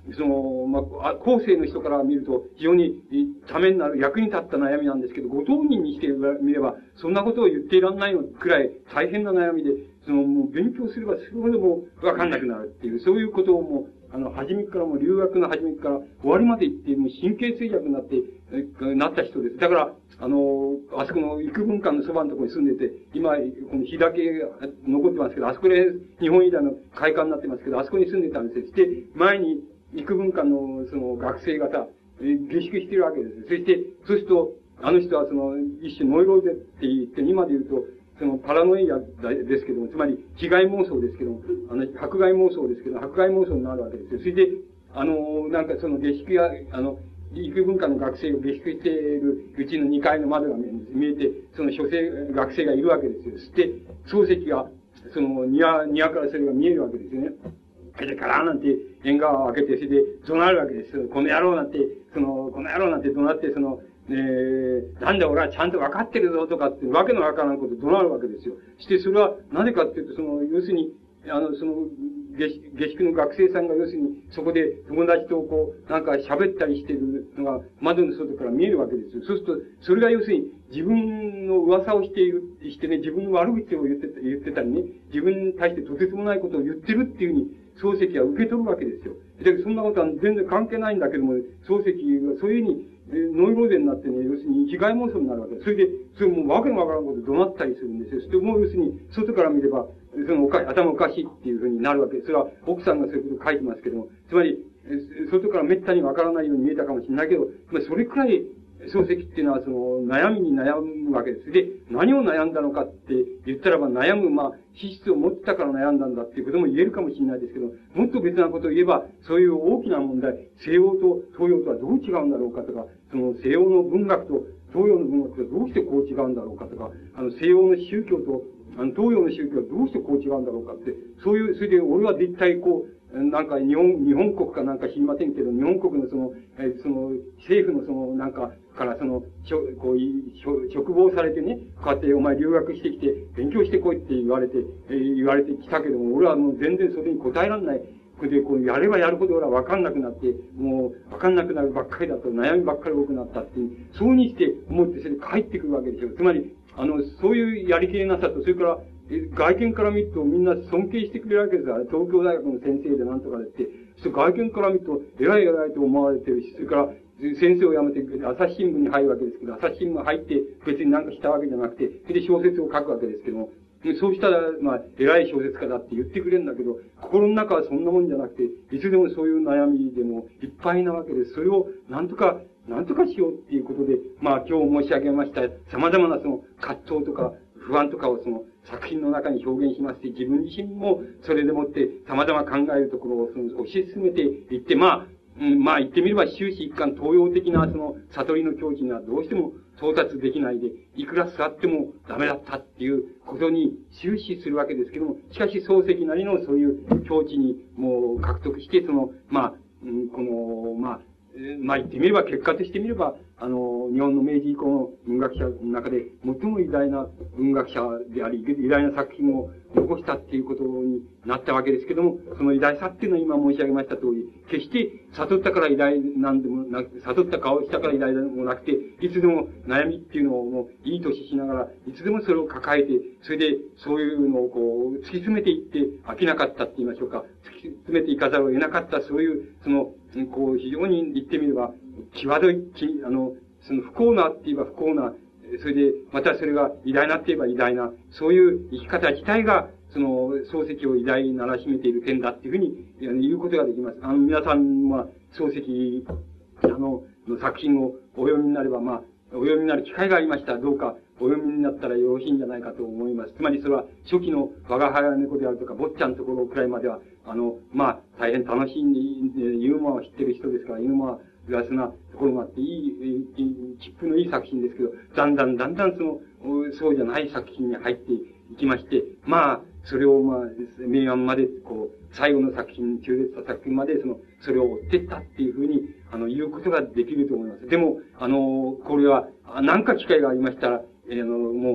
その、まあ、後世の人から見ると、非常にためになる、役に立った悩みなんですけど、ご当人にしてみれば、そんなことを言っていらんないのくらい大変な悩みで、その、もう勉強すればするほどもうわかんなくなるっていう、そういうことをもう、あの、初めからもう留学の初めから終わりまで行って、もう神経衰弱になって、なった人です。だから、あの、あそこの幾分間のそばのところに住んでて、今、この日だけ残ってますけど、あそこで日本医大の会館になってますけど、あそこに住んでたんですよ。で、前に幾分間のその学生方、下宿してるわけです。そして、そうすると、あの人はその、一種ノイローゼって言って、今で言うと、そのパラノイアですけども、つまり被害妄想ですけども、あの、迫害妄想ですけど、迫害妄想になるわけですよ。それで、あの、なんかその下宿や、あの、幾分間の学生が下宿しているうちのにかいの窓が見えて、その書生、学生がいるわけですよ。そして、漱石が、その庭、庭からそれが見えるわけですよね。それでカラーなんて縁側を開けて、それで怒鳴るわけですよ。この野郎なんて、その、この野郎なんて怒鳴って、その、えー、なんだ俺はちゃんと分かってるぞとかって、わけのわからんこと怒鳴るわけですよ。そしてそれは、なぜかっていうと、その、要するに、あの、その、下下宿の学生さんが要するに、そこで友達とこう、なんか喋ったりしてるのが窓の外から見えるわけですよ。そうすると、それが要するに自分の噂をしている、してね、自分の悪口を言ってた、言ってたりね、自分に対してとてつもないことを言ってるっていうふうに、漱石は受け取るわけですよ。で、そんなことは全然関係ないんだけども、漱石がそういうふうに、ノイローゼになってね、要するに被害妄想になるわけです。それで、それもうわけのわからんこと怒鳴ったりするんですよ。そしてもう要するに、外から見れば、そのおか頭おかしいっていうふうになるわけです。それは奥さんがそういうことを書いてますけども、つまり、外から滅多にわからないように見えたかもしれないけど、まあ、それくらい、漱石っていうのはその悩みに悩むわけです。で、何を悩んだのかって言ったらば悩む、まあ、資質を持ってたから悩んだんだっていうことも言えるかもしれないですけど、もっと別なことを言えば、そういう大きな問題、西洋と東洋とはどう違うんだろうかとか、その西洋の文学と東洋の文学とどうしてこう違うんだろうかとか、あの西洋の宗教とあの東洋の宗教はどうしてこう違うんだろうかって、そういう、それで俺は絶対こう、なんか日本、日本国かなんか知りませんけど、日本国のその、えその、政府のその、なんか、からその、しょ、こう、嘱望されてね、こうやってお前留学してきて、勉強してこいって言われて、えー、言われてきたけども、俺はもう全然それに答えられない。それで、こう、やればやるほど俺は分かんなくなって、もう、分かんなくなるばっかりだと、悩みばっかり多くなったっていう、そうにして思って、それで帰ってくるわけでしょ。つまり、あの、そういうやりきれなさと、それから、外見から見るとみんな尊敬してくれるわけですよ。東京大学の先生でなんとかでって。外見から見ると偉い偉いと思われてるし、それから先生を辞めて朝日新聞に入るわけですけど、朝日新聞入って別になんかしたわけじゃなくて、それで小説を書くわけですけども、そうしたら、まあ、偉い小説家だって言ってくれるんだけど、心の中はそんなもんじゃなくて、いつでもそういう悩みでもいっぱいなわけです。それをなんとか、なんとかしようっていうことで、まあ今日申し上げました様々なその葛藤とか不安とかをその作品の中に表現しまして、自分自身もそれでもって様々考えるところをその推し進めていって、まあ、うん、まあ言ってみれば終始一貫東洋的なその悟りの境地にはどうしても到達できないで、いくら座ってもダメだったっていうことに終始するわけですけども、しかし漱石なりのそういう境地にもう獲得して、その、まあ、うん、この、まあ、まあ言ってみれば、結果としてみれば、あの、日本の明治以降の文学者の中で最も偉大な文学者であり、偉大な作品を残したっていうことになったわけですけども、その偉大さっていうのは今申し上げました通り、決して悟ったから偉大なんでもなくて、悟った顔をしたから偉大でもなくて、いつでも悩みっていうのをもういい年しながら、いつでもそれを抱えて、それでそういうのをこう、突き詰めていって飽きなかったって言いましょうか、突き詰めていかざるを得なかった、そういう、その、こう、非常に言ってみれば、際どい、あの、その不幸なって言えば不幸な、それで、またそれが偉大なって言えば偉大な、そういう生き方自体が、その、漱石を偉大にならしめている点だっていうふうに言うことができます。あの、皆さんは、漱石、あの、の作品をお読みになれば、まあ、お読みになる機会がありましたら、どうかお読みになったらよろしいんじゃないかと思います。つまりそれは、初期の我が輩猫であるとか、坊ちゃんのところくらいまでは、あの、まあ、大変楽しんで、ユーモアを知ってる人ですから、ユーモア、プラスなところもあって、いい、チップのいい作品ですけど、だんだんだんだんその、そうじゃない作品に入っていきまして、まあ、それをまあ、明暗まで、こう、最後の作品、中絶した作品まで、その、それを追っていったっていうふうに、あの、言うことができると思います。でも、あの、これは、何か機会がありましたら、えー、あの、もう、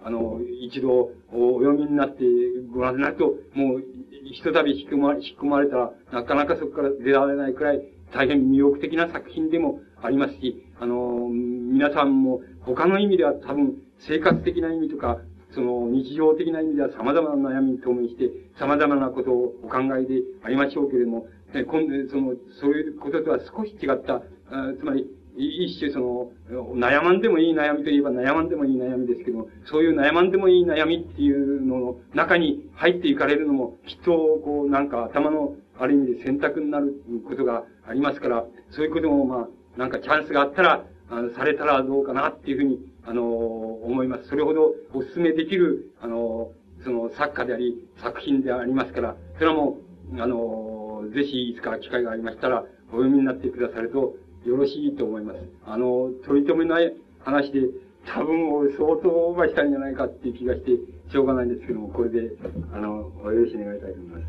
あの、一度お読みになってご覧になると、もう、ひとたび引き込ま引き込まれたら、なかなかそこから出られないくらい、大変魅力的な作品でもありますし、あの、皆さんも他の意味では多分、生活的な意味とか、その日常的な意味では様々な悩みに当面して、様々なことをお考えでありましょうけれども、今度、その、そういうこととは少し違った、つまり、一種その、悩まんでもいい悩みといえば悩まんでもいい悩みですけども、そういう悩まんでもいい悩みっていうのの中に入っていかれるのも、きっと、こう、なんか頭の、ある意味で選択になることがありますから、そういうことも、まあ、なんかチャンスがあったら、あの、されたらどうかなっていうふうに、あの、思います。それほどお勧めできる、あの、その作家であり、作品でありますから、それはもう、あの、ぜひいつか機会がありましたら、お読みになってくださるとよろしいと思います。あの、取り留めない話で、多分相当オーバーしたんじゃないかっていう気がして、しょうがないんですけども、これで、あの、お許し願いたいと思います。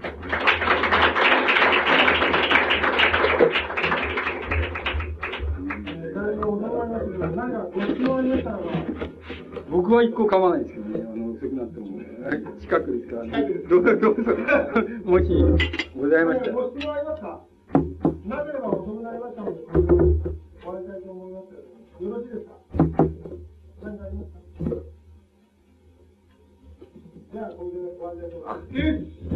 僕は一個構わないですけどね、あの、遅くなっても、近くですからね。どうぞ、どうぞ、もし、ございましたら。 ご質問ありますか？なければ遅くなりましたので、終わりたいと思います。よろしいですか？何かありますか？じゃあ、これで終わりたいと思います。